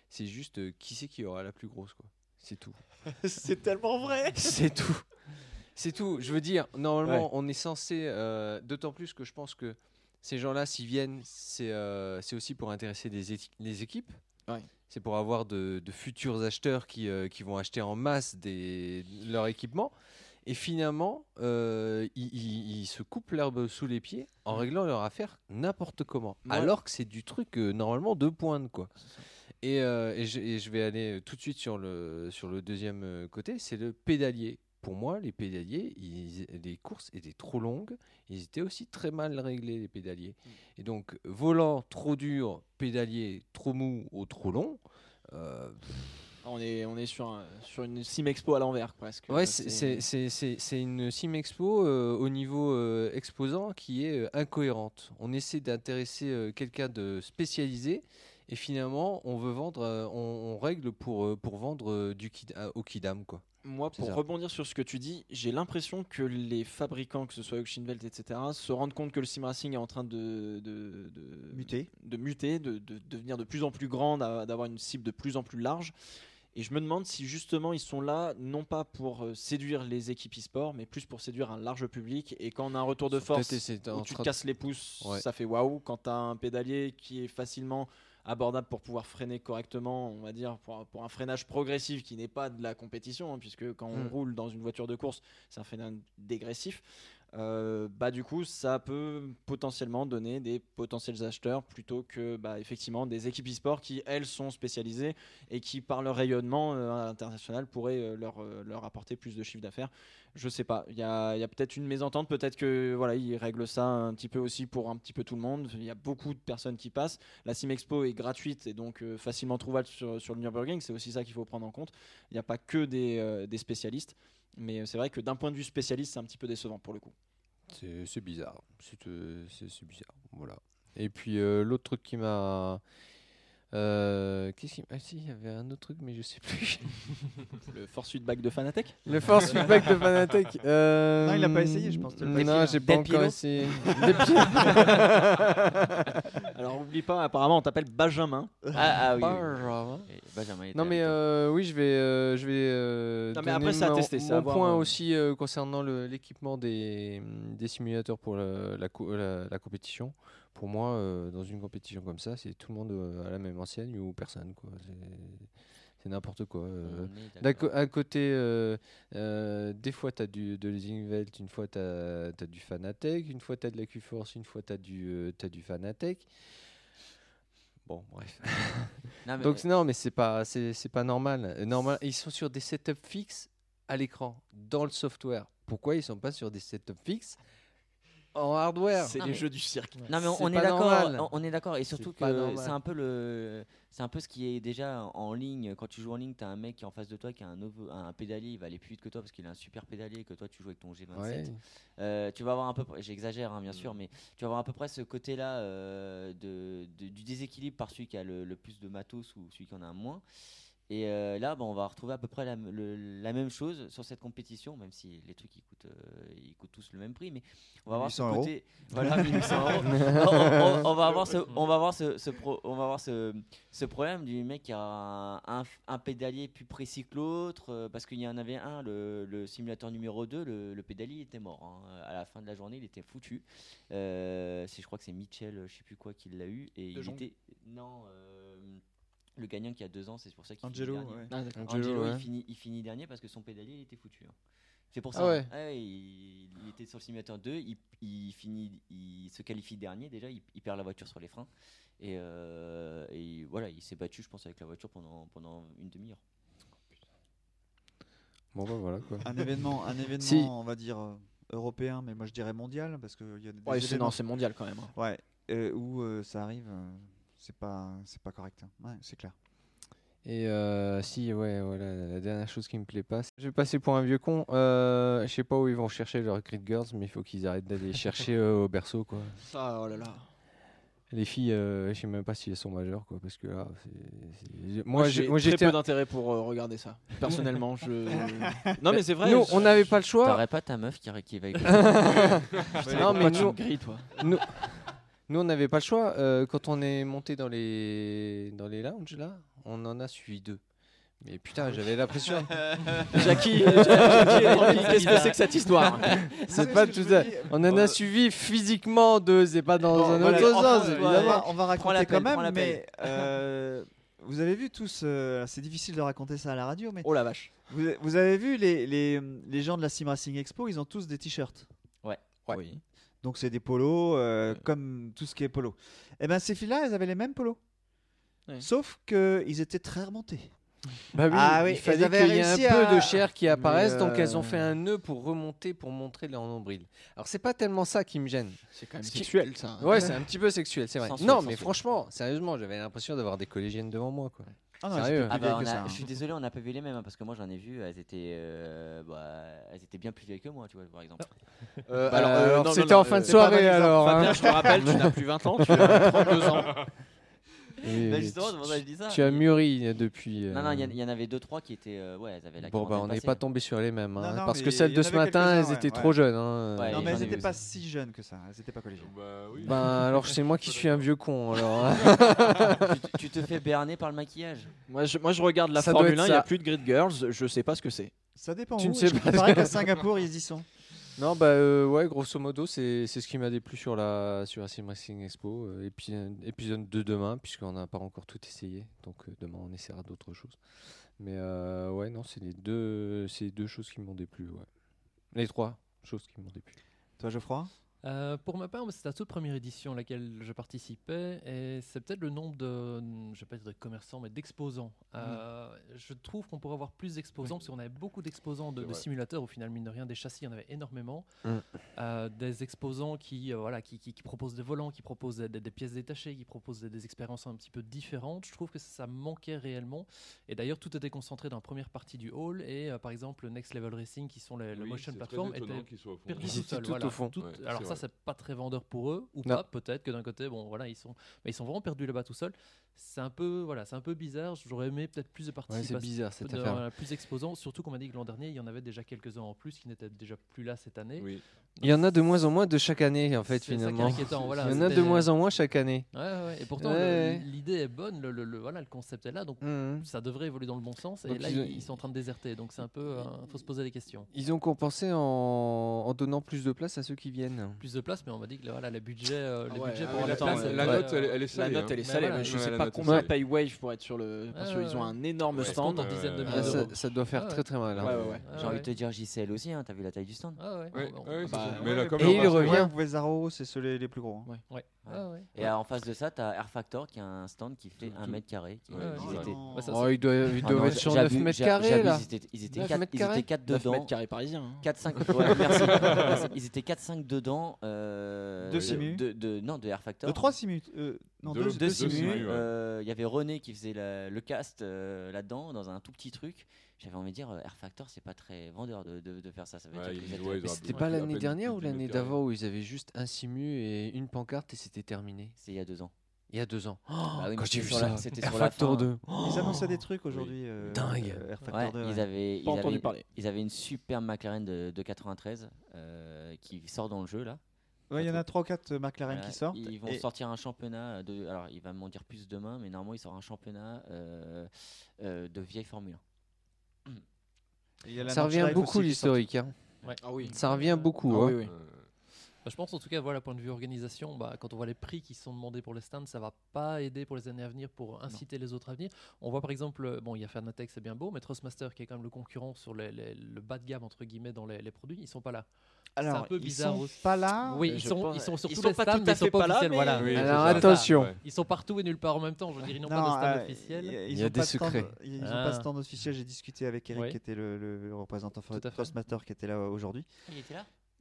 C'est juste euh, qui c'est qui aura la plus grosse, quoi. C'est tout. C'est tellement vrai. C'est tout. C'est tout. Je veux dire, normalement, Ouais. on est censé. euh, D'autant plus que je pense que ces gens-là, s'ils viennent, c'est euh, c'est aussi pour intéresser des éti- les équipes. Ouais. C'est pour avoir de, de futurs acheteurs qui, euh, qui vont acheter en masse des, leur équipement. Et finalement, euh, ils, ils- ils se coupent l'herbe sous les pieds en réglant leur affaire n'importe comment. Moi- Alors que c'est du truc, euh, normalement, de pointe, quoi. Et, euh, et, je, et je vais aller tout de suite sur le, sur le deuxième euh, côté, c'est le pédalier. Pour moi, les pédaliers, ils- les courses étaient trop longues, ils étaient aussi très mal réglés, les pédaliers. Et donc, volant trop dur, pédalier trop mou ou trop long, euh, On est, on est sur, un- sur une Sim Expo à l'envers presque. ouais, Euh, c'est- c'est c'est- c'est- c'est une Sim Expo euh, au niveau euh, exposant qui est euh, incohérente. On essaie d'intéresser euh, quelqu'un de spécialisé et finalement, on veut vendre, euh, on, on règle pour, euh, pour vendre euh, du kid, euh, au kidam, quoi. Moi, C'est pour ça. rebondir sur ce que tu dis, j'ai l'impression que les fabricants, que ce soit Oxenvelt, et cetera, se rendent compte que le sim racing est en train de, de, de Muter. de muter, de, de devenir de plus en plus grand, d'a- d'avoir une cible de plus en plus large. Et je me demande si justement ils sont là, non pas pour euh, séduire les équipes e-sport, mais plus pour séduire un large public. Et quand on a un retour de Ils sont force peut-être essayer- où en tu te train de- casses les pouces, Ouais. ça fait waouh. Quand tu as un pédalier qui est facilement abordable pour pouvoir freiner correctement, on va dire, pour, pour un freinage progressif qui n'est pas de la compétition, hein, puisque quand on Mm. roule dans une voiture de course, c'est un freinage dégressif. Euh, bah du coup ça peut potentiellement donner des potentiels acheteurs plutôt que bah, effectivement des équipes e-sport qui elles sont spécialisées et qui par leur rayonnement euh, international pourraient euh, leur, euh, leur apporter plus de chiffre d'affaires. Je sais pas, il y a, il y a peut-être une mésentente, peut-être que voilà ils règlent ça un petit peu aussi pour un petit peu tout le monde. Il y a beaucoup de personnes qui passent. La Sim Expo est gratuite et donc euh, facilement trouvable sur, sur le Nürburgring, c'est aussi ça qu'il faut prendre en compte. Il n'y a pas que des, euh, des spécialistes. Mais c'est vrai que d'un point de vue spécialiste, c'est un petit peu décevant pour le coup. C'est c'est bizarre. C'est euh, c'est- c'est bizarre. Voilà. Et puis euh, l'autre truc qui m'a. euh, Qu'est-ce qui. Ah si, il y avait un autre truc, mais je sais plus. Le Force Feedback de Fanatec. Le Force Feedback de Fanatec. euh, Non, il l'a pas essayé, je pense, de le Non, faire. j'ai pas Del encore Piero essayé. Del Piero. Alors oublie pas, apparemment on t'appelle Benjamin. Ah, ah oui. oui, oui. Benjamin. Et Benjamin était Non mais avec toi. euh, oui je vais euh, je vais euh, Non, mais donner après, c'est à mon- tester, c'est à mon voir, point euh. aussi euh, concernant le- l'équipement des, des simulateurs pour le- la, co- la, la compétition. Pour moi euh, dans une compétition comme ça c'est tout le monde euh, à la même enseigne ou personne quoi. C'est- C'est n'importe quoi. euh. On est D'un d'accord. co- à côté, euh, euh, des fois tu as du, de l'Isingvelt, une fois tu as, du Fanatec, une fois tu as de la Q-Force, une fois tu as, euh, t'as du Fanatec. Bon, bref. Non, mais, Donc non, mais c'est pas, c'est, c'est pas normal. Euh, normal. Ils sont sur des setups fixes à l'écran, dans le software. Pourquoi ils sont pas sur des setups fixes en hardware? C'est Non, les mais- jeux du cirque. Non mais on, C'est on est pas d'accord, normal. on, on est d'accord et surtout pas que normal. c'est un peu le c'est un peu ce qui est déjà en, en ligne quand tu joues en ligne, tu as un mec qui est en face de toi qui a un nouveau un pédalier, il va aller plus vite que toi parce qu'il a un super pédalier que toi tu joues avec ton G vingt-sept. Ouais. Euh, tu vas avoir un peu près- j'exagère hein, bien sûr Mm. mais tu vas avoir à peu près ce côté-là euh, de, de- du déséquilibre par celui qui a le, le plus de matos ou celui qui en a moins. Et euh, là, bon, on va retrouver à peu près la, m- le- la même chose sur cette compétition, même si les trucs ils coûtent, euh, ils coûtent tous le même prix, mais on va avoir ce mille huit cents euros. côté, voilà, mille huit cents euros. on, on- on va avoir ce, on va avoir ce, ce pro- on va avoir ce, ce problème du mec qui a un, un, un pédalier plus précis que l'autre, euh, parce qu'il y en avait un, le, le simulateur numéro deux, le, le pédalier était mort. Hein. À la fin de la journée, il était foutu. Euh, c'est, je crois que c'est Mitchell, je sais plus quoi, qui l'a eu, et De il Jong. était, non. euh, le gagnant qui a deux ans, c'est pour ça qu'il Angelo, finit dernier. ouais. Ah, d'accord. Angelo, Angelo, ouais. il, finit, il finit dernier parce que son pédalier il était foutu. hein. C'est pour Ah ça. ouais. hein. Ouais, il, il était sur le simulateur deux, il, il finit, il se qualifie dernier déjà, il, il perd la voiture sur les freins. Et, euh, et voilà, il s'est battu, je pense, avec la voiture pendant, pendant une demi-heure. Bon bah voilà quoi. Un événement, un événement Si. on va dire euh, européen, mais moi je dirais mondial, parce qu'il y a des Ouais, c'est, événements non, c'est mondial quand même. hein. ouais, euh, où euh, ça arrive, euh, c'est pas, c'est pas correct. hein. Ouais, c'est clair. Et euh, si, ouais, voilà, la dernière chose qui me plaît pas, c'est- je vais passer pour un vieux con. Euh, je sais pas où ils vont chercher leurs Grid Girls, mais il faut qu'ils arrêtent d'aller chercher euh, au berceau, quoi. Ça, oh là là. Les filles, euh, je sais même pas si elles sont majeures, quoi, parce que là, c'est. c'est- Moi, Moi, j'ai j'ai- moi, très j'étais. peu d'intérêt pour euh, regarder ça. Personnellement, je. Non, mais c'est vrai. Nous, je- on n'avait pas le choix. T'aurais pas ta meuf qui, qui va écouter. Non, mais Pourquoi tu nous, me grilles, toi. nous, nous, on n'avait pas le choix. Euh, quand on est monté dans les dans les lounges là, on en a suivi deux. Mais putain, j'avais l'impression. Jackie, Jackie est tranquille, qu'est-ce que c'est que cette histoire? C'est pas tout ça. On en a suivi physiquement deux, c'est pas dans Bon, un voilà, autre on sens, va- évidemment. On va raconter l'appel, quand prends même, l'appel. mais euh, vous avez vu tous, euh, c'est difficile de raconter ça à la radio, mais Oh la vache. vous, vous avez vu les, les, les gens de la Sim Racing Expo, ils ont tous des t-shirts. Ouais. Oui. Donc c'est des polos, euh, Ouais. comme tout ce qui est polo. Et ben ces filles-là, elles avaient les mêmes polos. Ouais. Sauf qu'ils étaient très remontés. Bah oui, Ah oui, il fallait elles avaient qu'il y ait un réussi peu à- de chair qui apparaisse, Mais, donc elles euh, ont fait un nœud pour remonter, pour montrer leur nombril. Alors c'est pas tellement ça qui me gêne. C'est quand même Ce qui- sexuel ça. Ouais, c'est un petit peu sexuel, c'est vrai. Sensuel, non, sensuel. mais franchement, sérieusement, j'avais l'impression d'avoir des collégiennes devant moi, quoi. Ah non, Sérieux. elles étaient Ah plus bah, vieilles on que a- ça, hein. je suis désolé, on n'a pas vu les mêmes hein, parce que moi j'en ai vu, elles étaient, euh, bah, elles étaient bien plus vieilles que moi, tu vois, par exemple. Euh, Bah, alors, euh, alors, non, non, c'était non, en fin euh, de c'est pas soirée dans les alors. Fabien, hein. je te rappelle, tu n'as plus vingt ans, tu as trente-deux ans. Oui, Bah, oui, justement, tu- c'est pour ça que je dis ça. Tu as mûri depuis. Non, non, il y, euh, en- il y en avait deux, trois qui étaient, euh, ouais, elles avaient la Bon, bah, on n'est quarantaine pas passée. tombé sur les mêmes. hein, Non, non, parce mais que celles il y de en ce avait matin, quelques-uns, elles ouais, étaient ouais. trop jeunes. hein. Ouais, Non, mais j'en elles ai n'étaient vu pas aussi. si jeunes que ça. Elles n'étaient pas collégiennes. Bah oui. Ben, alors c'est moi qui suis un vieux con. Alors, hein. tu, te- tu te fais berner par le maquillage. Moi je, moi, je regarde la Ça doit Formule être un, il n'y a ça. plus de Grid Girls, je sais pas ce que c'est. Ça dépend. Tu où. ne sais Je- pas. Il paraît qu'à Singapour, ils y sont. Non, bah euh, ouais, grosso modo, c'est c'est ce qui m'a déplu sur la sur la Sim Racing Expo. Euh, et puis un épisode de demain, puisqu'on n'a pas encore tout essayé. Donc euh, demain, on essaiera d'autres choses. Mais euh, ouais, non, c'est les deux, c'est les deux choses qui m'ont déplu. Ouais. Les trois choses qui m'ont déplu. Toi, Geoffroy? Euh, pour ma part, moi, c'était la toute première édition à laquelle je participais et c'est peut-être le nombre de, je vais pas dire de commerçants, mais d'exposants. Euh, Je trouve qu'on pourrait avoir plus d'exposants parce qu'on avait beaucoup d'exposants de, C'est de vrai. simulateurs. Au final, mine de rien, des châssis, il y en avait énormément. Mm. Euh, des exposants qui, euh, voilà, qui, qui, qui proposent des volants, qui proposent des, des- des pièces détachées, qui proposent des, des expériences un petit peu différentes. Je trouve que ça manquait réellement. Et d'ailleurs, tout était concentré dans la première partie du hall et euh, par exemple, le Next Level Racing, qui sont les, le Oui, motion c'est très platform, étonnant était qu'ils soient au fond. perdu Ils tout étaient seul, tout voilà. au fond. Tout- Ouais, alors c'est ça, vrai. c'est pas très vendeur pour eux, ou Non. pas, peut-être que d'un côté, bon, voilà, ils sont, mais ils sont vraiment perdus là-bas tout seuls. C'est un peu, voilà, c'est un peu bizarre. J'aurais aimé peut-être plus de Ouais, participation. c'est bizarre cette de- affaire. voilà, plus exposants, surtout qu'on m'a dit que l'an dernier, il y en avait déjà quelques-uns en plus qui n'étaient déjà plus là cette année. Oui. Il y en a de moins en moins de chaque année, en fait, C'est ça qui est finalement. inquiétant, voilà, Il y en a de c'était- moins en moins chaque année. Ouais, ouais, et pourtant, Ouais. le- l'idée est bonne, le, le- le- voilà, le concept est là, donc Mhm. ça devrait évoluer dans le bon sens. Et Donc là, ils ont- ils, ils sont en train de déserter, donc c'est un peu, il faut se poser des questions. Ils ont compensé en... en donnant plus de place à ceux qui viennent. Plus de place, mais on m'a dit que voilà, les budgets, euh, Ah les ouais, budgets ah pour ouais, la attends, place, la elles La doivent- note, elle, elle est La salée. note, elle est Mais salée. voilà, je ouais, sais la pas note est combien salée. paye Wave pour être sur le. Parce Ouais, qu'ils ont ouais. un énorme Ouais, ça stand. compte en dizaines de Euh, milliers Ah, ça, d'euros. ça doit faire Ah très ouais. très mal. hein. Ouais, ouais, ouais. Ah J'ai envie ouais. de te dire J C L aussi, hein, t'as vu la taille du stand. Ah ouais, Ouais, bon, ouais, c'est Bah, ça. ouais. Mais là, comme Et leur il marché- revient. Ouais, Vezaro, c'est ceux les, les plus gros. hein. Ouais. Ah ouais. Et euh, en face de ça, t'as Air Factor qui a un stand qui fait Tout- un tout- mètre carré. qui- Ouais, ils ouais. étaient- Bah, ça, Oh, c'est- ils doivent, ils Ah doivent non, être sur j'abuse, neuf mètres j'a- carrés j'abuse, là. Ils étaient, ils étaient neuf quatre, mètres ils carrés étaient quatre neuf dedans. mètres carrés parisiens. hein. quatre cinq ouais, merci. Merci. Ils étaient quatre cinq dedans. Euh, Deux simus. de, de- Non, de Air Factor. De trois simus. euh, non, Deux- deux, Deux deux simus. simus, ouais. euh, Il y avait René qui faisait la- le cast euh, là-dedans, dans un tout petit truc. J'avais envie de dire, euh, Air Factor, c'est pas très vendeur de, de- de faire ça. Ça veut Ouais, dire que ils- vous êtes- ouais, ils Mais auraient c'était pu- pas à l'année peine dernière plus ou de l'année mètres carrés. d'avant où ils avaient juste un simu et une pancarte et c'était terminé. C'est il y a deux ans. Il y a deux ans. Oh, Bah oui, quand mais j'ai c'était vu sur ça, la- c'était Air sur la Factor fin. deux. Ils annonçaient des trucs aujourd'hui. euh, Dingue. euh, Air Factor Ouais, deux, ils ouais. avaient, Pas ils entendu avaient- parler. ils avaient une superbe McLaren de, de quatre-vingt-treize euh, qui sort dans le jeu là. Ouais, il y en a trois ou quatre McLaren Voilà, qui sortent. Ils vont et- sortir un championnat de. Alors, il va m'en dire plus demain, mais normalement, il sort un championnat euh, euh, de vieille Formule un. et il y a la Ça Notch revient Life beaucoup aussi qui sort. l'historique. hein. Ah oui. Ça revient beaucoup. Ah hein. oui, oui. Euh, Bah, je pense en tout cas, voilà, point de vue organisation, bah, quand on voit les prix qui sont demandés pour les stands, ça va pas aider pour les années à venir pour inciter les autres à venir. On voit par exemple, euh, bon, il y a Fanatec, c'est bien beau, mais Trustmaster qui est quand même le concurrent sur les- les- le bas de gamme entre guillemets dans les, les produits, ils sont pas là. Alors, c'est un peu ils bizarre sont aussi. pas là. oui, euh, ils je sont, pense- ils sont sur ils tous sont les pas stands, tout à mais ils sont fait pas pas là, officiels. mais- Voilà. oui, Alors c'est ça. attention. Ouais. Ils sont partout et nulle part en même temps. Je veux dire, ils n'ont Non, pas de stand euh, officiel. ils- Il ils y a ont des pas de stand- secrets. Ils n'ont Ah. pas de stand officiel. J'ai discuté avec Eric, Oui. qui était le, le- le représentant Tout à fait. Trustmaster, qui était là aujourd'hui. Il était là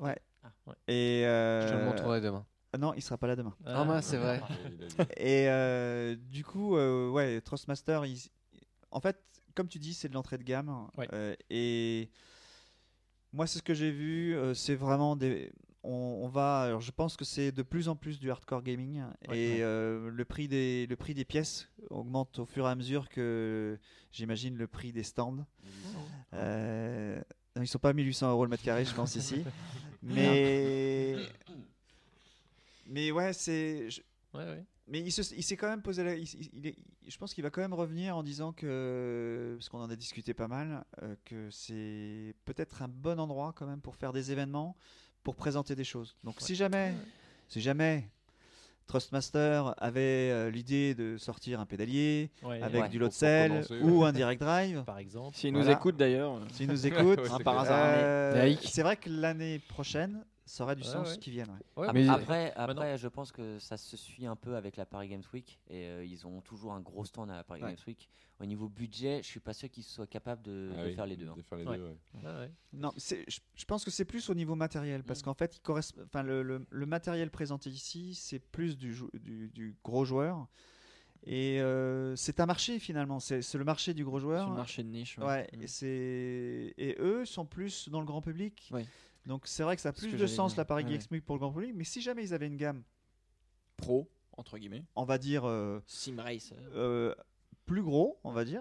Et euh, Je te le montrerai demain. ah non, il sera pas là demain. Ah mince, c'est vrai. il a dit- Et euh, du coup, euh, ouais, Trustmaster, ils- en fait, comme tu dis, c'est de l'entrée de gamme. Ouais. Euh, et moi, c'est ce que j'ai vu. euh, c'est vraiment des. On, on va. Alors, je pense que c'est de plus en plus du hardcore gaming. Ouais. et euh, le prix des le prix des pièces augmente au fur et à mesure que j'imagine le prix des stands. Euh, non, ils sont pas à mille huit cents euros le mètre carré, je pense ici. Mais mais ouais, c'est. je- Ouais, ouais. mais il, se- il s'est quand même posé la, il- il- il est- je pense qu'il va quand même revenir en disant que, parce qu'on en a discuté pas mal, euh, que c'est peut-être un bon endroit quand même pour faire des événements, pour présenter des choses. Donc si jamais, si jamais Trustmaster avait euh, l'idée de sortir un pédalier Ouais, avec Ouais, du pour- load pour cell commencer, ou ouais. un direct drive, par exemple. S'ils nous Voilà. écoutent d'ailleurs. s'ils nous écoutent, Ouais, Hein, c'est par clair. hasard. euh, Naïk. c'est vrai que l'année prochaine, ça aurait du Ouais, sens ouais. qu'ils viennent. ouais. Ouais, Ap- Mais- après, Maintenant- après je pense que ça se suit un peu avec la Paris Games Week et euh, ils ont toujours un gros stand à la Paris Ouais. Games Week. Au niveau budget, je suis pas sûr qu'ils soient capables de, Ah de oui, faire les deux. hein. de faire les Ouais. deux, ouais. Ouais, ouais. Non, c'est- je, je pense que c'est plus au niveau matériel parce Mm. qu'en fait, il correspond, enfin, le, le- le matériel présenté ici, c'est plus du, jou- du, du gros joueur et euh, c'est un marché finalement. C'est c'est le marché du gros C'est joueur. le marché de niche. Ouais, Mm. et, c'est- et eux sont plus dans le grand public. Ouais. Donc c'est vrai que ça a C'est ce plus que de j'allais sens dire. la Paris Ouais, Games ouais. Week pour le grand public. Mais si jamais ils avaient une gamme, Pro, entre guillemets. on va dire euh, Sim Race. euh, plus gros, on va dire,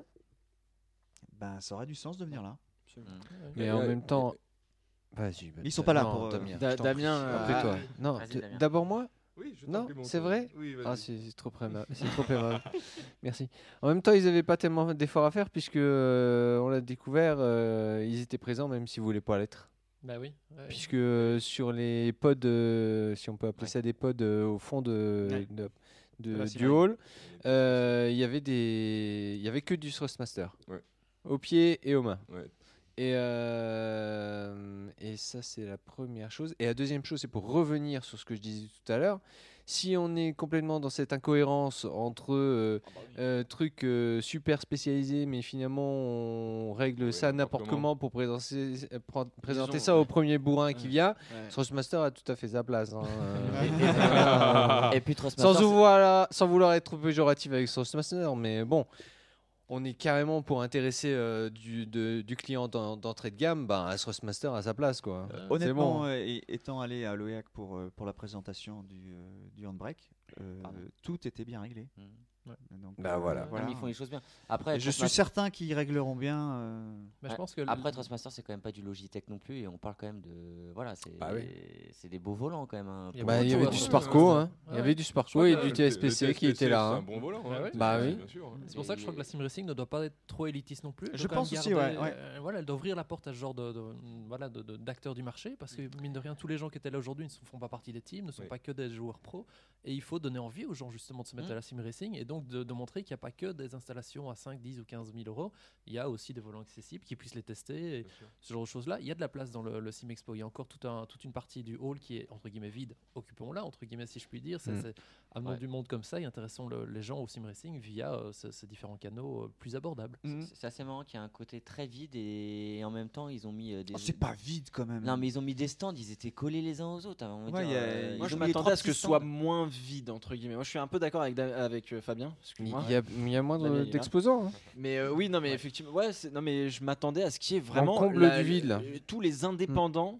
ben ça aurait du sens de venir là. Mais Et en là, même temps. et- Vas-y. bah, Ils sont pas là non, pour, euh, Damien. Da- je t'en Damien, prie. euh, Après toi. ah, Non, Vas-y, d- Damien. d'abord moi. Oui, je t'en Non, prie, mon c'est tour. vrai Oui, vas-y. Ah, c'est c'est trop aimable. C'est trop aimable. Merci. En même temps, ils n'avaient pas tellement d'efforts à faire puisque euh, on l'a découvert, euh, ils étaient présents même s'ils voulaient pas l'être. Bah oui. ouais. Puisque euh, sur les pods, euh, si on peut appeler Ouais. ça des pods euh, au fond de, Ouais. de- de- De la du cinéma. hall, euh, il y avait des, il y avait que du Thrustmaster, Ouais. au pied et aux mains. Ouais. Et, euh, et ça, c'est la première chose. Et la deuxième chose, c'est pour revenir sur ce que je disais tout à l'heure. Si on est complètement dans cette incohérence entre euh, euh, trucs euh, super spécialisés, mais finalement on règle Ouais, ça n'importe n'importe comment pour présenter, euh, pr- présenter Disons, ça au ouais. premier bourrin qui Ouais. vient, Ouais. Thrustmaster a tout à fait sa place. hein, euh. Et, et puis Trustmaster, sans, c'est- vouloir, sans vouloir être trop péjoratif avec Thrustmaster, mais bon. On est carrément pour intéresser euh, du, de- du client d'en- d'entrée de gamme, ben, un Thrustmaster à sa place. Quoi. Euh, C'est Honnêtement, bon. euh, et- étant allé à l'O E A C pour, euh, pour la présentation du, euh, du handbrake, euh, Pardon. tout était bien réglé. Mm. Donc, Bah voilà. Non, mais ils font les choses bien. Après, Et je suis Trustmaster- certain qu'ils régleront bien. euh, Mais je Ouais. pense que le- Après, Trustmaster, c'est quand même pas du Logitech non plus, et on parle quand même de. Voilà, c'est Bah oui. c'est des beaux volants quand même. hein, Il y a pour- Bah, il y avait Ouais, du ouais, Sparco, ouais. hein. il y Ouais. avait du Sparco crois et que du le- T S P C le qui était là. C'est hein. un bon volant. Bah hein. ouais. Bah oui. Bien sûr. hein. C'est pour ça que je crois que la sim racing ne doit pas être trop élitiste non plus. Elle Je doit quand pense même aussi, garder, ouais, ouais. euh, voilà, elle doit ouvrir la porte à ce genre de, de- voilà, de- de- d'acteurs du marché parce que mine de rien, tous les gens qui étaient là aujourd'hui ne sont- font pas partie des teams, ne sont Oui. pas que des joueurs pro. Et il faut donner envie aux gens justement de se mettre Mm. à la sim racing et donc de, de montrer qu'il n'y a pas que des installations à cinq, dix ou quinze mille euros. Il y a aussi des volants accessibles qui puissent les tester. Et Bien sûr. ce genre de choses-là, il y a de la place dans le, le Sim Expo. Il y a encore tout un, toute une partie du hall qui est entre guillemets vide. Occupons-la, entre guillemets, si je puis dire. C'est, Mm. c'est amenons Ouais. du monde comme ça et intéressons le- les gens au Sim Racing via euh, ce- ces différents canaux euh, plus abordables. C'est c'est assez marrant qu'il y a un côté très vide et en même temps ils ont mis euh, des. oh, c'est pas vide quand même. Non mais ils ont mis des stands, ils étaient collés les uns aux autres. hein, on va Ouais, dire, y a- euh, Moi, ils je ont mis les m'attendais trois à ce que petits ce soit stands. moins vide, entre guillemets. Moi, je suis un peu d'accord avec, Da- avec euh, Fabien. Il Excuse-moi. y a, il y a moins La de- vieille, là. d'exposants. hein. Mais euh, oui, non, mais effectivement, ouais, c'est- non, mais je m'attendais à ce qui est vraiment comble la- du vide, là. le- tous les indépendants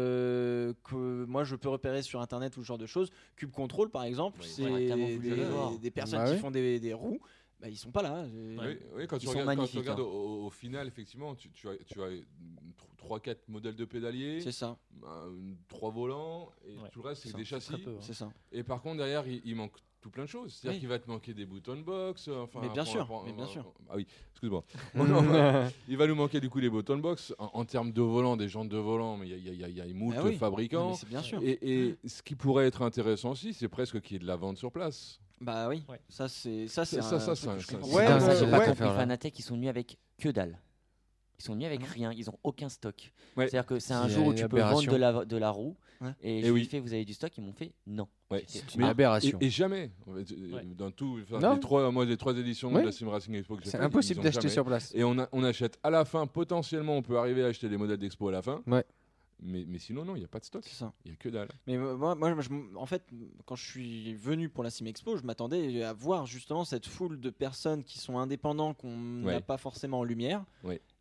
euh, que moi je peux repérer sur internet ou ce genre de choses. Cube Control, par exemple, Oui. c'est J'aurais tellement voulu des, les voir. des personnes Bah qui oui. font des, des roues. Bah, ils sont pas là. Euh, Oui, oui, quand, Ils tu sont regardes, quand tu magnifiques, regardes hein. au, au final, effectivement, tu, tu as, tu as trois quatre modèles de pédaliers, C'est ça, trois volants, et Ouais. tout le reste, c'est Ça, des c'est châssis. très peu, hein. c'est ça. Et par contre, derrière, il, il manque tout plein de choses. C'est-à-dire Oui. qu'il va te manquer des boutons box. Enfin, Mais bien pour- sûr, pour- mais bien sûr. Ah oui, excuse-moi. Il va nous manquer du coup les boutons box. En, en termes de volant, des jantes de volant, mais il y a, il y a- il y a- il y a moult Ah oui. Non, fabricants. mais c'est bien sûr. Et, et ce qui pourrait être intéressant aussi, c'est presque qu'il y ait de la vente sur place. Bah oui, Ouais. ça c'est ça c'est Ça, un ça, truc ça, que je ça, comprends. Ouais, Putain, ouais, ça, j'ai ouais. pas Ouais. compris. Faire là. Fanatec, ils sont venus avec que dalle. Ils sont venus avec Non. rien, ils ont aucun stock. Ouais. C'est-à-dire que c'est un C'est jour où une tu peux vendre aberration. de la, de la roue. Ouais. Et Et je lui oui. ai fait, vous avez du stock, ils m'ont fait non. Ouais. J'ai fait, C'est une ah, aberration. Et, et jamais, en fait, euh, Ouais. dans tout, enfin, Non. les trois, moi, les trois éditions Oui. de la Sim Racing Expo que j'ai C'est faites, impossible ils ont d'acheter jamais. sur place. Et on, a- on achète à la fin, potentiellement, on peut arriver à acheter les modèles d'expo à la fin. Ouais. Mais, mais sinon, non, il n'y a pas de stock. C'est ça. Il n'y a que dalle. Mais euh, moi, moi je m- en fait, quand je suis venu pour la Sim Expo, je m'attendais à voir justement cette foule de personnes qui sont indépendants, qu'on Ouais. n'a pas forcément en lumière. Ouais.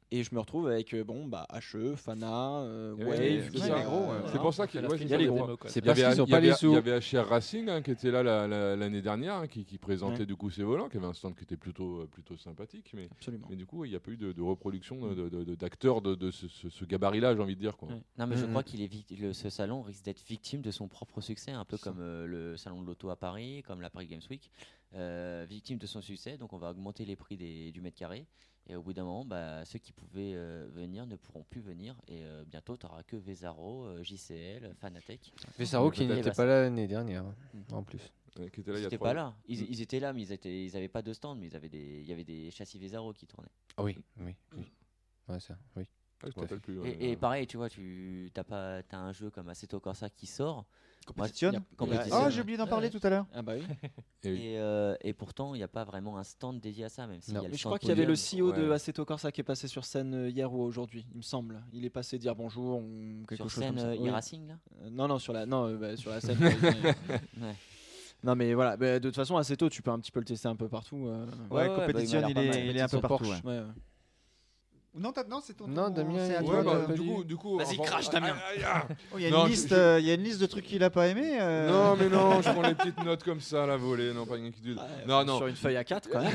Et je me retrouve avec euh, bon bah H E, Fana, euh, Et Wave, ouais, tout c'est ça. les gros, ouais. C'est pour ça qu'il Voilà, ouais, c'est c'est il y a les des gros. démos, quoi. C'est Il y parce avait, qu'ils ont il y pas avait- les il sous. y avait H R Racing hein, qui était là la- la- l'année dernière, hein, qui, qui présentait Ouais. du coup ses volants, qui avait un stand qui était plutôt, euh, plutôt sympathique. Mais, Absolument. mais du coup, il n'y a pas eu de, de reproduction de- de- de- d'acteurs de, de ce, ce- ce gabarit-là, j'ai envie de dire. Quoi. Ouais. Non, mais je Mhm. crois qu'il est vict- le- ce salon risque d'être victime de son propre succès, un peu comme euh, le salon de l'auto à Paris, comme la Paris Games Week, euh, victime de son succès. Donc, on va augmenter les prix des- du mètre carré. Et au bout d'un moment, bah, ceux qui pouvaient euh, venir ne pourront plus venir. Et euh, bientôt, tu n'auras que Vesaro, euh, J C L, Fanatec. Vesaro qui Peut-être n'était pas pas ça. là l'année dernière, hein, en plus. Euh, qui était là il y Ils a n'étaient trois pas ans. là. Ils, Mm. ils étaient là, mais ils n'avaient ils avaient pas de stand, mais ils avaient des, il y avait des châssis Vesaro qui tournaient. Ah oui, oui, oui. Ouais, ça, oui. Ah, je Tout me à fait. rappelle plus. Et, ouais. et pareil, tu vois, tu as, pas, t'as un jeu comme Assetto Corsa qui sort. Compétition. Moi, il y a- Ah, compétition. oh, j'ai oublié d'en parler tout à l'heure. Ah bah oui. Et oui. Et, euh, et pourtant, il n'y a pas vraiment un stand dédié à ça, même s'il y Non. a le Mais je stand crois qu'il y avait le Podium. C E O de Ouais. Assetto Corsa qui est passé sur scène euh, hier ou aujourd'hui, il me semble. Il est passé dire bonjour ou quelque Sur chose scène comme ça. euh, Oui. e-racing, là. Euh, non, non, sur la, non, euh, bah, sur la scène. parisienne. Ouais. Non, mais voilà, bah, de toute façon, Assetto, tu peux un petit peu le tester un peu partout. euh. Ouais, ouais, compétition, bah, il m'a il, l'air pas est, mal. il est un peu Compétition partout. Porsche. ouais. Ouais, ouais. Non, t'as- non, c'est ton. Non, Damien, c'est à il- toi Ouais, Ouais, bah, de- du, pas coup, dit. du coup, Vas-y, enfin, crache, ah, Damien. ah, ah, Oh, il y a Non, une je- liste, je- euh, il y a une liste de trucs qu'il a pas aimé. euh. Non, mais non, je prends les petites notes comme ça, la volée, non, pas une inquiétude. Ouais, non, non, Sur une feuille A quatre, quand même.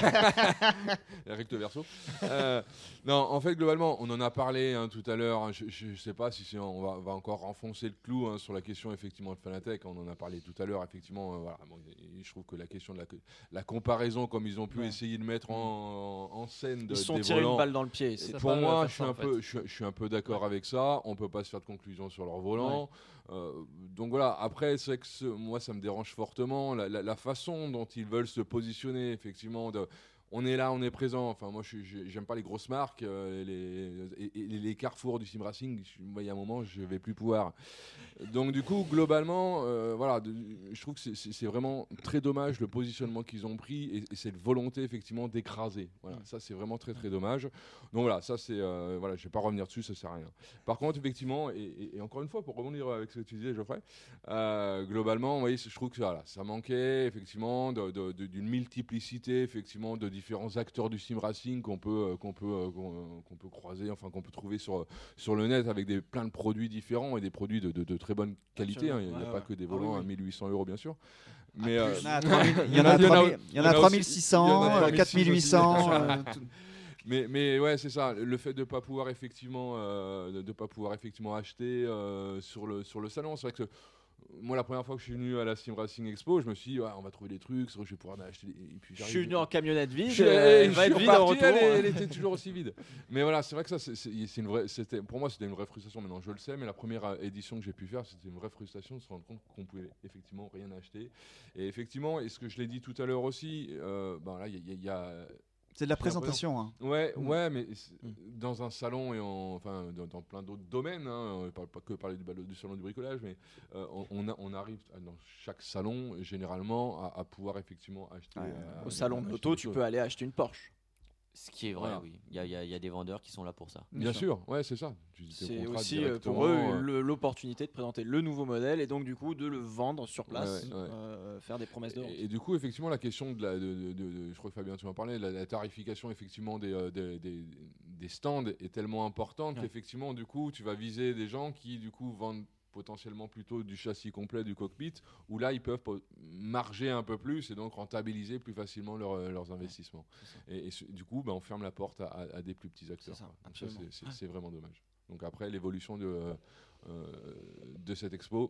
recto verso. Euh, non, en fait, globalement, on en a parlé hein, tout à l'heure. hein, je ne sais pas si c'est, on va, va encore renfoncer le clou hein, sur la question effectivement de Fanatec. On en a parlé tout à l'heure. Effectivement, euh, voilà, bon, et- et je trouve que la question de la, la comparaison, comme ils ont pu Ouais. essayer de mettre en, en scène de, Ils se sont des tirés une volants. balle dans le pied. C'est c'est- ça. Pour pas, moi, euh, je faire suis, ça, un en peu, fait. je, suis- je suis un peu d'accord avec ça. On peut pas se faire de conclusion sur leur volant. Euh, donc voilà, après, c'est vrai que ce- moi, ça me dérange fortement. La, la- la façon dont ils veulent se positionner, effectivement, de, on est là, on est présent. Enfin, moi, je je- j'aime pas les grosses marques, euh, les, et, et les carrefours du sim racing. je- moi, il y a un moment, je vais plus pouvoir. Donc, du coup, globalement, euh, voilà, de- je trouve que c'est- c'est c'est vraiment très dommage le positionnement qu'ils ont pris et, et cette volonté, effectivement, d'écraser. Voilà, ça, c'est vraiment très, très dommage. Donc, voilà, ça, c'est. euh, voilà, je vais pas revenir dessus, ça sert à rien. Par contre, effectivement, et, et- et encore une fois, pour rebondir avec ce que tu disais, Geoffrey, euh, globalement, oui, je trouve que voilà, ça manquait effectivement de- de- de- d'une multiplicité effectivement de différents acteurs du sim racing qu'on peut euh, qu'on peut euh, qu'on qu'on peut croiser, enfin qu'on peut trouver sur sur le net avec des plein de produits différents et des produits de, de- de très bonne qualité. hein. Il n'y a, Ouais, pas ouais. que des Ah oui, volants oui. à mille huit cents euros, bien sûr. Mais euh, Il y en a à trois mille- il y en il y en a- a à il y en a- trois mille- il y en a il y en a trois mille aussi- six il y cents, en a euh, trois mille quatre mille huit cents. euh, tout- Mais, mais ouais, c'est ça. Le fait de ne pas pouvoir effectivement, euh, de, de pas pouvoir effectivement acheter euh, sur le sur le salon, c'est vrai que moi, la première fois que je suis venu à la Sim Racing Expo, je me suis dit, ouais, on va trouver des trucs, c'est vrai que je vais pouvoir en acheter. Des... Et puis Je j'arrive- suis venu en camionnette vide. Je suis, euh, et elle je va suis être vide en reparti, retour. elle, est- elle était toujours aussi vide. Mais voilà, c'est vrai que ça, c'est, c'est, c'est une vraie, c'était, pour moi, c'était une vraie frustration. Maintenant, je le sais, mais la première euh, édition que j'ai pu faire, c'était une vraie frustration de se rendre compte qu'on pouvait effectivement rien acheter. Et effectivement, et ce que je l'ai dit tout à l'heure aussi, euh, ben là, il y, a- il y a C'est de la J'ai l'impression- présentation. hein. Ouais, Mm. ouais, mais c'est- Mm. dans un salon et en, enfin, dans, dans plein d'autres domaines, hein, on ne parle pas que parler du, ballon- du salon du bricolage, mais euh, on, on a- on arrive à- dans chaque salon, généralement, à, à pouvoir effectivement acheter. Ouais, euh, Au salon de acheter l'auto, des tu choses. peux aller acheter une Porsche. Ce qui est vrai, Voilà. oui. Il y, a- il y a- il y a des vendeurs qui sont là pour ça. Bien sûr, ouais, c'est ça. Tu- t'es au C'est contrat aussi euh, pour directement, eux euh, le- l'opportunité de présenter le nouveau modèle et donc du coup de le vendre sur place, Ouais, ouais. euh, faire des promesses de vente. Et, et du coup, effectivement, la question de la, de, de- de- de- je crois que Fabien, tu m'en parlais, la, la tarification effectivement des, euh, des, des- des stands est tellement importante Ouais. qu'effectivement, du coup, tu vas viser des gens qui, du coup, vendent potentiellement plutôt du châssis complet, du cockpit, où là, ils peuvent po- marger un peu plus et donc rentabiliser plus facilement leur, euh, leurs investissements. Et, et ce- du coup, bah, on ferme la porte à, à- à des plus petits acteurs. C'est ça, quoi. Donc absolument. c'est- c'est- c'est vraiment dommage. Donc après, l'évolution de, euh, euh, de cette expo,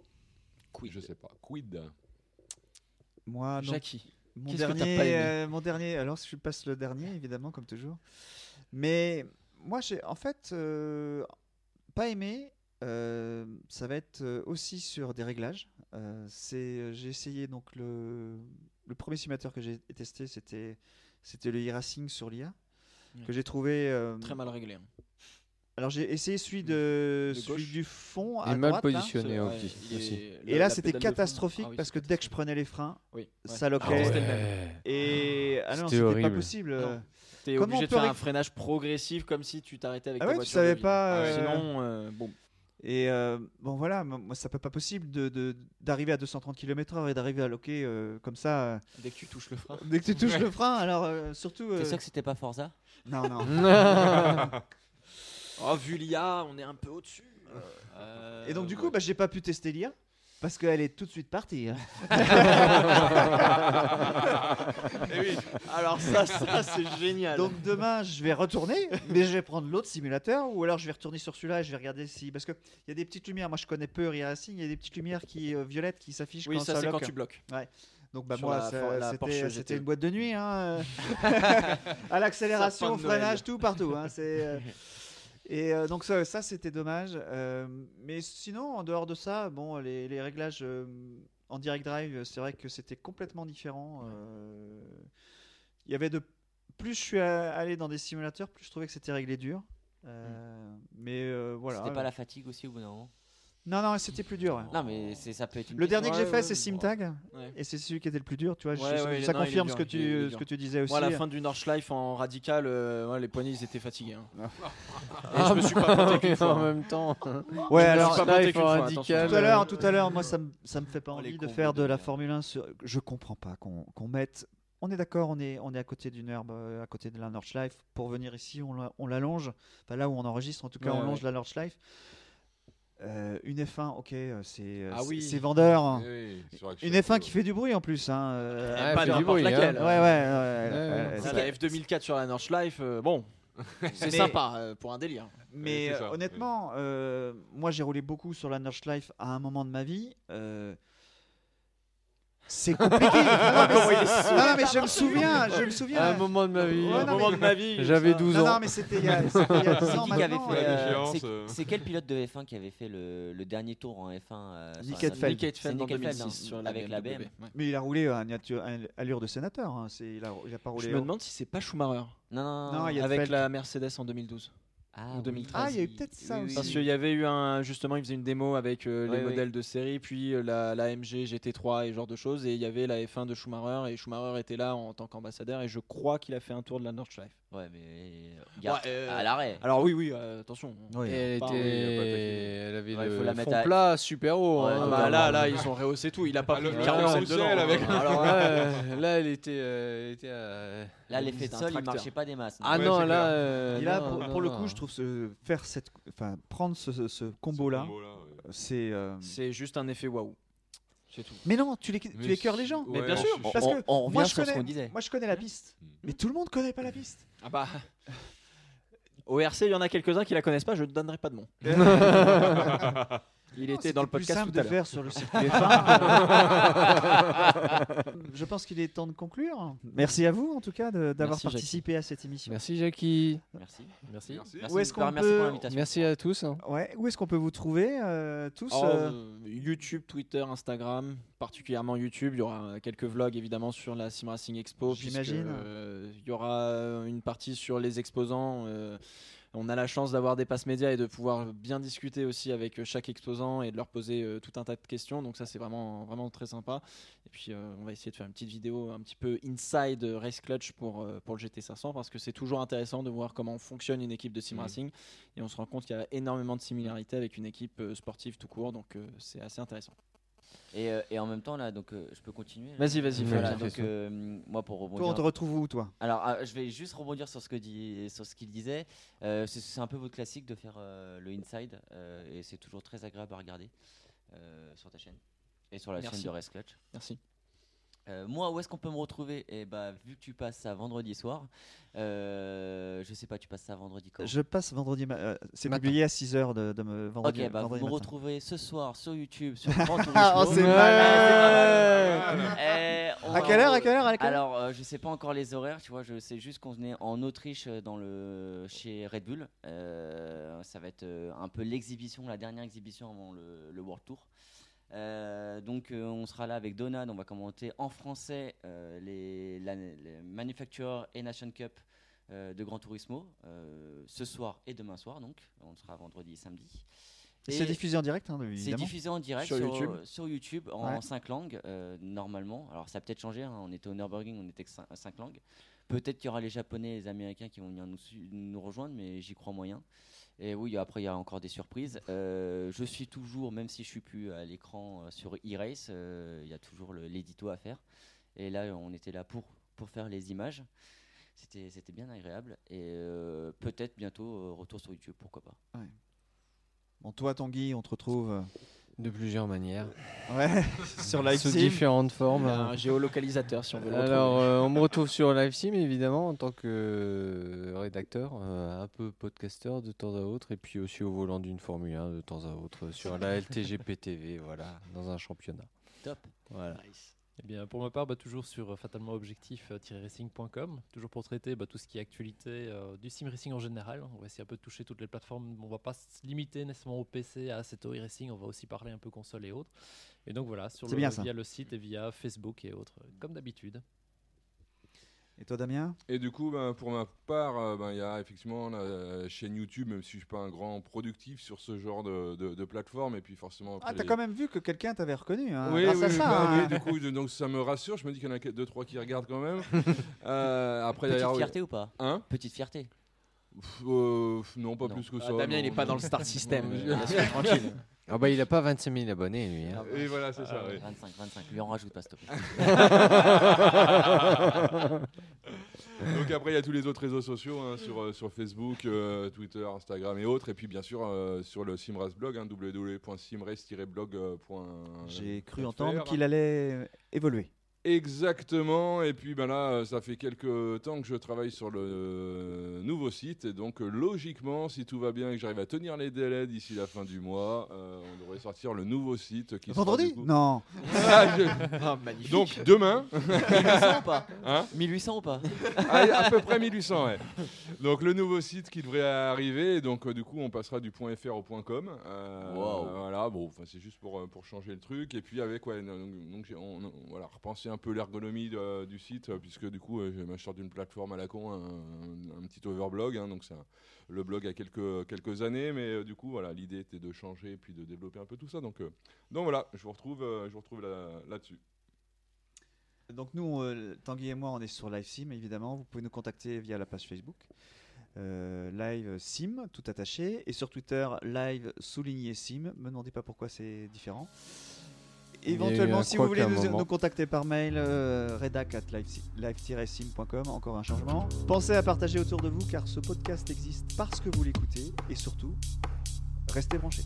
je sais pas. Quid Moi, donc, Jackie, mon qu'est-ce que t'as dernier, pas aimé euh, mon dernier. Alors, je passe le dernier, évidemment, comme toujours. Mais moi, j'ai en fait euh, pas aimé. euh, ça va être euh, aussi sur des réglages. Euh, c'est, j'ai essayé donc le, le premier simulateur que j'ai testé, c'était c'était le e-racing sur l'I A Ouais. que j'ai trouvé euh, très mal réglé. hein. Alors j'ai essayé celui de, De celui gauche. du fond Il à est mal droite, là. positionné C'est- aussi. ouais, il est- aussi. le- Et là, la c'était pédale de fond- catastrophique Ah oui, parce que c'est dès que je prenais les freins, Oui, ouais. ça Ah, loquait. c'était le même. Et ah non, C'était c'était pas horrible. possible. Non. T'es Comment obligé on de peut faire ré- un freinage progressif comme si tu t'arrêtais avec Ah ta ouais, tu voiture. savais de ville. pas, Ah, euh, Sinon, euh, bon. Et euh, bon voilà, moi ça peut pas possible de, de, d'arriver à deux cent trente kilomètres heure et d'arriver à loquer euh, comme ça. Euh, Dès que tu touches le frein. dès que tu touches le frein, alors euh, surtout. T'es euh, sûr que c'était pas Forza? Non, non. Oh, vu l'I A, on est un peu au-dessus. Euh, Et donc du coup, ouais. bah, j'ai pas pu tester l'I A parce qu'elle est tout de suite partie. hein. Eh oui. Alors ça, ça c'est génial. Donc demain, je vais retourner, mais je vais prendre l'autre simulateur, ou alors je vais retourner sur celui-là et je vais regarder si, parce que il y a des petites lumières. Moi, je connais peu e-racing. Il y a des petites lumières qui euh, violettes qui s'affichent oui, quand ça ça c'est quand lock. tu bloques. Donc bah Sur moi, la ça- for- la Porsche c'était, G T E. c'était une boîte de nuit, hein, euh, à l'accélération, au Sapin de Noël. freinage, tout partout. hein, c'est, euh, Et euh, donc ça, ça c'était dommage. Euh, mais sinon, en dehors de ça, bon, les, les réglages euh, en direct drive, c'est vrai que c'était complètement différent. euh, Il y avait de plus je suis a- allé dans des simulateurs, plus je trouvais que c'était réglé dur. Euh, Mais euh, voilà. C'était pas la fatigue aussi au bout d'un moment? Non, non, c'était plus dur. ouais. Non, mais c'est- ça peut être une Le question. dernier que j'ai Ouais, fait, ouais, c'est ouais. SimTag, Ouais. et c'est celui qui était le plus dur. Tu vois, Ouais, je- ouais, ça non, il est confirme dur, ce que il est- il est tu, ce dur. que tu disais aussi. Moi, à la fin du Nordschleife en radical, euh, ouais, les poignets ils étaient fatigués. hein. Et Ah je me suis pas planté qu'une fois. en hein. même temps. Ouais, Je me alors suis pas là, planté il faut qu'une fois, radical. attention. tout à l'heure, tout à l'heure, moi ça me ça me fait pas Oh, les envie de combos faire de de la merde. Formule un sur. Je comprends pas qu'on qu'on mette. On est d'accord, on est on est à côté d'une herbe, euh, à côté de la Nordschleife. Pour venir ici, on la- on l'allonge. Enfin là où on enregistre, en tout cas, Ouais, on longe ouais. la Nordschleife. Euh, une F un, ok, euh, c'est euh, Ah c'est- oui. c'est vendeur. Eh oui, sur Action, Une F un euh, qui fait du bruit en plus. Hein. euh, Ouais, pas fait de du n'importe bruit, hein. laquelle. ouais, ouais, ouais, ouais, Ouais. ouais, Ça, c'est- la F deux mille quatre sur la Nordschleife, euh, bon, c'est Mais- sympa euh, pour un délire. Mais c'est euh, ça, honnêtement, euh, moi j'ai roulé beaucoup sur la Nordschleife à un moment de ma vie. euh, c'est compliqué. non, non, mais, c'est- non, non, mais je me souviens, je me souviens. À un moment de ma vie. Ouais, À un non, moment mais- de ma vie, J'avais ça- douze Non, ans. non, mais c'était il y a, c'était il y a dix ans Qui avait maintenant. fait, la euh, déchéance, c'est- euh. c'est quel pilote de F un qui avait fait le, le dernier tour en F un euh, sur Nick la- Heidfeld. Nick Heidfeld C'est en Nick Heidfeld, deux mille six hein, sur la avec la B M W. B M. ouais. Mais il a roulé à une atu- à une allure de sénateur. hein, c'est- il, a, il a pas roulé. Je me haut. demande si c'est pas Schumacher Non, non, Non, non. il y a avec Heidfeld. la Mercedes en deux mille douze. Ah, ou oui. deux mille treize. Ah, il y a eu peut-être ça Oui, aussi. Parce qu'il y avait eu un justement, il faisait une démo avec euh, les Ouais, ouais. modèles de série, puis euh, la, la M G G T trois et ce genre de choses, et il y avait la F un de Schumacher, et Schumacher était là en tant qu'ambassadeur, et je crois qu'il a fait un tour de la Nordschleife. Ouais, mais. Regarde, Ouais, euh, à l'arrêt. Alors oui, oui, euh, attention. Oui. Et elle, Pas- était... oui, il y a pas de elle avait Ouais, il faut le la mettre fond à- plat super haut. Ouais, hein. Ah donc, bah, euh, là, bon. là, ils ont rehaussé tout. Il a pas Ah, pris le- le le carrousel carrousel dedans. avec- Alors, Là, là, euh, là, elle était, euh, elle était à- Là, l'effet de c'est un sol, il tracteur. marchait pas des masses. Ah Ouais, non, c'est là. clair. euh, Et là, non, pour, non, pour le non. coup, je trouve ce, faire cette, enfin, prendre ce, ce- ce ce combo-là, combo-là, ouais. c'est. euh, c'est juste un effet waouh. C'est tout. Mais non, tu les, tu Mais écœures les si- gens. Mais ouais, bien je sûr. suis- On, Parce on- que on revient moi, je sur ce connais, qu'on disait. moi, je connais la piste, Mm. mais tout le monde connaît pas la piste. Ah bah. Au R C, il y en a quelques-uns qui la connaissent pas, je ne donnerai pas de nom. Il Non, était dans le c'était plus podcast simple tout à de l'heure. faire sur le circuit F un. Je pense qu'il est temps de conclure. Merci à vous, en tout cas, de- d'avoir Merci, Jackie. participé à cette émission. Merci Jackie. Merci. Merci. Merci. Merci, Où est-ce qu'on merci peut- pour l'invitation. Merci à tous. hein. Ouais, où est-ce qu'on peut vous trouver euh, tous Oh, euh, euh, YouTube, Twitter, Instagram, particulièrement YouTube. Il y aura euh, quelques vlogs évidemment sur la Sim Racing Expo. puisque, J'imagine. euh, Il y aura euh, une partie sur les exposants. euh, on a la chance d'avoir des passes médias et de pouvoir bien discuter aussi avec euh, chaque exposant et de leur poser euh, tout un tas de questions. Donc ça c'est vraiment, vraiment très sympa. Et puis euh, on va essayer de faire une petite vidéo un petit peu inside euh, Race Clutch pour, euh, pour le G T cinq cents parce que c'est toujours intéressant de voir comment fonctionne une équipe de sim Mhm. racing. Et on se rend compte qu'il y a énormément de similarités avec une équipe euh, sportive tout court. Donc euh, c'est assez intéressant. Et, euh, et en même temps, là, donc, euh, je peux continuer là Vas-y, vas-y, Voilà, fais-le. donc, euh, moi, pour Toi, rebondir. on te retrouve où, toi Alors, ah, je vais juste rebondir sur ce que dit, sur ce qu'il disait. Euh, c'est, c'est un peu votre classique de faire euh, le inside, euh, et c'est toujours très agréable à regarder euh, sur ta chaîne et sur la Merci. chaîne de Race Clutch. Merci. Euh, moi, où est-ce qu'on peut me retrouver? Et bah, vu que tu passes ça vendredi soir, euh, je sais pas, tu passes ça vendredi quand? Je passe vendredi. ma- euh, c'est Matin. publié à six heures de, de me, vendredi, Ok, bah, vendredi vous me matin. retrouvez ce soir sur YouTube, sur Grand Turismo. Ah, oh, c'est Ouais, malin. c'est pas mal. Eh, on À va- quelle heure À quelle heure À quelle heure Alors, euh, je sais pas encore les horaires, tu vois, je sais juste qu'on est en Autriche euh, dans le chez Red Bull. Euh, ça va être euh, un peu l'exhibition, la dernière exhibition avant le, le World Tour. Euh, donc, euh, on sera là avec Donald. On va commenter en français euh, les, la, les Manufacturer et Nation Cup euh, de Gran Turismo euh, ce soir et demain soir. Donc, on sera vendredi et samedi. Et c'est Et- diffusé en direct, hein, c'est évidemment. diffusé en direct Sur sur, YouTube. sur YouTube en Ouais. cinq langues, euh, normalement. Alors, ça a peut-être changé. hein. On était au Nürburgring, on était que cin- cinq langues. Peut-être qu'il y aura les Japonais et les Américains qui vont venir nous, su- nous rejoindre, mais j'y crois moyen. Et oui, après, il y a encore des surprises. Euh, je suis toujours, même si je suis plus à l'écran euh, sur e-race, euh, il y a toujours le- l'édito à faire. Et là, on était là pour, pour faire les images. C'était, c'était bien agréable. Et euh, peut-être bientôt euh, retour sur YouTube, pourquoi pas. Bon, toi, Tanguy, on te retrouve euh, De plusieurs manières. ouais, sur Sous LiveSim. différentes Il formes. y a un géolocalisateur si on veut le Alors, retrouver. euh, on me retrouve sur LiveSim évidemment en tant que euh, rédacteur, euh, un peu podcasteur de temps à autre, et puis aussi au volant d'une Formule un de temps à autre sur la L T G P T V, voilà, dans un championnat. Top. Voilà. Eh bien, pour ma part, bah, toujours sur euh, fatalement objectif tiret racing point com, toujours pour traiter bah, tout ce qui est actualité euh, du sim racing en général. On va essayer un peu de toucher toutes les plateformes. On va pas se limiter nécessairement au P C, à Assetto e-racing. On va aussi parler un peu console et autres. Et donc voilà, sur C'est le, bien ça. via le site et via Facebook et autres, euh, comme d'habitude. Et toi, Damien? Et du coup, ben, pour ma part, euh, ben, il y a effectivement la chaîne YouTube, même si je ne suis pas un grand productif sur ce genre de, de, de plateforme. Et puis forcément. Ah, après t'as les- quand même vu que quelqu'un t'avait reconnu, hein, Oui, grâce oui, à oui, ça. bah hein. oui, du coup, je- donc ça me rassure. Je me dis qu'il y en a que deux, trois qui regardent quand même. Euh, après, Petite d'ailleurs, fierté ou pas Hein Petite fierté. Pff, euh, pff, non, pas Non. plus que Ah, ça. Damien, il non. n'est pas dans le Star System. Non, euh, laisse-le tranquille. Ah bah il a pas vingt-cinq mille abonnés lui. Hein. Et voilà, c'est ça. oui. vingt-cinq, vingt-cinq. Lui en rajoute pas, s'il te plaît. Donc après, il y a tous les autres réseaux sociaux hein, sur, euh, sur Facebook, euh, Twitter, Instagram et autres. Et puis bien sûr euh, sur le Simrace blog, hein, w w w point simrace tiret blog point f r. J'ai cru entendre qu'il allait évoluer. Exactement, et puis ben là, euh, ça fait quelques temps que je travaille sur le euh, nouveau site, et donc euh, logiquement, si tout va bien et que j'arrive à tenir les délais d'ici la fin du mois, euh, on devrait sortir le nouveau site qui sera, Vendredi? du coup- Non. Ah, je- Ah, magnifique. Donc demain, mille huit cents ou pas hein mille huit cents ou pas à, à peu près mille huit cents, ouais. Donc le nouveau site qui devrait arriver, et donc euh, du coup on passera du .fr au .com. Euh, Wow. Voilà, bon, enfin c'est juste pour, euh, pour changer le truc, et puis avec ouais, donc, donc j'ai- on, on- voilà, repenser un peu l'ergonomie de- du site, euh, puisque du coup euh, je me sors d'une plateforme à la con, un, un petit overblog, hein, donc ça, le blog a quelques quelques années, mais euh, du coup voilà, l'idée était de changer et puis de développer un peu tout ça, donc euh, donc voilà, je vous retrouve euh, je vous retrouve là, là-dessus. Donc nous, euh, Tanguy et moi, on est sur LiveSim, évidemment. Vous pouvez nous contacter via la page Facebook. Euh, live sim, tout attaché. Et sur Twitter, live souligné sim. Me demandez pas pourquoi c'est différent. Il y a eu Éventuellement, un si vous couac à voulez un nous, moment. nous contacter par mail, euh, redac at live tiret sim point com, encore un changement. Pensez à partager autour de vous car ce podcast existe parce que vous l'écoutez. Et surtout, restez branchés.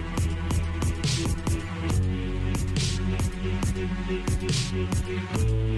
Thank you.